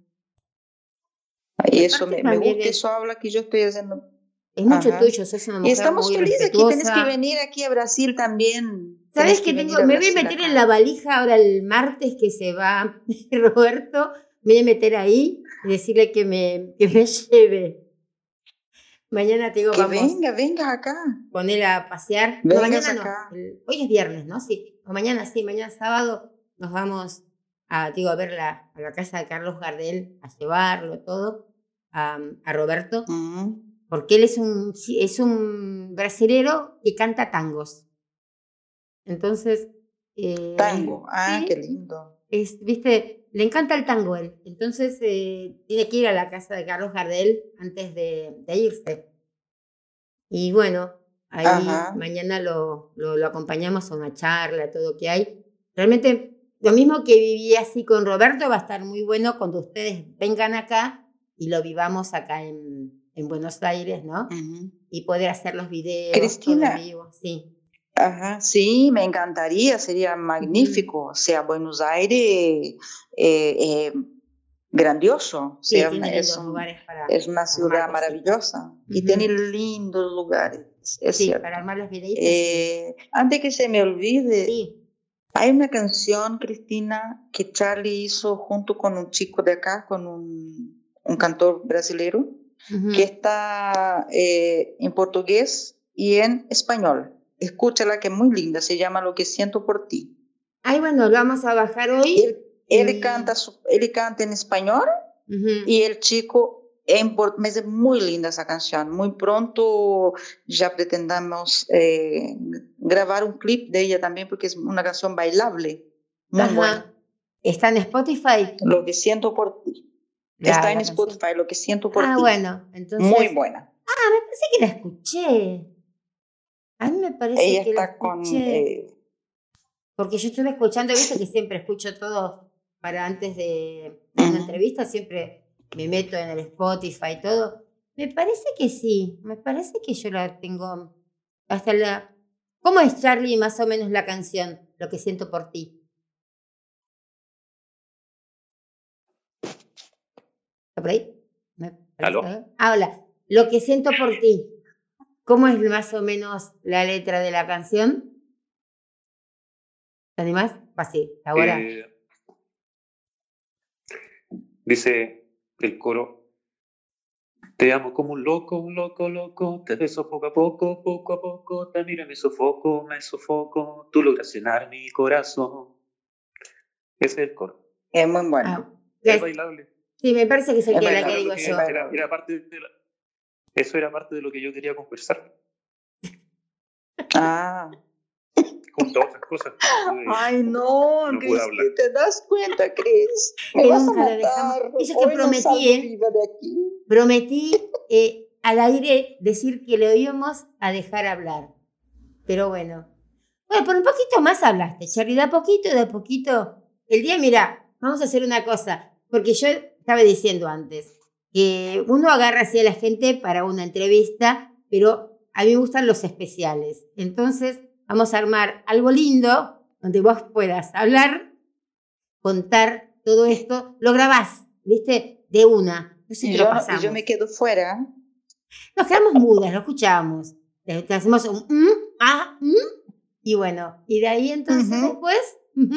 Y eso me gusta, eso habla que yo estoy haciendo. Es mucho tuyo, sos una mujer y estamos muy felices aquí, respetuosa. tenés que venir aquí a Brasil también. ¿Sabes qué tengo? Me voy a meter en la valija ahora el martes que se va Roberto. Me voy a meter ahí y decirle que me lleve. Mañana te digo, que vamos. venga acá. Con él a pasear. No, mañana acá. No. Hoy es viernes, ¿no? Sí. O mañana sí, mañana sábado nos vamos a ver a la casa de Carlos Gardel, a llevarlo todo, a Roberto. Porque él es un brasilero que canta tangos. Entonces. Tango, sí, qué lindo. ¿Viste? Le encanta el tango él. Entonces tiene que ir a la casa de Carlos Gardel antes de irse. Y bueno, ahí mañana lo acompañamos a una charla, todo que hay. Realmente lo mismo que viví así con Roberto va a estar muy bueno cuando ustedes vengan acá y lo vivamos acá en Buenos Aires, ¿no? Y poder hacer los videos. Cristina. Todo en vivo, sí. Sí, me encantaría, sería magnífico. O sea, Buenos Aires grandioso. O sea, es una ciudad maravillosa y tiene lindos lugares. Es cierto. Para armar los videitos. Antes que se me olvide, hay una canción, Cristina, que Charlie hizo junto con un chico de acá, con un cantor brasilero, que está en portugués y en español. Escúchala, que es muy linda, se llama Lo que siento por ti. Bueno, lo vamos a bajar hoy. Él canta en español y el chico es muy linda esa canción. Muy pronto ya pretendamos grabar un clip de ella también porque es una canción bailable, muy buena. ¿Está en Spotify? Lo que siento por ti. Está en Spotify, Lo que siento por ti. Bueno, entonces... Muy buena. Me parece que la escuché. A mí me parece ella que está la escuché. Porque yo estuve escuchando, viste que siempre escucho todo para antes de una entrevista, siempre me meto en el Spotify y todo. Me parece que sí, me parece que yo la tengo hasta la... ¿Cómo es, Charlie, más o menos la canción? Lo que siento por ti. ¿Está por ahí? ¿Aló? Hola. Lo que siento por ti. ¿Cómo es más o menos la letra de la canción? ¿Te animás? Así, ahora. Dice el coro: te amo como un loco, loco, te beso poco a poco, te miro y me sofoco, tú logras llenar mi corazón. Ese es el coro. Es muy bueno. Es bailable. Sí, me parece que es la que digo yo. Eso era parte de lo que yo quería conversar. Junto a otras cosas. Ay, no, Cris, ¿te das cuenta, Cris? Me vas a matar. Eso que prometí al aire decir que le íbamos a dejar hablar. Pero bueno, por un poquito más hablaste, Charlie, de a poquito. El día, mira, vamos a hacer una cosa, porque yo estaba diciendo antes que uno agarra así a la gente para una entrevista, pero a mí me gustan los especiales. Entonces, vamos a armar algo lindo donde vos puedas hablar, contar todo esto. Lo grabás, ¿viste? De una. No sé qué lo pasamos. Y yo me quedo fuera. Nos quedamos mudas, lo escuchamos. Te hacemos un y bueno, y de ahí entonces después...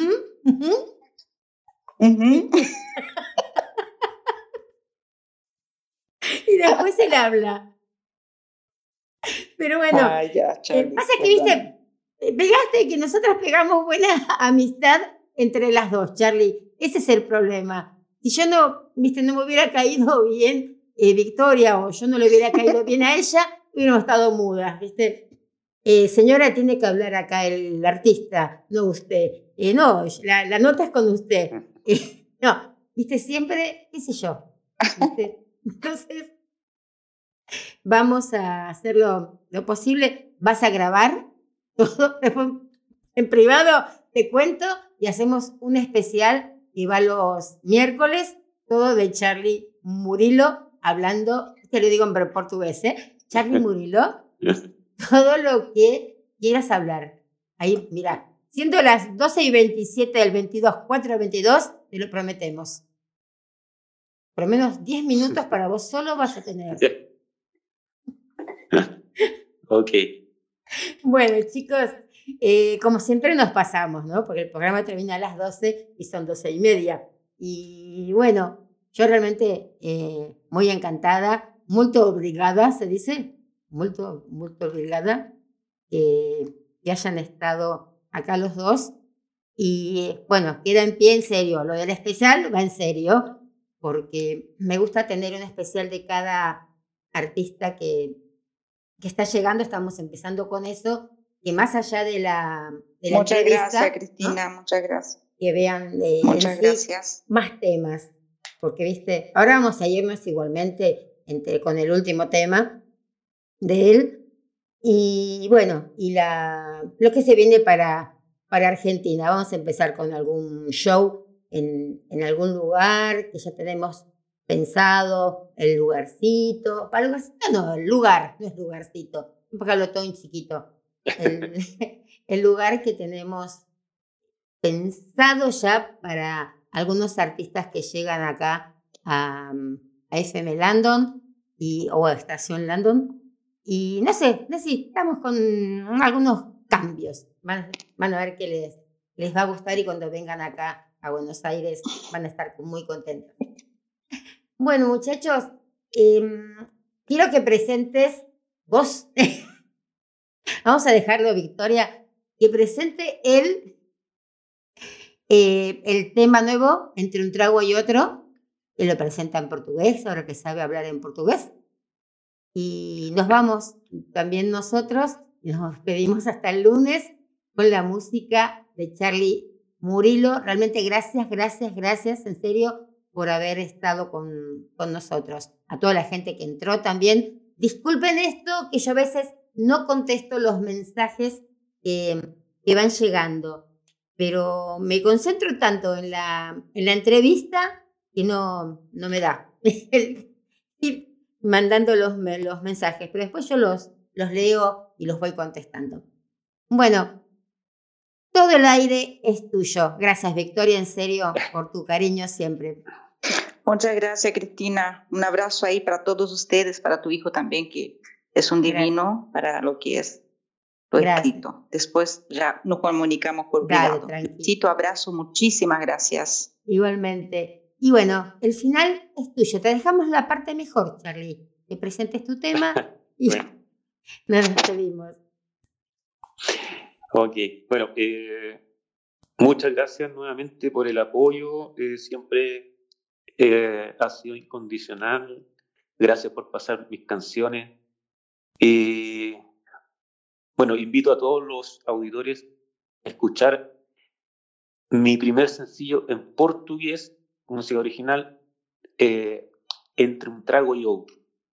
y después él habla. Pero bueno, pasa que, viste, pegaste que nosotras pegamos buena amistad entre las dos, Charlie. Ese es el problema. Si yo no me hubiera caído bien Victoria, o yo no le hubiera caído bien a ella, hubiéramos estado mudas, ¿viste? Señora, tiene que hablar acá el artista, no usted. No, la nota es con usted. No, ¿viste? Siempre, qué sé yo, ¿viste? Entonces, vamos a hacer lo posible. Vas a grabar todo. Después, en privado te cuento y hacemos un especial que va los miércoles, todo de Charlie Murilo, hablando, te lo digo en portugués, Charlie Murilo, todo lo que quieras hablar. Ahí, mira, siendo las 12:27 del 22, 4:22, te lo prometemos. Por lo menos 10 minutos para vos solo vas a tener. Ok. Bueno, chicos, como siempre nos pasamos, ¿no? Porque el programa termina a las 12 y son 12:30. Y bueno, yo realmente muy encantada, muy obrigada, ¿se dice? Muy obrigada que hayan estado acá los dos. Y bueno, queda en pie, en serio. Lo del especial va en serio, porque me gusta tener un especial de cada artista que está llegando. Estamos empezando con eso, que más allá de la muchas entrevista, gracias, Cristina, ¿no? Muchas gracias. Que vean muchas gracias. Más temas, porque viste, ahora vamos a irnos igualmente con el último tema de él, y bueno, y lo que se viene para Argentina. Vamos a empezar con algún show en algún lugar que ya tenemos pensado, el lugarcito. ¿El lugarcito? No, el lugar, no es lugarcito, porque hablo todo en chiquito. El lugar que tenemos pensado ya para algunos artistas que llegan acá a FM Landon o a Estación Landon. Y no sé, estamos con algunos cambios. Van a ver que les va a gustar, y cuando vengan acá a Buenos Aires van a estar muy contentos. Bueno, muchachos, quiero que presentes vos. Vamos a dejarlo, Victoria, que presente el tema nuevo, Entre un trago y otro, Él lo presenta en portugués, ahora que sabe hablar en portugués. Y nos vamos también nosotros, y nos despedimos hasta el lunes con la música de Charly Murilo. Realmente gracias, en serio, por haber estado con nosotros. A toda la gente que entró también. Disculpen esto, que yo a veces no contesto los mensajes que van llegando, pero me concentro tanto en la entrevista que no me da ir mandando los mensajes, pero después yo los leo y los voy contestando. Bueno, todo el aire es tuyo. Gracias, Victoria, en serio, por tu cariño siempre. Muchas gracias, Cristina. Un abrazo ahí para todos ustedes, para tu hijo también, que es un divino para lo que es tu escrito. Después ya nos comunicamos por privado. Besito, abrazo, muchísimas gracias. Igualmente. Y bueno, el final es tuyo. Te dejamos la parte mejor, Charly. Que presentes tu tema y nos despedimos. Ok, bueno, muchas gracias nuevamente por el apoyo. Siempre ha sido incondicional. Gracias por pasar mis canciones. Bueno, invito a todos los auditores a escuchar mi primer sencillo en portugués, música original, Entre un trago y otro.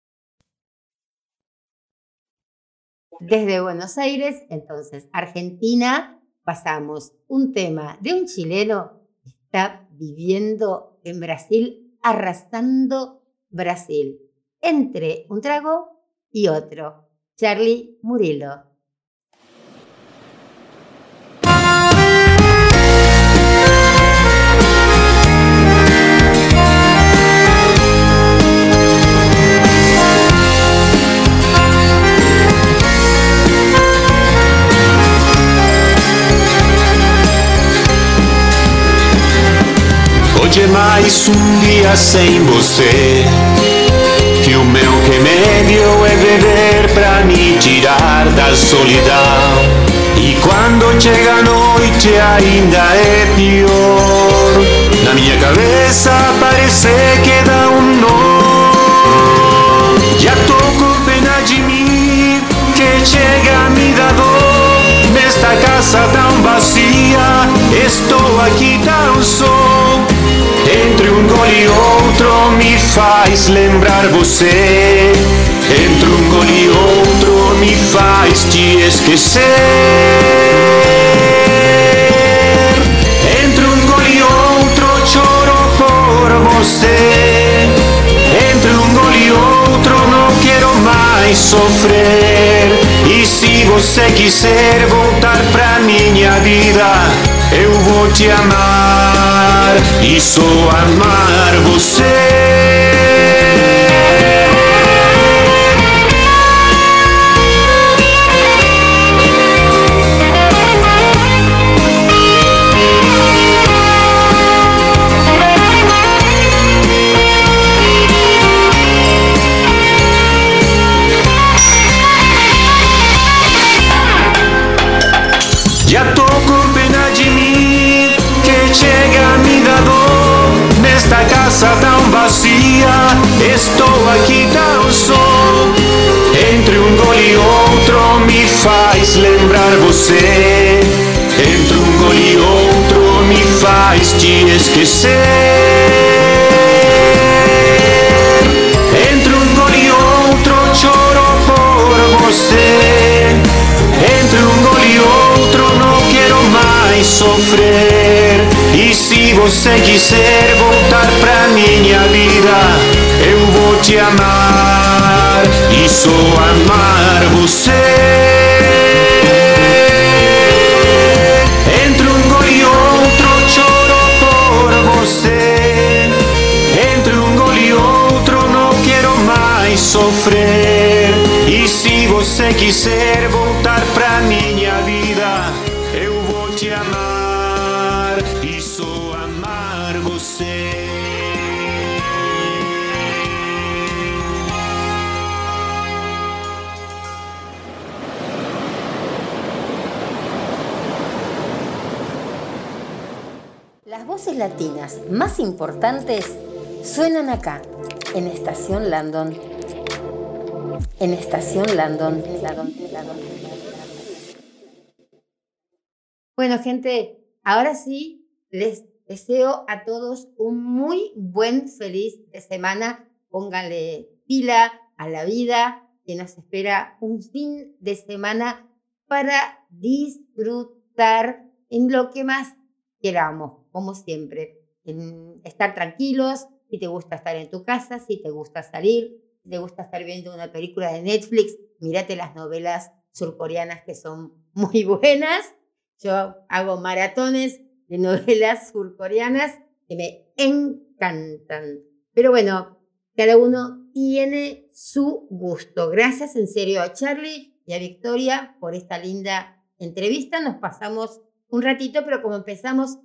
Desde Buenos Aires, entonces, Argentina, pasamos un tema de un chileno que está viviendo en Brasil, arrasando Brasil. Entre un trago y otro. Charly Murilo. Hoje é mais dia sem você, que o meu remédio é beber pra me tirar da solidão. E quando chega a noite ainda é pior. Na minha cabeça parece que dá nó. Já tô com pena de mim, que chega a me dar dor. Nesta casa tão vazia, estou aqui tão só. Entre gole e outro me faz lembrar você. Entre gole e outro me faz te esquecer. Entre gole e outro choro por você. Entre gole e outro não quero mais sofrer. E se você quiser voltar pra minha vida, eu vou te amar e só amar você. Já tô com pena de mim, que chega a me dar dor. Nesta casa tão vazia, estou aqui tão só. Entre gole e outro me faz lembrar você. Entre gole e outro me faz te esquecer. Entre gole e outro choro por você. Entre gole e outro não quero mais sofrer. E se você quiser voltar pra minha vida, eu vou te amar e só amar você. Entre gole e outro choro por você. Entre gole e outro não quero mais sofrer. E se você quiser voltar pra minha vida, eu vou te amar e só amar você. Las voces latinas más importantes Suenan acá, en Estación Landon. En Estación Landon. Bueno, gente, ahora sí les deseo a todos un muy buen, feliz de semana. Pónganle pila a la vida, que nos espera un fin de semana para disfrutar en lo que más queramos, como siempre. En estar tranquilos, si te gusta estar en tu casa, si te gusta salir, si te gusta estar viendo una película de Netflix, mírate las novelas surcoreanas que son muy buenas. Yo hago maratones de novelas surcoreanas que me encantan. Pero bueno, cada uno tiene su gusto. Gracias en serio a Charlie y a Victoria por esta linda entrevista. Nos pasamos un ratito, pero como empezamos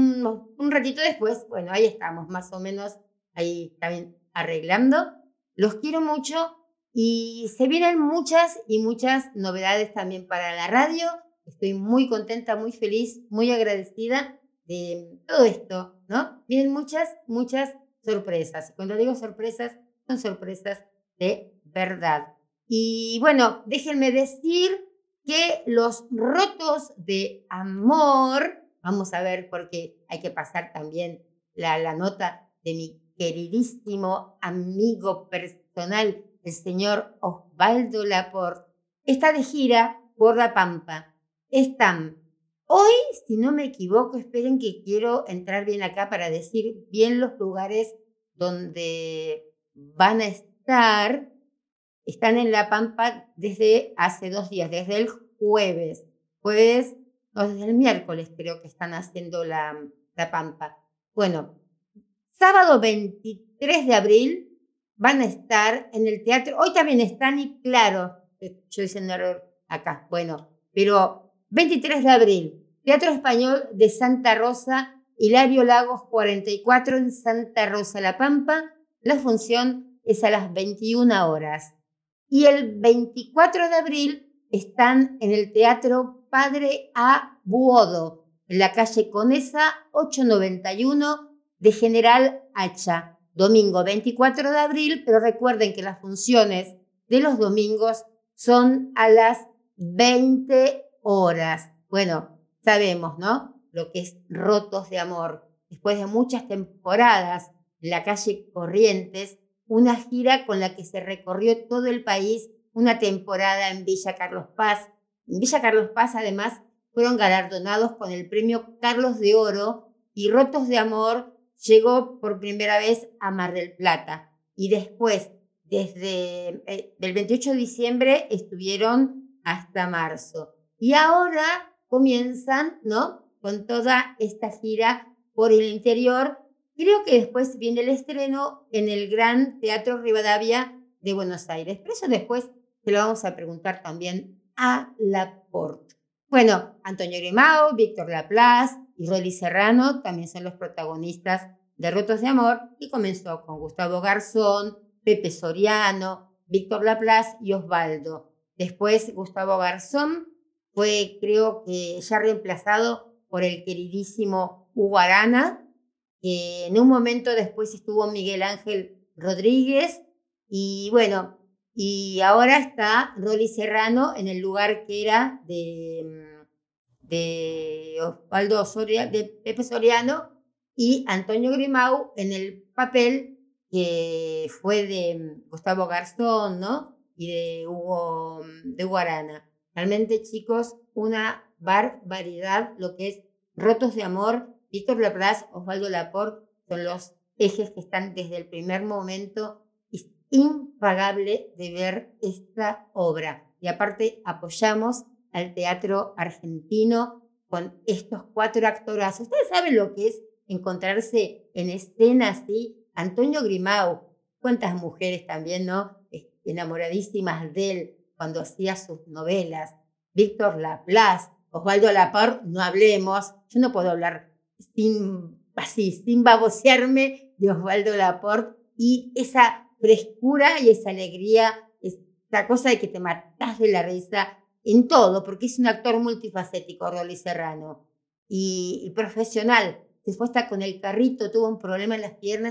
un ratito después, bueno, ahí estamos, más o menos ahí también arreglando. Los quiero mucho y se vienen muchas y muchas novedades también para la radio. Estoy muy contenta, muy feliz, muy agradecida de todo esto, ¿no? Vienen muchas sorpresas. Cuando digo sorpresas, son sorpresas de verdad. Y bueno, déjenme decir que los rotos de amor, vamos a ver porque hay que pasar también la nota de mi queridísimo amigo personal, el señor Osvaldo Laport, está de gira por La Pampa. Están hoy, si no me equivoco, esperen que quiero entrar bien acá para decir bien los lugares donde van a estar. Están en La Pampa desde hace 2 días, desde el jueves, no, desde el miércoles creo que están haciendo la Pampa. Bueno, sábado 23 de abril van a estar en el teatro. Hoy también están y claro, yo hice un error acá, bueno, pero 23 de abril, Teatro Español de Santa Rosa, Hilario Lagos 44 en Santa Rosa, La Pampa. La función es a las 21 horas. Y el 24 de abril están en el Teatro Padre A. Buodo, en la calle Conesa 891 de General Hacha. Domingo 24 de abril, pero recuerden que las funciones de los domingos son a las 20 horas. Bueno, sabemos, ¿no? Lo que es Rotos de Amor. Después de muchas temporadas en la calle Corrientes, una gira con la que se recorrió todo el país, una temporada en Villa Carlos Paz. En Villa Carlos Paz, además, fueron galardonados con el premio Carlos de Oro y Rotos de Amor llegó por primera vez a Mar del Plata. Y después, desde el 28 de diciembre, estuvieron hasta marzo. Y ahora comienzan, ¿no?, con toda esta gira por el interior. Creo que después viene el estreno en el Gran Teatro Rivadavia de Buenos Aires. Pero eso después se lo vamos a preguntar también a Laport. Bueno, Antonio Grimau, Víctor Laplace y Rolly Serrano también son los protagonistas de Rotos de Amor, y comenzó con Gustavo Garzón, Pepe Soriano, Víctor Laplace y Osvaldo. Después Gustavo Garzón fue, creo que ya reemplazado por el queridísimo Hugo Arana, que en un momento después estuvo Miguel Ángel Rodríguez, y bueno, y ahora está Rolly Serrano en el lugar que era de Osvaldo Soria, de Pepe Soriano, y Antonio Grimau en el papel que fue de Gustavo Garzón, ¿no? Y de Hugo Arana. Realmente, chicos, una barbaridad lo que es Rotos de Amor. Víctor Laplace, Osvaldo Laport son los ejes que están desde el primer momento. Es impagable de ver esta obra. Y aparte apoyamos al teatro argentino con estos 4 actorazos. Ustedes saben lo que es encontrarse en escena así. Antonio Grimau, cuántas mujeres también, ¿no?, enamoradísimas de él cuando hacía sus novelas. Víctor Laplace, Osvaldo Laport, no hablemos. Yo no puedo hablar sin babosearme de Osvaldo Laport, y esa frescura y esa alegría, esa cosa de que te matás de la risa en todo, porque es un actor multifacético, Rolly Serrano, y profesional. Se fue hasta con el carrito, tuvo un problema en las piernas y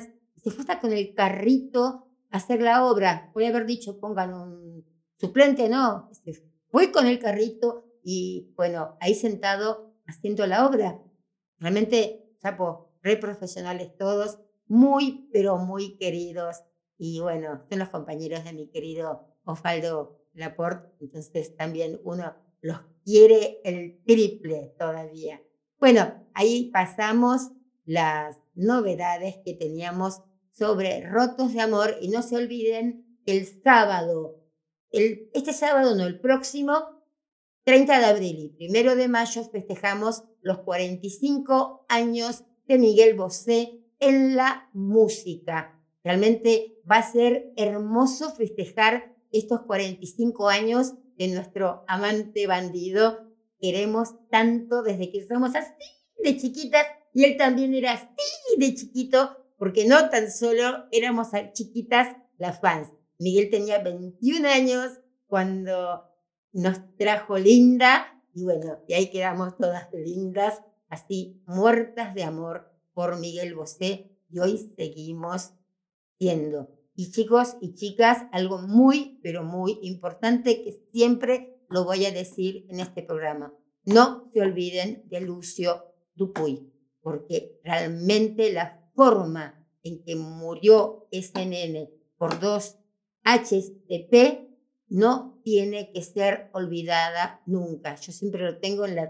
se fue hasta con el carrito a hacer la obra. Voy a haber dicho, pongan un suplente, no. Se fue con el carrito y, bueno, ahí sentado haciendo la obra. Realmente, chapo, re profesionales todos, muy, pero muy queridos. Y, bueno, son los compañeros de mi querido Osvaldo Laporte, entonces también uno los quiere el triple todavía. Bueno, ahí pasamos las novedades que teníamos sobre Rotos de Amor y no se olviden que el sábado, este sábado no, el próximo 30 de abril y 1 de mayo festejamos los 45 años de Miguel Bosé en la música. Realmente va a ser hermoso festejar estos 45 años de nuestro amante bandido. Queremos tanto desde que somos así de chiquitas y él también era así de chiquito, porque no tan solo éramos chiquitas las fans. Miguel tenía 21 años cuando nos trajo Linda y bueno, y ahí quedamos todas lindas, así muertas de amor por Miguel Bosé y hoy seguimos siendo. Y chicos y chicas, algo muy, pero muy importante que siempre lo voy a decir en este programa. No se olviden de Lucio Dupuy, porque realmente la forma en que murió ese nene por 2 HTP no tiene que ser olvidada nunca. Yo siempre lo tengo en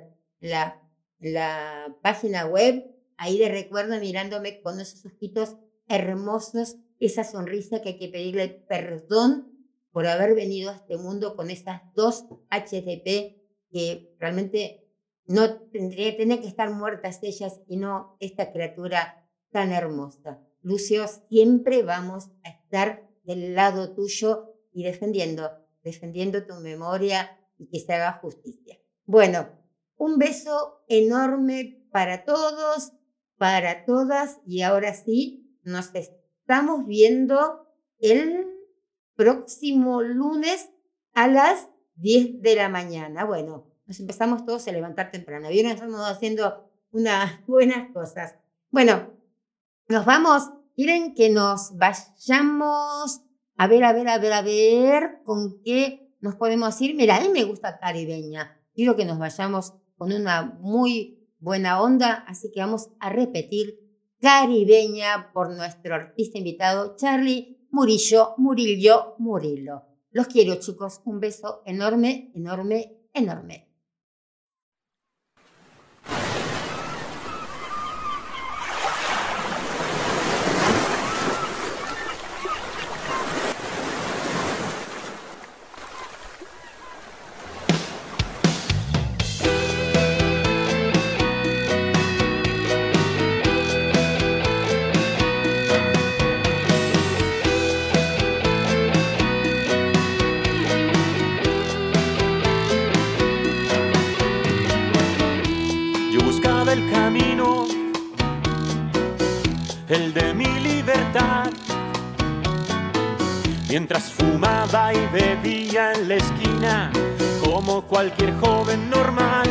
la página web, ahí de recuerdo mirándome con esos ojitos hermosos, esa sonrisa que hay que pedirle perdón por haber venido a este mundo con esas 2 HTP que realmente no tenía que estar muertas ellas y no esta criatura tan hermosa. Lucio, siempre vamos a estar del lado tuyo y defendiendo tu memoria y que se haga justicia. Bueno, un beso enorme para todos, para todas y ahora sí, nos estamos viendo el próximo lunes a las 10 de la mañana. Bueno, nos empezamos todos a levantar temprano. Bien, estamos haciendo unas buenas cosas. Bueno, nos vamos. ¿Quieren que nos vayamos? A ver, ¿con qué nos podemos ir? Mira, a mí me gusta Caribeña. Quiero que nos vayamos con una muy buena onda, así que vamos a repetir Caribeña por nuestro artista invitado, Charly Murillo. Los quiero, chicos. Un beso enorme, enorme, enorme. El de mi libertad, mientras fumaba y bebía en la esquina como cualquier joven normal.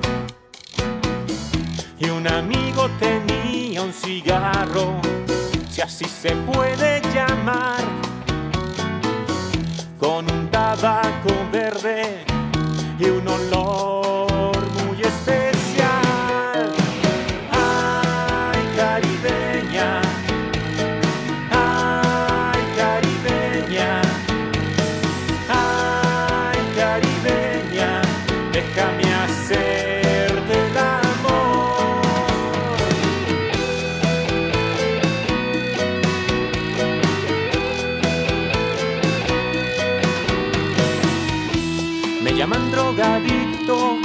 Y un amigo tenía un cigarro, si así se puede llamar, con un tabaco verde y un olor muy especial. Me llaman drogadicto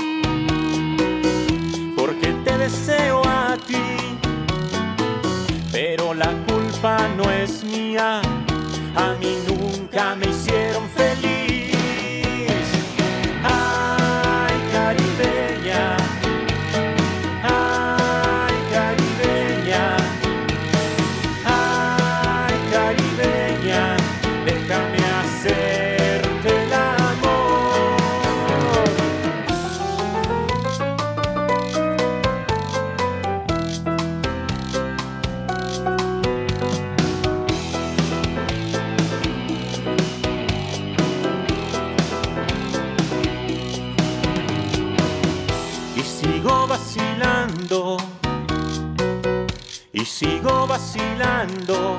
y sigo vacilando.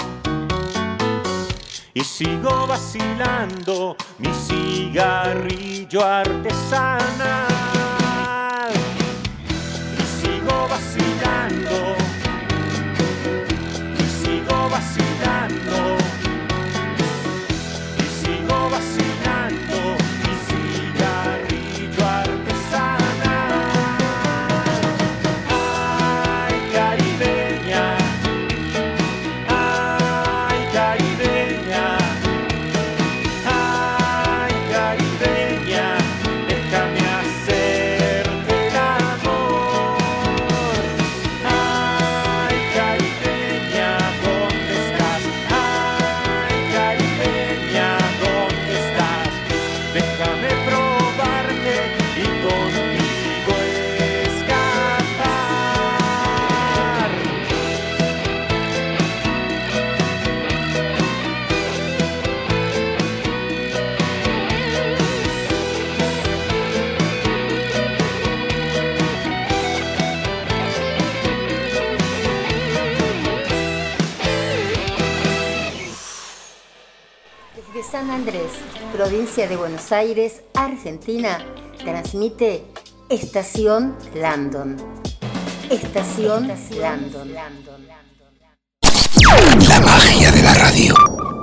Y sigo vacilando mi cigarrillo artesanal. Y sigo vacilando. Y sigo vacilando. Y sigo vacilando mi cigarrillo artesanal. Ay, caribeña. Ay, caribeña. Ay, caribeña, déjame hacerte el amor. Ay, caribeña, ¿dónde estás? Ay, caribeña, ¿dónde estás? Déjame probarte y contigo escapar. Desde San Andrés, provincia de Buenos Aires, Argentina, transmite Estación Landon. Estación Landon. La magia de la radio.